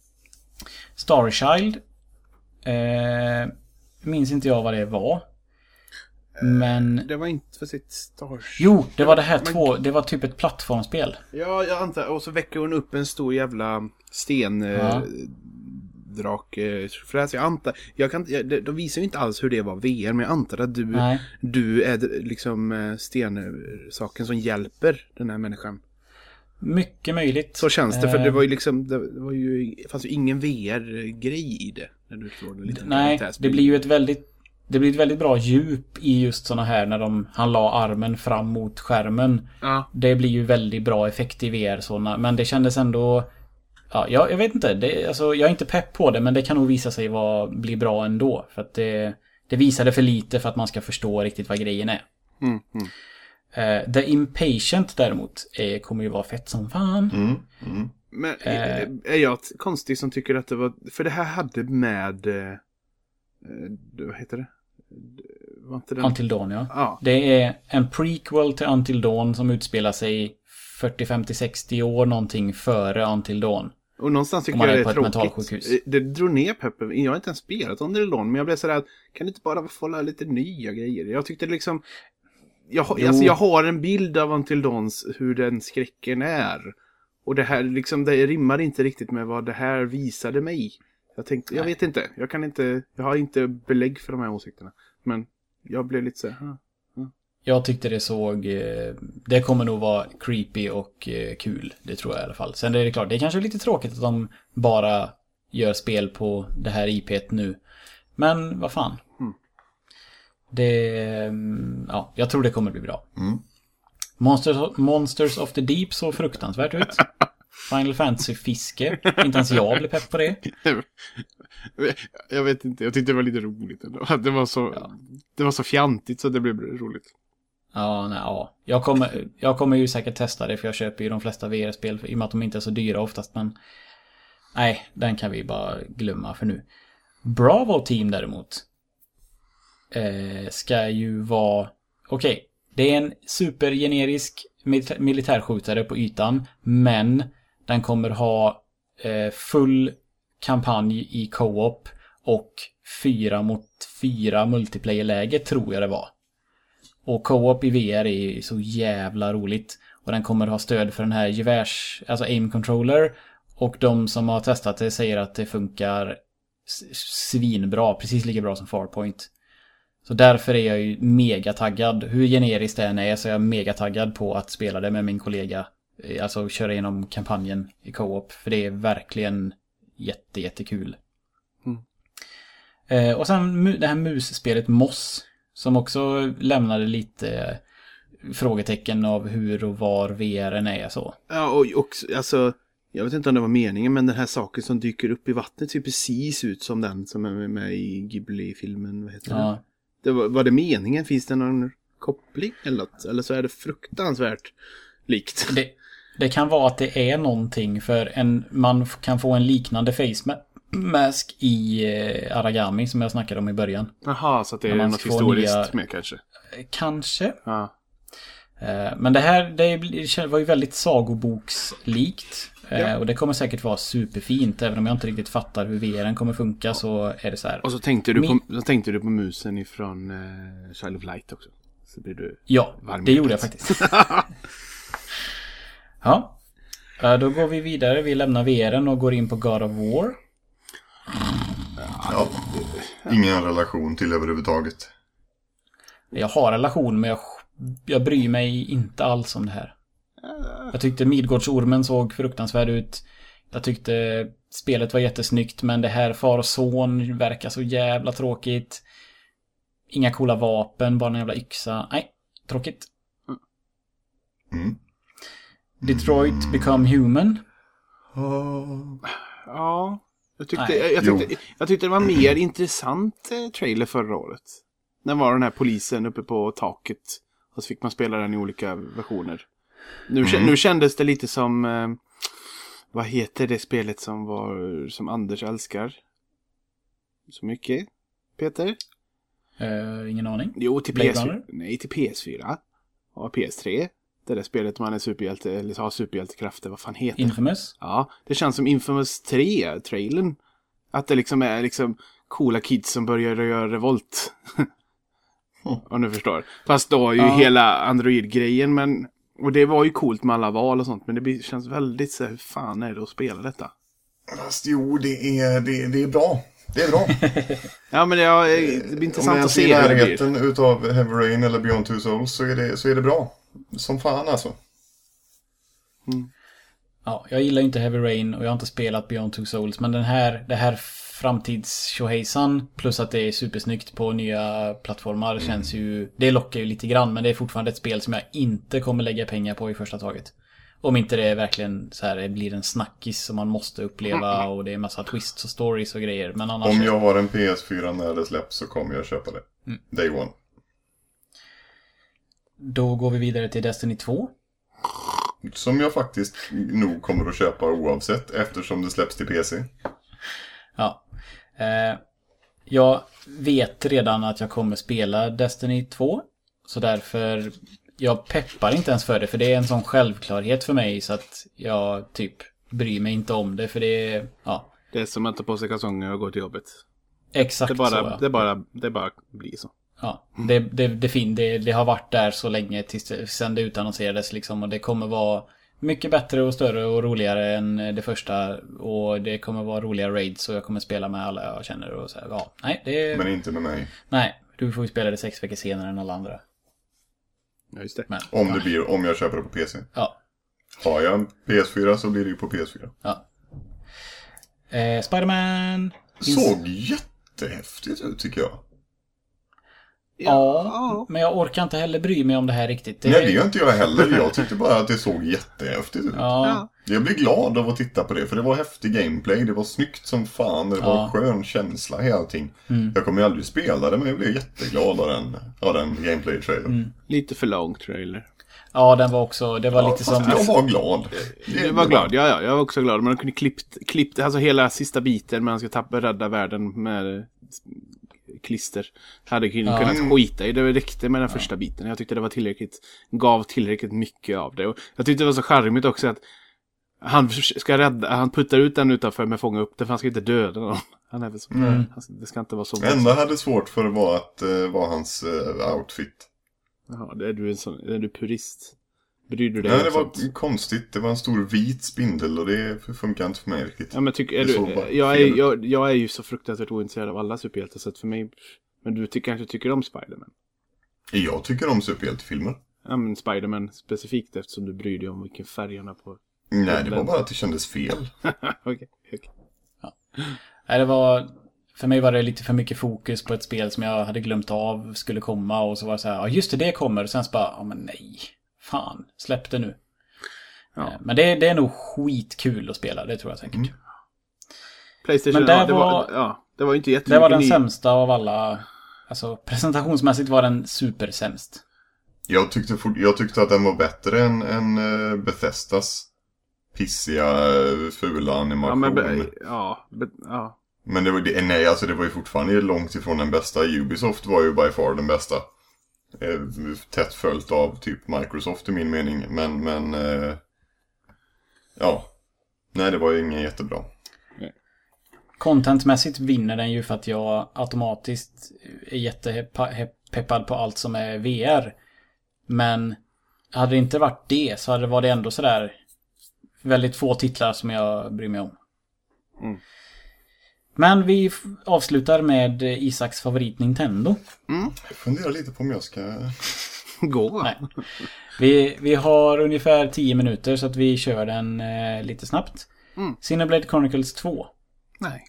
Starchild. Eh, minns inte jag vad det var. Men... Det var inte för sitt Starchild. Jo, det var det här Men... två... Det var typ ett plattformsspel. Ja, jag antar. Och så väcker hon upp en stor jävla sten... Ja. Drak fräs. Jag antar, jag kan, jag, de visar ju inte alls hur det var V R, men jag antar att du, du är liksom stensaken som hjälper den här människan. Mycket möjligt. Så känns det, för det var ju liksom, det var ju, fanns ju ingen V R-grej i det. När du slår det lite. Nej, det blir ju ett väldigt, det blir ett väldigt bra djup i just såna här när de, han la armen fram mot skärmen. Ja. Det blir ju väldigt bra effekt i V R såna, men det kändes ändå... Ja, jag, jag vet inte. Det, alltså, jag är inte pepp på det, men det kan nog visa sig vara, bli bra ändå. För att det, det visade för lite för att man ska förstå riktigt vad grejen är. Mm, mm. Uh, The Impatient däremot är, kommer ju vara fett som fan. Mm, mm. Men uh, är jag konstig som tycker att det var... För det här hade med... Uh, vad heter det? Var inte den? Until Dawn, ja. ja. Det är en prequel till Until Dawn som utspelar sig fyrtio, femtio, sextio år någonting före Until Dawn. Och någonstans tycker man jag är det är tråkigt. Det drog ner peppen. Jag har inte ens spelat Until Dawn, men jag blev sådär, kan det inte bara få lite nya grejer? Jag tyckte liksom... Jag, alltså jag har en bild av Until Dawns hur den skräcken är. Och det här liksom, det rimmar inte riktigt med vad det här visade mig. Jag tänkte, jag vet inte. Jag kan inte, jag har inte belägg för de här åsikterna. Men jag blev lite så här... Huh. Jag tyckte det såg... Det kommer nog vara creepy och kul. Det tror jag i alla fall. Sen är det klart, det är kanske lite tråkigt att de bara gör spel på det här I P:et nu. Men vad fan. Mm. Det... Ja, jag tror det kommer bli bra. Mm. Monsters, Monsters of the Deep så fruktansvärt ut. Final Fantasy-fiske. Inte ens jag blev pepp på det. Jag vet inte, jag tyckte det var lite roligt ändå. Det var så, ja. Det var så fjantigt så det blev roligt. Ja, nej, ja. Jag kommer, jag kommer ju säkert testa det, för jag köper ju de flesta V R-spel i och med att de inte är så dyra oftast, men nej, den kan vi bara glömma för nu. Bravo Team däremot eh, ska ju vara... Okej, okay, det är en supergenerisk militär, militärskjutare på ytan, men den kommer ha eh, full kampanj i co-op och fyra mot fyra multiplayer-läge, tror jag det var. Och co-op i V R är så jävla roligt. Och den kommer ha stöd för den här gevärs, alltså aim controller. Och de som har testat det säger att det funkar svinbra, precis lika bra som Farpoint. Så därför är jag ju mega taggad. Hur generiskt det än är så är jag mega taggad på att spela det med min kollega. Alltså köra igenom kampanjen i co-op. För det är verkligen jätte, jättekul. Mm. Eh, och sen det här musspelet Moss. Som också lämnade lite frågetecken av hur och var V R:en är så. Ja, och, och alltså, jag vet inte om det var meningen, men den här saken som dyker upp i vattnet ser precis ut som den som är med i Ghibli-filmen. Vad heter ja. det? Det var, var det meningen? Finns det någon koppling eller något? Eller så är det fruktansvärt likt? Det, det kan vara att det är någonting, för en, man kan få en liknande face mask i eh, Aragami som jag snackade om i början. Jaha, så att det är något historiskt nya... med kanske. Kanske. Ja. Eh, men det här det var ju väldigt sagobokslikt. Eh, ja. Och det kommer säkert vara superfint. Även om jag inte riktigt fattar hur V R:en kommer funka, så är det så här. Och så tänkte du, Min... på, så tänkte du på musen ifrån eh, Child of Light också. Så blir du ja, det gjorde jag faktiskt. Ja. Eh, då går vi vidare. Vi lämnar V R:en och går in på God of War. Ja. ingen relation till överhuvudtaget. Jag har relation, men jag, jag bryr mig inte alls om det här. Jag tyckte Midgårdsormen såg fruktansvärd ut. Jag tyckte spelet var jättesnyggt, men det här far och son verkar så jävla tråkigt. Inga coola vapen, bara en jävla yxa. Nej, tråkigt. Mm. Detroit Become Human. Oh. Ja, jag tyckte, Nej. jag, jag, tyckte, jag tyckte det var mer intressant eh, trailer förra året. När var den här polisen uppe på taket. Och så fick man spela den i olika versioner. Nu, mm. nu kändes det lite som... Eh, vad heter det spelet som var som Anders älskar? Så mycket, Peter? Uh, ingen aning. Jo, till P S fyra. Nej, till P S fyra. Och P S tre. Det där spelet man är superhjälte, eller har superhjältekrafter. Vad fan heter det? Infamous? Ja, det känns som Infamous tre-trailern. Att det liksom är liksom coola kids som börjar göra revolt. Om du förstår. Fast då är ju ja. hela Android-grejen, men... Och det var ju coolt med alla val och sånt, men det känns väldigt så här, hur fan är det att spela detta? Fast jo, det är, det, det är bra. Det är bra. Ja, men det, är, det blir intressant att se. Om jag ser närheten utav Heavy Rain eller Beyond Two Souls så är det, så är det bra. Som fan alltså. Mm. Ja, jag gillar inte Heavy Rain och jag har inte spelat Beyond Two Souls, men den här, det här framtids-shohejsan plus att det är supersnyggt på nya plattformar mm. känns ju, det lockar ju lite grann, men det är fortfarande ett spel som jag inte kommer lägga pengar på i första taget. Om inte det verkligen så här, det blir en snackis som man måste uppleva och det är massa twists och stories och grejer. Men annars... Om jag har en P S fyra när det släpps så kommer jag köpa det. Mm. Day one. Då går vi vidare till Destiny två. Som jag faktiskt nog kommer att köpa oavsett eftersom det släpps till P C. Ja. Eh, jag vet redan att jag kommer spela Destiny två. Så därför... Jag peppar inte ens för det, för det är en sån självklarhet för mig så att jag typ bryr mig inte om det, för det är, ja. Det är som att ta på sig kalsonger och gå till jobbet. Exakt det bara, så, ja. Det bara, det bara blir så. Ja, det, det, det, fin, det, det har varit där så länge tills det, sen det utannonserades liksom, och det kommer vara mycket bättre och större och roligare än det första, och det kommer vara roliga raids och jag kommer spela med alla jag känner och så här, ja, nej, det... Men inte med mig. Nej, du får ju spela det sex veckor senare än alla andra. Ja, just det. Men, om det blir, om jag köper det på P C. Ja. Har jag en P S fyra så blir det ju på P S fyra. Ja. Eh, Spider-Man. Såg jättehäftigt ut tycker jag. Ja, ja, men jag orkar inte heller bry mig om det här riktigt. Det... Nej, det gör inte jag heller. Jag tyckte bara att det såg jättehäftigt ut. Ja. Jag blev glad av att titta på det, för det var häftig gameplay. Det var snyggt som fan. Det var ja. skön känsla i allting. Mm. Jag kommer ju aldrig spela det, men jag blev jätteglad av den, av den gameplay-trailern. Mm. Lite för lång trailer. Ja, den var också, det var ja, lite som... Jag var glad. Jag var glad, ja, ja. Jag var också glad. Man kunde klippt, klippt alltså hela sista biten, man ska tappa rädda världen med klister. Hade kunnat ja. skita i det. räckte med den ja. första biten. Jag tyckte det var tillräckligt, gav tillräckligt mycket av det. Och jag tyckte det var så charmigt också att han ska rädda, han puttar ut den utanför med fånga upp den, för han ska inte döda någon. Han är väl så, mm. det ska inte vara så. Det enda jag hade svårt för var att uh, vara hans uh, outfit. Jaha, det är du en sån, är du purist? Bryr du dig? Nej, det var sånt? Konstigt. Det var en stor vit spindel och det funkar inte för mig riktigt. Ja, men tyck, är du, jag, är, jag, jag är ju så fruktansvärt ointresserad av alla superhjältar, så att för mig, men du tycker kanske tycker om Spider-Man? Jag tycker om superhjältefilmer. Ja, men Spider-Man specifikt, eftersom du bryr dig om vilken färg han har på. Nej, det var bara att det kändes fel. Okej, okej. Okay. Ja. Nej, det var... För mig var det lite för mycket fokus på ett spel som jag hade glömt av skulle komma, och så var det så här, ja just det, det kommer, och sen så bara, ja men nej, fan, släpp det nu. Ja. Men det, det är nog skitkul att spela, det tror jag säkert. Mm. PlayStation, men ja, det var, var, ja, det var inte jättemycket. Det var den ny... sämsta av alla, alltså presentationsmässigt var den supersämst. Jag tyckte, jag tyckte att den var bättre än, än Bethesdas pissiga, fula animationer. Ja, men, ja, be, ja. Men det var, det, nej, alltså det var ju fortfarande långt ifrån den bästa. Ubisoft var ju by far den bästa. Eh, tätt följt av typ Microsoft i min mening. Men, men eh, ja. Nej, det var ju ingen jättebra. Contentmässigt vinner den ju för att jag automatiskt är jättepeppad på allt som är V R. Men hade det inte varit det så hade det varit ändå sådär väldigt få titlar som jag bryr mig om. Mm. Men vi f- avslutar med Isaks favorit Nintendo. Mm. Jag funderar lite på om jag ska... Gå. Nej. Vi, vi har ungefär tio minuter så att vi kör den eh, lite snabbt. Mm. Xenoblade Chronicles två. Nej.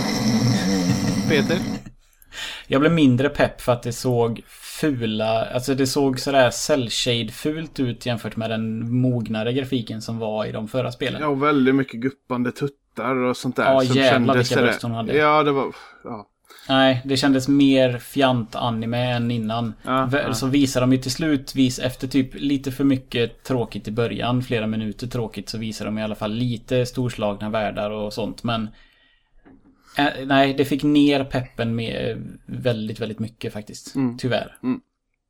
Peter? Jag blev mindre pepp för att det såg fula, alltså det såg sådär cell-shade fult ut jämfört med den mognare grafiken som var i de förra spelen. Ja, väldigt mycket guppande tuttar och sånt där. Ja, som jävlar kändes vilka sådär- bröst hon hade. Ja, det var... Ja. Nej, det kändes mer fjant anime än innan. Ja, V- ja. Så visar de ju till slut, vis efter typ lite för mycket tråkigt i början, flera minuter tråkigt, så visar de i alla fall lite storslagna världar och sånt. Men äh, nej, det fick ner peppen med eh, väldigt, väldigt mycket faktiskt. Mm. Tyvärr. Mm.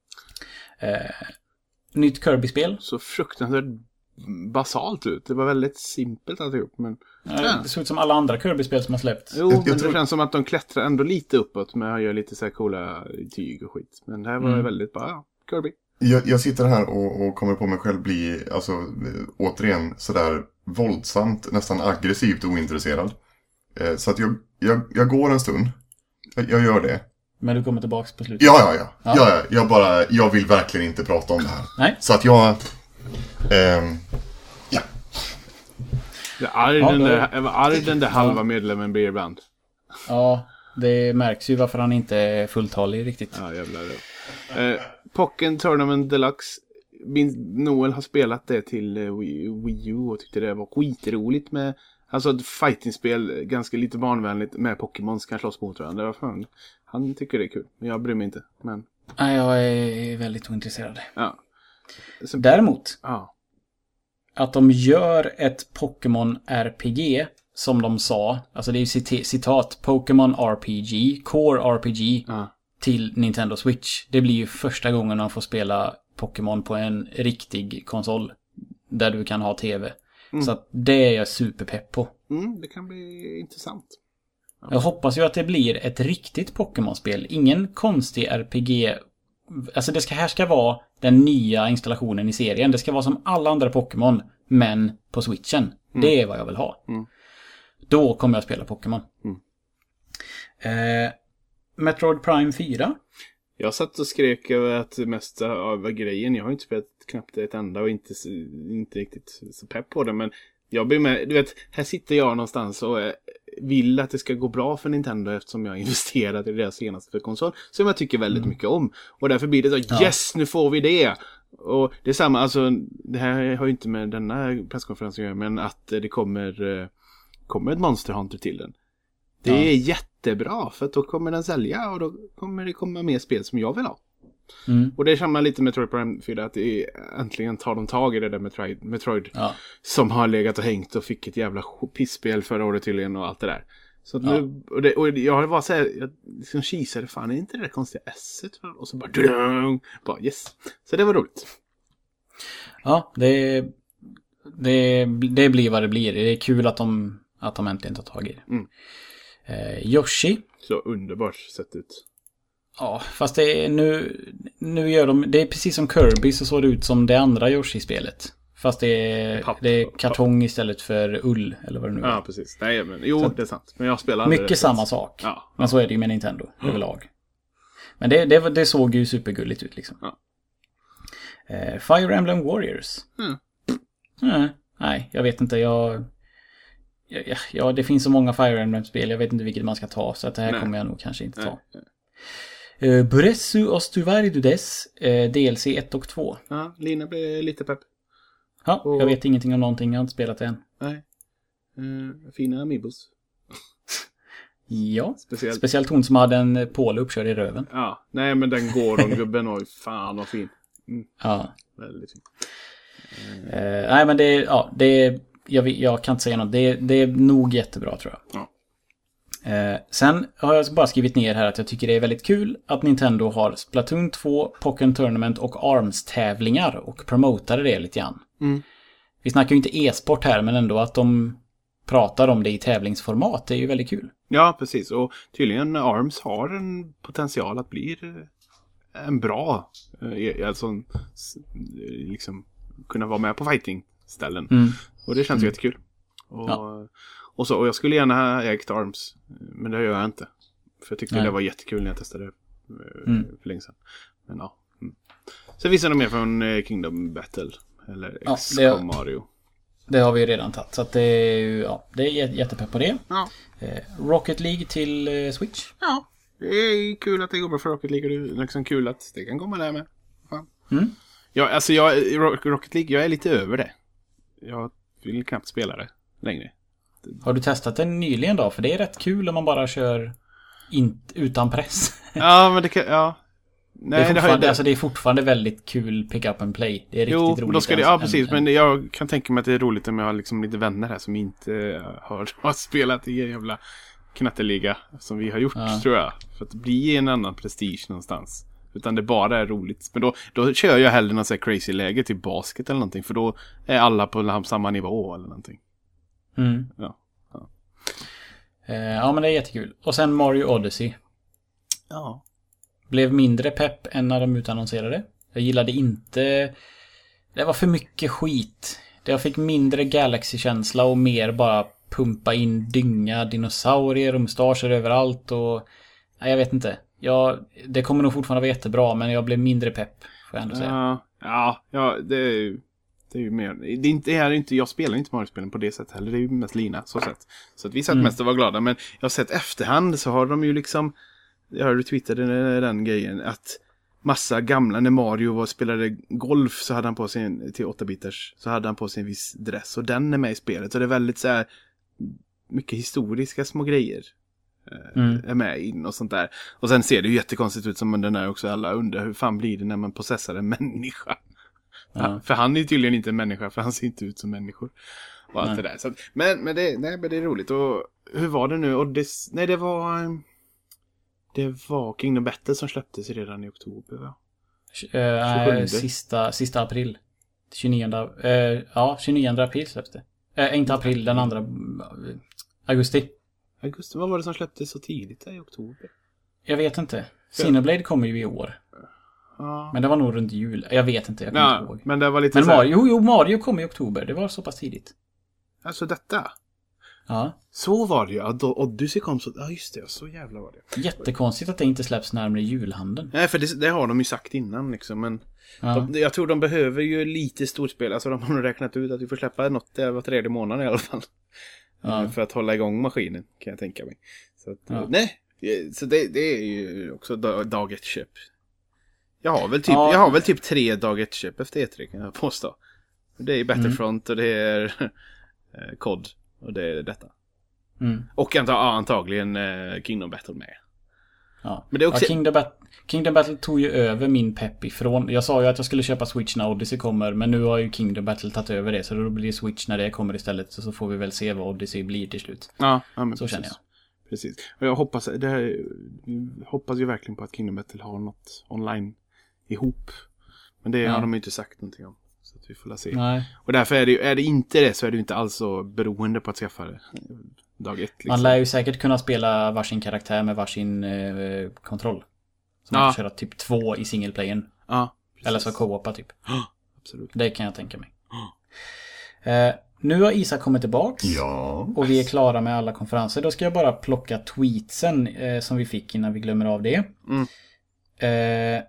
Eh, nytt Kirby-spel. Så fruktansvärt basalt ut. Det var väldigt simpelt alltihop, men... Ja. Det såg ut som alla andra Kirby-spel som har släppts. Jo, Jag- men jag det tror- känns som att de klättrar ändå lite uppåt med att göra lite så här coola tyg och skit. Men det här var Mm. väldigt bara, ja, Kirby. Jag, jag sitter här och, och kommer på mig själv bli, alltså eh, återigen sådär våldsamt, nästan aggressivt ointresserad. Eh, så att jag, jag, jag går en stund. Jag, jag gör det. Men du kommer tillbaka på slutet. Ja, ja, ja. Ja. ja. ja jag bara, jag vill verkligen inte prata om det här. Nej. Så att jag... ehm, ja. Jag var arg, Ja, den, då- där, jag var arg den där halva medlemmen blir ibland. Ja, det märks ju varför han inte är fulltalig riktigt. Ja, jävlar. Eh, Pokken Tournament Deluxe. Min Noel har spelat det till eh, Wii, Wii U och tyckte det var skitroligt med, alltså ett fightingspel, ganska lite barnvänligt med Pokémon som kan slåss mot varandra. Det var fan, han tycker det är kul, men jag bryr mig inte. Men, Nej, jag är väldigt ointresserad. ja. Så, Däremot, ja. att de gör ett Pokémon R P G som de sa, alltså det är ju cit- citat, Pokémon R P G, Core R P G Ja. till Nintendo Switch. Det blir ju första gången man får spela Pokémon på en riktig konsol där du kan ha tv. Mm. Så att det är jag superpepp på. Mm, det kan bli intressant. Jag hoppas ju att det blir ett riktigt Pokémon-spel. Ingen konstig R P G. Alltså det ska, här ska vara den nya installationen i serien. Det ska vara som alla andra Pokémon, men på Switchen. Mm. Det är vad jag vill ha. Mm. Då kommer jag spela Pokémon. Mm. Eh, Metroid Prime fyra. Jag satt och skrek över att det mesta av grejen, jag har inte spelat knappt ett enda och inte, inte riktigt så pepp på det, men jag blir med, du vet, här sitter jag någonstans och eh, vill att det ska gå bra för Nintendo eftersom jag har investerat i deras senaste konsol som jag tycker väldigt Mm. mycket om. Och därför blir det så, Ja. yes, nu får vi det! Och det är samma, alltså, det här har ju inte med denna presskonferensen att göra, men att det kommer, eh, kommer ett Monster Hunter till den. Det Ja. är jättebra, för att då kommer den sälja och då kommer det komma mer spel som jag vill ha. Mm. Och det är samma lite med Metroid Prime fyra, att det är, äntligen tar de tag i det där Metroid, Metroid Ja. som har legat och hängt och fick ett jävla pisspel förra året tydligen och allt det där. Så att Ja. nu, och, det, och jag har bara så här, jag liksom kisade, fan är inte det där konstiga S-et? Och så bara, dudung, bara yes. Så det var roligt. Ja, det, det, det blir vad det blir. Det är kul att de, att de äntligen tar tag i det. Mm. Eh, Yoshi. Så underbart sett ut. Ja, fast det är nu, nu gör de, det är precis som Kirby så såg det ut som det andra Yoshi-spelet. Fast det är, Papp. det är kartong istället för ull, eller vad det nu är. Ja, precis. Nej, men, jo, Så- det är sant. Men jag spelar aldrig Mycket det. samma sak. Ja. Men så är det ju med Nintendo överlag. Men det, det, det såg ju supergulligt ut liksom. Ja. Eh, Fire Emblem Warriors. Mm. Mm, nej, jag vet inte. Jag, ja, ja, ja, det finns så många Fire Emblem-spel. Jag vet inte vilket man ska ta. Så att det här Nej. kommer jag nog kanske inte ta. Nej, nej. Uh, Buresu Ostuvaridudes, uh, D L C ett och två. Ja, Lina blev lite pepp. Ja, Och- jag vet ingenting om någonting. Jag har inte spelat det än. Nej. Uh, fina Amiibos. Ja, Speciellt. speciellt hon som hade en påle uppkörd i röven. Ja, nej men den går om gubben och fan vad fin. Ja. Väldigt fin. Uh, nej, men det är, ja, det är, jag, vet- jag kan inte säga något. Det, är- det är nog jättebra tror jag. Ja. Eh, sen har jag bara skrivit ner här att jag tycker det är väldigt kul att Nintendo har Splatoon två, Pokémon Tournament och ARMS-tävlingar och promotade det lite grann. Mm. Vi snackar ju inte e-sport här, men ändå att de pratar om det i tävlingsformat, det är ju väldigt kul. Ja, precis. Och tydligen ARMS har en potential att bli eh, en bra, eh, alltså en, s- liksom kunna vara med på fighting-ställen. Mm. Och det känns ju jättekul. Och, Ja. Och, så, och jag skulle gärna ha ägt ARMS. Men det gör jag inte. För jag tyckte Nej. det var jättekul när jag testade det mm. för länge sedan. Men ja. Mm. Sen finns det något mer från Kingdom Battle. Eller X COM ja, Mario. Det har vi ju redan tagit. Så att det är ju, ja, det är jättepepp på det. Ja. Eh, Rocket League till eh, Switch. Ja, det är kul att det går bra för Rocket League. Det är liksom kul att det kan komma där med. Fan. Mm. Ja, alltså jag, Rocket League, jag är lite över det. Jag vill knappt spela det längre. Har du testat det nyligen då? För det är rätt kul om man bara kör in, utan press. Ja, men det kan, ja. Nej, det, är fortfarande, det, alltså det är fortfarande väldigt kul pick up and play. Det är riktigt jo, roligt. Då ska det, ja, precis. En, men jag kan tänka mig att det är roligt om jag har liksom lite vänner här som inte har, har spelat i en jävla knatteliga som vi har gjort, ja. tror jag. För att det blir en annan prestige någonstans. Utan det bara är roligt. Men då, då kör jag hellre någon sån här crazy-läge till basket eller någonting. För då är alla på samma nivå eller någonting. Mm. Ja. Ja. Eh, ja, men det är jättekul. Och sen Mario Odyssey. Ja. Blev mindre pepp än när de utannonserade. Jag gillade inte... Det var för mycket skit. Jag fick mindre Galaxy-känsla och mer bara pumpa in dynga dinosaurier och mustascher överallt. Och... Nej, jag vet inte. Jag... Det kommer nog fortfarande vara jättebra, men jag blev mindre pepp, får jag ändå säga. Ja, ja, ja det är ju... Det är ju mer... Det är inte, det är inte, jag spelar inte Mario-spelen på det sättet heller. Det är ju mest Lina, så sätt. Så att vi satt mm. mest och var glada. Men jag har sett efterhand så har de ju liksom... Jag hörde tweetade den, den grejen att massa gamla, när Mario var spelade golf så hade han på sig till åtta bitars så hade han på sig en viss dress och den är med i spelet. Så det är väldigt så här mycket historiska små grejer mm. är med in och sånt där. Och sen ser det ju jättekonstigt ut som den är också, alla undrar hur fan blir det när man processar en människa. Ja. För han är ju tydligen inte en människa, för han ser inte ut som människor. Och allt nej. det där. Så, men, men, det, nej, men det är roligt. Och hur var det nu? Och det, nej, det var... Det var Kingdom Battle som släpptes redan i oktober, va? Uh, sista, sista april. tjugonionde, uh, ja, tjugonionde april släpptes det. Uh, inte april, den andra... Uh, augusti. Augusti, vad var det som släpptes så tidigt i oktober? Jag vet inte. Xenoblade kommer ju i år. Uh. Men det var nog runt jul. Jag vet inte, jag kommer ja, inte ihåg. Men det var lite men så här... Mario, jo, jo, Mario kom i oktober. Det var så pass tidigt. Alltså detta... Ja. Så var det ju. Odyssey kom så... Ja, just det. Så jävla var det. Jättekonstigt att det inte släpps närmare julhandeln. Nej, för det, det har de ju sagt innan liksom. Men ja. de, jag tror de behöver ju lite storspel. Alltså de har räknat ut att vi får släppa något var tredje månad i alla fall. Ja. För att hålla igång maskinen, kan jag tänka mig. Så att, ja. Nej. Så det, det är ju också dag ett köp. Jag har väl typ, ja. jag har väl typ tre dag ett köp efter E tre, kan jag påstå. Det är Battlefront mm. och det är C O D. Och det är detta. Mm. Och anta, antagligen eh, Kingdom Battle med. Ja, men det är också... ja, Kingdom, Bat- Kingdom Battle tog ju över min pepp ifrån. Jag sa ju att jag skulle köpa Switch när Odyssey kommer. Men nu har ju Kingdom Battle tagit över det. Så då blir det Switch när det kommer istället. Så, så får vi väl se vad Odyssey blir till slut. Ja, ja men så precis. känner jag. Precis. Och jag hoppas, det här, jag hoppas ju verkligen på att Kingdom Battle har något online ihop. Men det ja. har de ju inte sagt någonting om. Så att vi får se. Nej. Och därför är det, är det inte det så är det ju inte alls så beroende på att skaffa det dag ett. Liksom. Man lär ju säkert kunna spela varsin karaktär med varsin eh, kontroll. Så man ja. kan köra typ två i singleplayen. Ja, eller så co-opa typ. Ja, absolut. Det kan jag tänka mig. Eh, nu har Isa kommit tillbaks. Ja. Och vi är klara med alla konferenser. Då ska jag bara plocka tweetsen eh, som vi fick innan vi glömmer av det. Mm. Eh,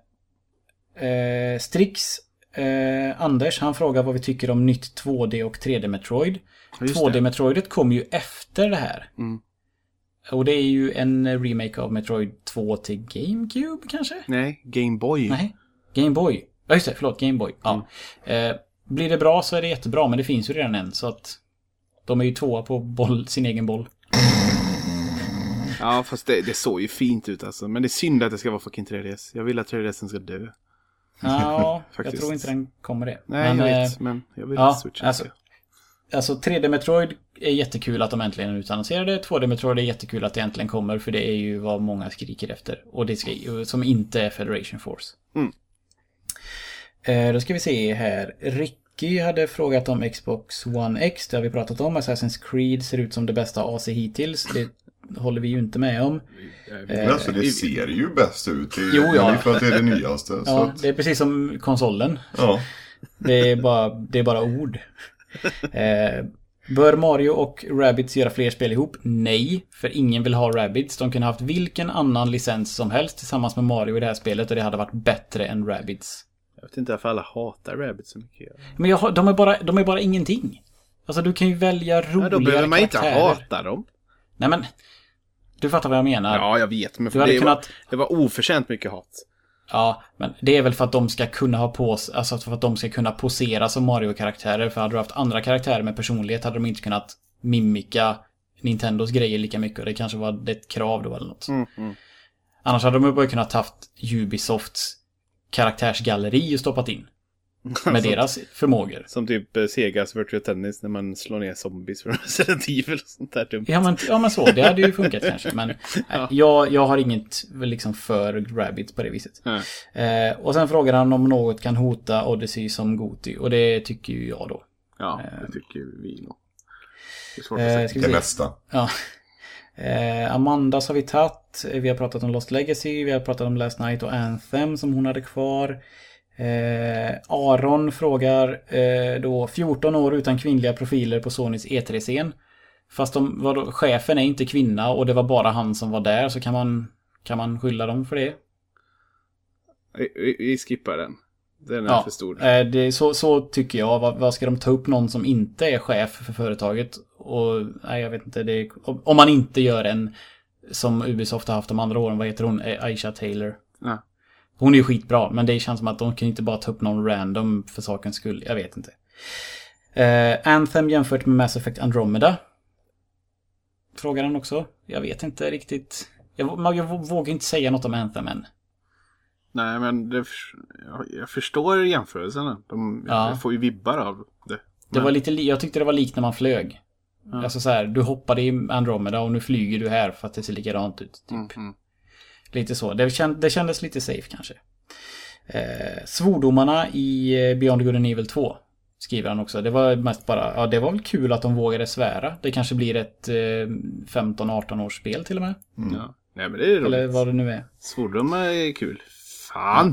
eh, Strix Eh, Anders, han frågar vad vi tycker om nytt två D och tre D Metroid. Ja, två D Metroidet kom ju efter det här. Mm. Och det är ju en remake av Metroid två till GameCube kanske? Nej, Game Boy. Nej, Game Boy. Ja just det, förlåt, Game Boy. Ja. Mm. Eh, blir det bra så är det jättebra, men det finns ju redan en. Så att de är ju tvåa på boll, sin egen boll. Ja, fast det, det såg ju fint ut alltså. Men det är synd att det ska vara fucking tre D S. Jag vill att tre D S ska dö. Ja, jag tror inte den kommer det. Nej, men, jag vet, men jag vill ja, switcha. Alltså, alltså tre D Metroid är jättekul att de äntligen utannonserade. två D Metroid är jättekul att det äntligen kommer, för det är ju vad många skriker efter. Och det ska, som inte är Federation Force. Mm. Eh, då ska vi se här. Ricky hade frågat om Xbox One X. Det har vi pratat om. Assassin's Creed ser ut som det bästa A C hittills. Det håller vi ju inte med om. Men alltså det ser ju bäst ut. Det är, jo, ja. för att det är det nyaste. Ja, så att... det är precis som konsolen. Ja. Det är bara, det är bara ord. Eh, Bör Mario och Rabbids göra fler spel ihop? Nej, för ingen vill ha Rabbids. De kunde ha haft vilken annan licens som helst tillsammans med Mario i det här spelet och det hade varit bättre än Rabbids. Jag vet inte varför alla hatar Rabbids så mycket. Men jag har, de, är bara, de är bara ingenting. Alltså du kan ju välja roliga karaktärer. Ja, då behöver man inte hata dem. Nej men, du fattar vad jag menar. Ja, jag vet. Men du hade det, kunnat... var, det var oförtjänt mycket hat. Ja, men det är väl för att de ska kunna ha på alltså för att de ska kunna posera som Mario-karaktärer. För hade du haft andra karaktärer med personlighet hade de inte kunnat mimika Nintendos grejer lika mycket. Och det kanske var ett krav då eller något. Mm, mm. Annars hade de bara kunnat haft Ubisofts karaktärsgalleri och stoppat in. Med deras förmågor. Som typ eh, Segas Virtua Tennis när man slår ner zombies för Resident Evil och sånt där dumt. Ja men, ja men så, det hade ju funkat kanske. Men ja. jag, jag har inget liksom för Rabbids på det viset. Mm. Eh, och sen frågar han om något kan hota Odyssey som Goti. Och det tycker ju jag då. Ja, det tycker vi nog. Det är svårt att säga. Det mesta. Ja. Eh, Amandas har vi tagit. Vi har pratat om Lost Legacy. Vi har pratat om Last Night och Anthem som hon hade kvar. Eh, Aron frågar eh, då fjorton år utan kvinnliga profiler på Sonys E tre-scen. Fast de, vadå, chefen är inte kvinna och det var bara han som var där, så kan man, kan man skylla dem för det? Vi, vi skippar den. Den är ja, för stor. Eh, det, så, så tycker jag. Vad, vad ska de ta upp någon som inte är chef för företaget? Och nej, jag vet inte. Det, om man inte gör en som Ubisoft har haft de andra åren, vad heter hon? Aisha Taylor. Ja. Hon är ju skitbra, men det känns som att de kan inte bara ta upp någon random för sakens skull. Jag vet inte. Uh, Anthem jämfört med Mass Effect Andromeda. Frågar han också. Jag vet inte riktigt. Jag, jag vågar inte säga något om Anthem än. Nej, men det, jag, jag förstår jämförelserna. De ja. får ju vibbar av det. Men... det var lite, jag tyckte det var likt när man flög. Ja. Alltså så här, du hoppade i Andromeda och nu flyger du här för att det ser likadant ut. Typ. Mm, mm. Lite så. Det, känd, det kändes lite safe kanske. Eh, svordomarna i Beyond Good and Evil två skriver han också. Det var mest bara, ja det var väl kul att de vågade svära. Det kanske blir ett eh, femton arton års spel till och med. Mm. Ja. Nej, men det är roligt. Eller vad det nu är. Svordomar är kul. Fan!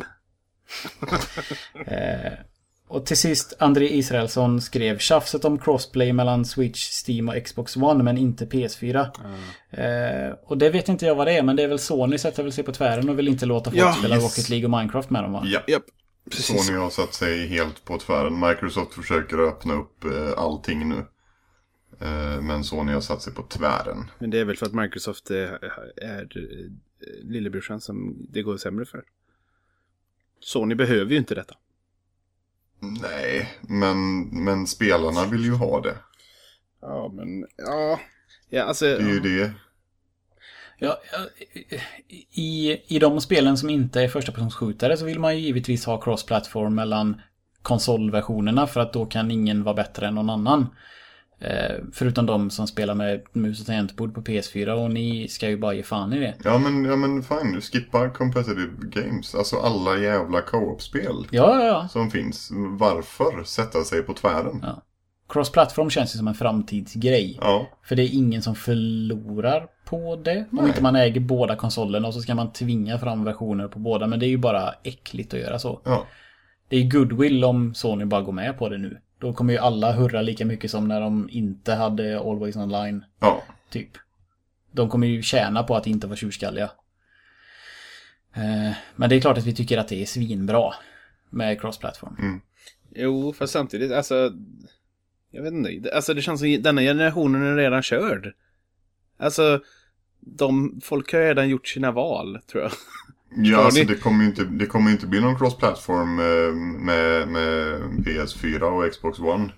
eh, och till sist, André Israelsson skrev tjafset om crossplay mellan Switch, Steam och Xbox One men inte P S fyra. Mm. Eh, och det vet inte jag vad det är, men det är väl Sony sätter väl sig på tvären och vill inte låta folk ja, spela yes. Rocket League och Minecraft med dem, va? Ja, yep. Sony har satt sig helt på tvären. Microsoft försöker öppna upp eh, allting nu. Eh, men Sony har satt sig på tvären. Men det är väl för att Microsoft är, är lillebrorsan som det går sämre för. Sony behöver ju inte detta. Nej, men, men spelarna vill ju ha det. Ja, men... Ja, ja alltså... Det är ju det. Ja, i, i de spelen som inte är förstapersonsskjutare så vill man ju givetvis ha cross-platform mellan konsolversionerna för att då kan ingen vara bättre än någon annan. Eh, förutom de som spelar med mus och tangentbord på P S fyra och ni ska ju bara ge fan i det. Ja men, ja, men fine, skippa competitive games. Alltså alla jävla co-op-spel ja, ja, ja. som finns. Varför sätta sig på tvären? Ja. Cross-platform känns ju som en framtidsgrej. Ja. För det är ingen som förlorar på det. Nej. Om inte man äger båda konsolerna och så ska man tvinga fram versioner på båda. Men det är ju bara äckligt att göra så. Ja. Det är goodwill om Sony bara går med på det nu. Då kommer ju alla hurra lika mycket som när de inte hade Always Online. Ja. Typ. De kommer ju tjäna på att inte vara tjurskalliga. Eh, men det är klart att vi tycker att det är svinbra med cross-platform. Mm. Jo, fast samtidigt, alltså... Jag vet inte. Alltså det känns som denna generationen är redan körd. Alltså, de, folk har redan gjort sina val, tror jag. Ja, alltså det kommer ju inte, det kommer inte bli någon cross-platform med, med P S fyra och Xbox One.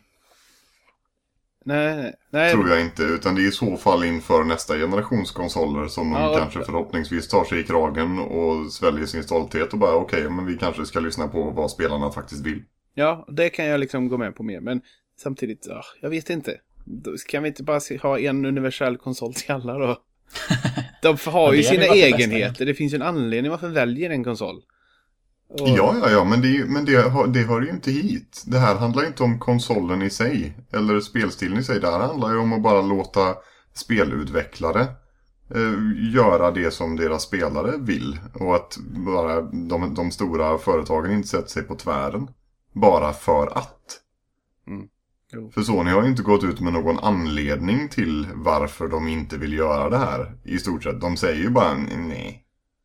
Nej, nej. Tror jag inte, utan det är i så fall inför nästa generations konsoler som de ja, kanske förhoppningsvis tar sig i kragen och sväljer sin stolthet och bara okej, okay, men vi kanske ska lyssna på vad spelarna faktiskt vill. Ja, det kan jag liksom gå med på mer, men samtidigt, ja, jag vet inte. Kan vi inte bara ha en universell konsol till alla då? De har ju sina egenheter. Det finns ju en anledning varför de väljer en konsol. Och... Ja, ja, ja, men, det, men det, det hör ju inte hit. Det här handlar inte om konsolen i sig eller spelstilen i sig. Det här handlar ju om att bara låta spelutvecklare eh, göra det som deras spelare vill. Och att bara de, de stora företagen inte sätter sig på tvären. Bara för att. Mm. Jo. För Sony har ju inte gått ut med någon anledning till varför de inte vill göra det här. I stort sett. De säger ju bara nej.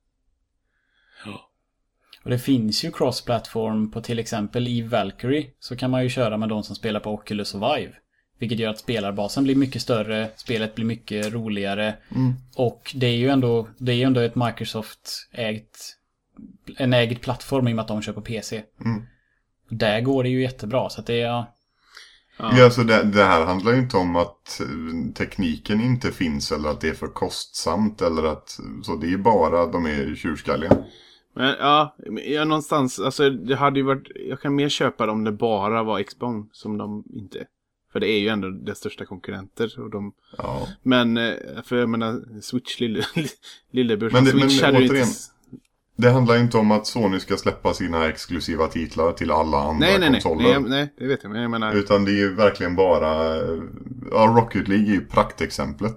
Och det finns ju cross-platform på till exempel i Valkyrie. Så kan man ju köra med de som spelar på Oculus och Vive. Vilket gör att spelarbasen blir mycket större. Spelet blir mycket roligare. Mm. Och det är ju ändå, det är ju ändå ett Microsoft-ägt, en ägd plattform i och med att de kör på P C. Mm. Där går det ju jättebra. Så att det är... Ja. Ja, så det, det här handlar ju inte om att tekniken inte finns eller att det är för kostsamt eller att, så det är bara de är tjurskalliga. Men ja, jag någonstans, alltså det hade ju varit, jag kan mer köpa det om det bara var Xbox som de inte är. För det är ju ändå deras största konkurrenter. Och de, Ja. Men, för jag menar, Switch, lille, lillebror, Men det- Switch men hade ju återigen, inte... Det handlar inte om att Sony ska släppa sina exklusiva titlar till alla andra Nej, nej, nej, konsoler. nej, nej, det vet jag, men jag menar... Utan det är ju verkligen bara... Ja, Rocket League är ju praktexemplet.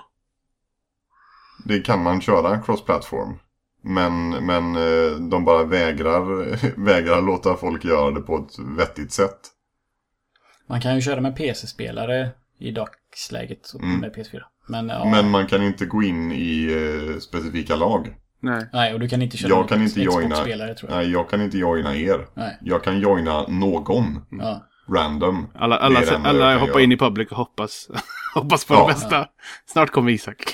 Det kan man köra cross-platform. Men, men eh, de bara vägrar, vägrar låta folk göra det på ett vettigt sätt. Man kan ju köra med P C-spelare i dagsläget Mm. med P S fyra. Men, ja, Men man kan inte gå in i eh, specifika lag. Nej. nej, och du kan inte köra Jag mot kan inte joina, Xbox-spelare tror jag. nej, jag kan inte joina er. Nej. Jag kan joina någon. Ja. Random. Alla, Det alla, är det enda alla jag kan hoppar göra. in i public och hoppas, hoppas på Ja. det bästa. Snart kommer Isak.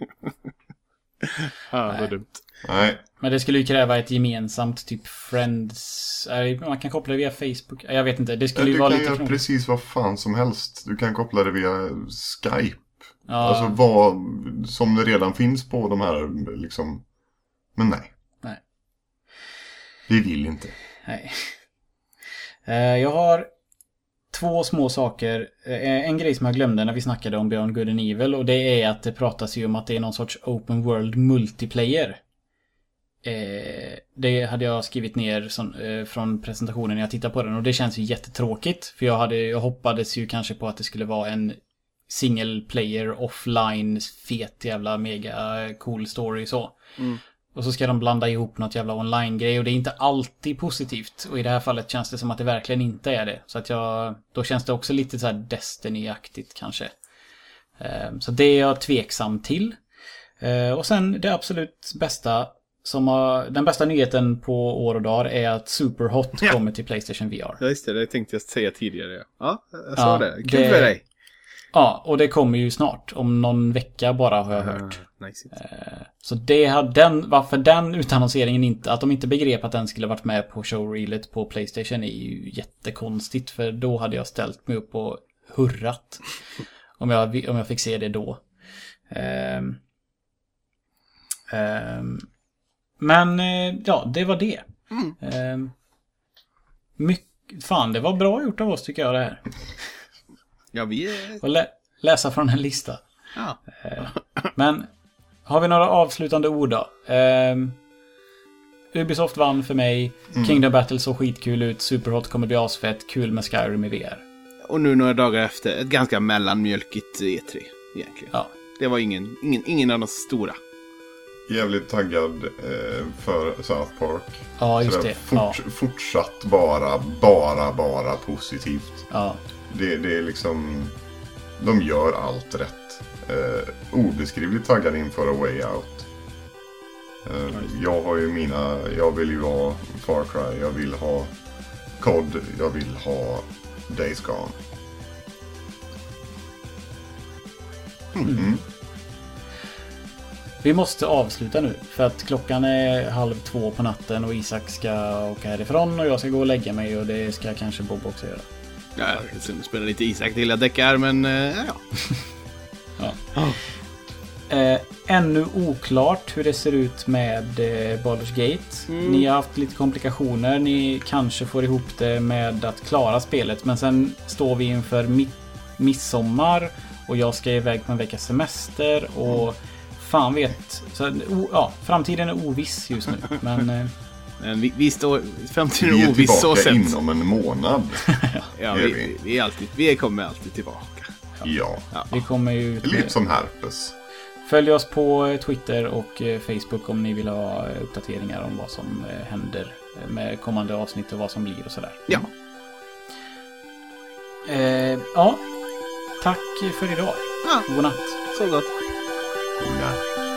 Ja, vad dumt. Nej. Men det skulle ju kräva ett gemensamt typ Friends. äh, Man kan koppla det via Facebook. Äh, Jag vet inte, det skulle ju Du vara kan lite göra krångligt. precis vad fan som helst. Du kan koppla det via Skype. Ja, Alltså vad som det redan finns på de här liksom. Men nej. nej. Vi vill inte. nej. Eh, Jag har två små saker. Eh, En grej som jag glömde när vi snackade om Beyond Good and Evil. Och det är att det pratas ju om att det är någon sorts open world multiplayer. Eh, det hade jag skrivit ner som, eh, från presentationen när jag tittade på den. Och det känns ju jättetråkigt. För jag, hade, jag hoppades ju kanske på att det skulle vara en single player offline fet jävla mega cool story så. Mm. Och så ska de blanda ihop något jävla online-grej. Och det är inte alltid positivt. Och i det här fallet känns det som att det verkligen inte är det. Så att jag... Då känns det också lite så här Destiny-aktigt kanske. Eh, Så det är jag tveksam till. Eh, Och sen det absolut bästa... Som har, den bästa nyheten på år och dagar är att Superhot Ja. kommer till PlayStation V R. Ja, just det. Det tänkte jag säga tidigare. Ja, jag sa Ja, det. Kul det- för dig. Ja, och det kommer ju snart. Om någon vecka bara har jag hört. Uh, nice. Så det har den, varför den utannonseringen inte, att de inte begrep att den skulle varit med på showreelet på PlayStation är ju jättekonstigt. För då hade jag ställt mig upp och hurrat. Om jag, om jag fick se det då. Ehm, ehm, men eh, ja, det var det. Mm. Ehm, mycket, fan, det var bra gjort av oss tycker jag det här. Ja, vi är... Och lä- läsa från en lista. Ja. Men har vi några avslutande ord då? Ehm, Ubisoft vann för mig. Mm. Kingdom Battle såg skitkul ut. Superhot kommer bli asfett. Kul med Skyrim i V R. Och nu några dagar efter, ett ganska mellanmjölkigt E tre egentligen. Ja. Det var ingen, ingen, ingen av de stora. Jävligt taggad eh, för South Park. Ja, just Så det. Fort, Ja. Fortsatt bara, bara, bara positivt. Ja. Det, det är liksom... De gör allt rätt. Eh, obeskrivligt taggad inför A Way Out. Eh, jag har ju mina... Jag vill ju ha Far Cry. Jag vill ha C O D. Jag vill ha Days Gone. Mm. Vi måste avsluta nu. För att klockan är halv två på natten. Och Isak ska åka härifrån. Och jag ska gå och lägga mig. Och det ska kanske Bob också göra. Ja, sen spelar lite Isak till jag däckar, men eh, ja. Ja. Eh, ännu oklart hur det ser ut med eh, Baldur's Gate. Mm. Ni har haft lite komplikationer. Ni kanske får ihop det med att klara spelet. Men sen står vi inför mi- midsommar. Och jag ska iväg på en veckas semester. Och fan vet. Så, o- ja, framtiden är oviss just nu. Men eh, Men vi, vi står... Framtiden Vi är är oviss så tillbaka sett. inom en månad. Ja, det är vi, vi. vi, är alltid, vi kommer alltid tillbaka. Ja. vi kommer ju ut Lite med, som herpes. följ oss på eh, Twitter och eh, Facebook om ni vill ha eh, uppdateringar om vad som eh, händer eh, med kommande avsnitt och vad som blir och sådär. Ja. Eh, ja, tack för idag. Ja. God natt. Så gott. God natt.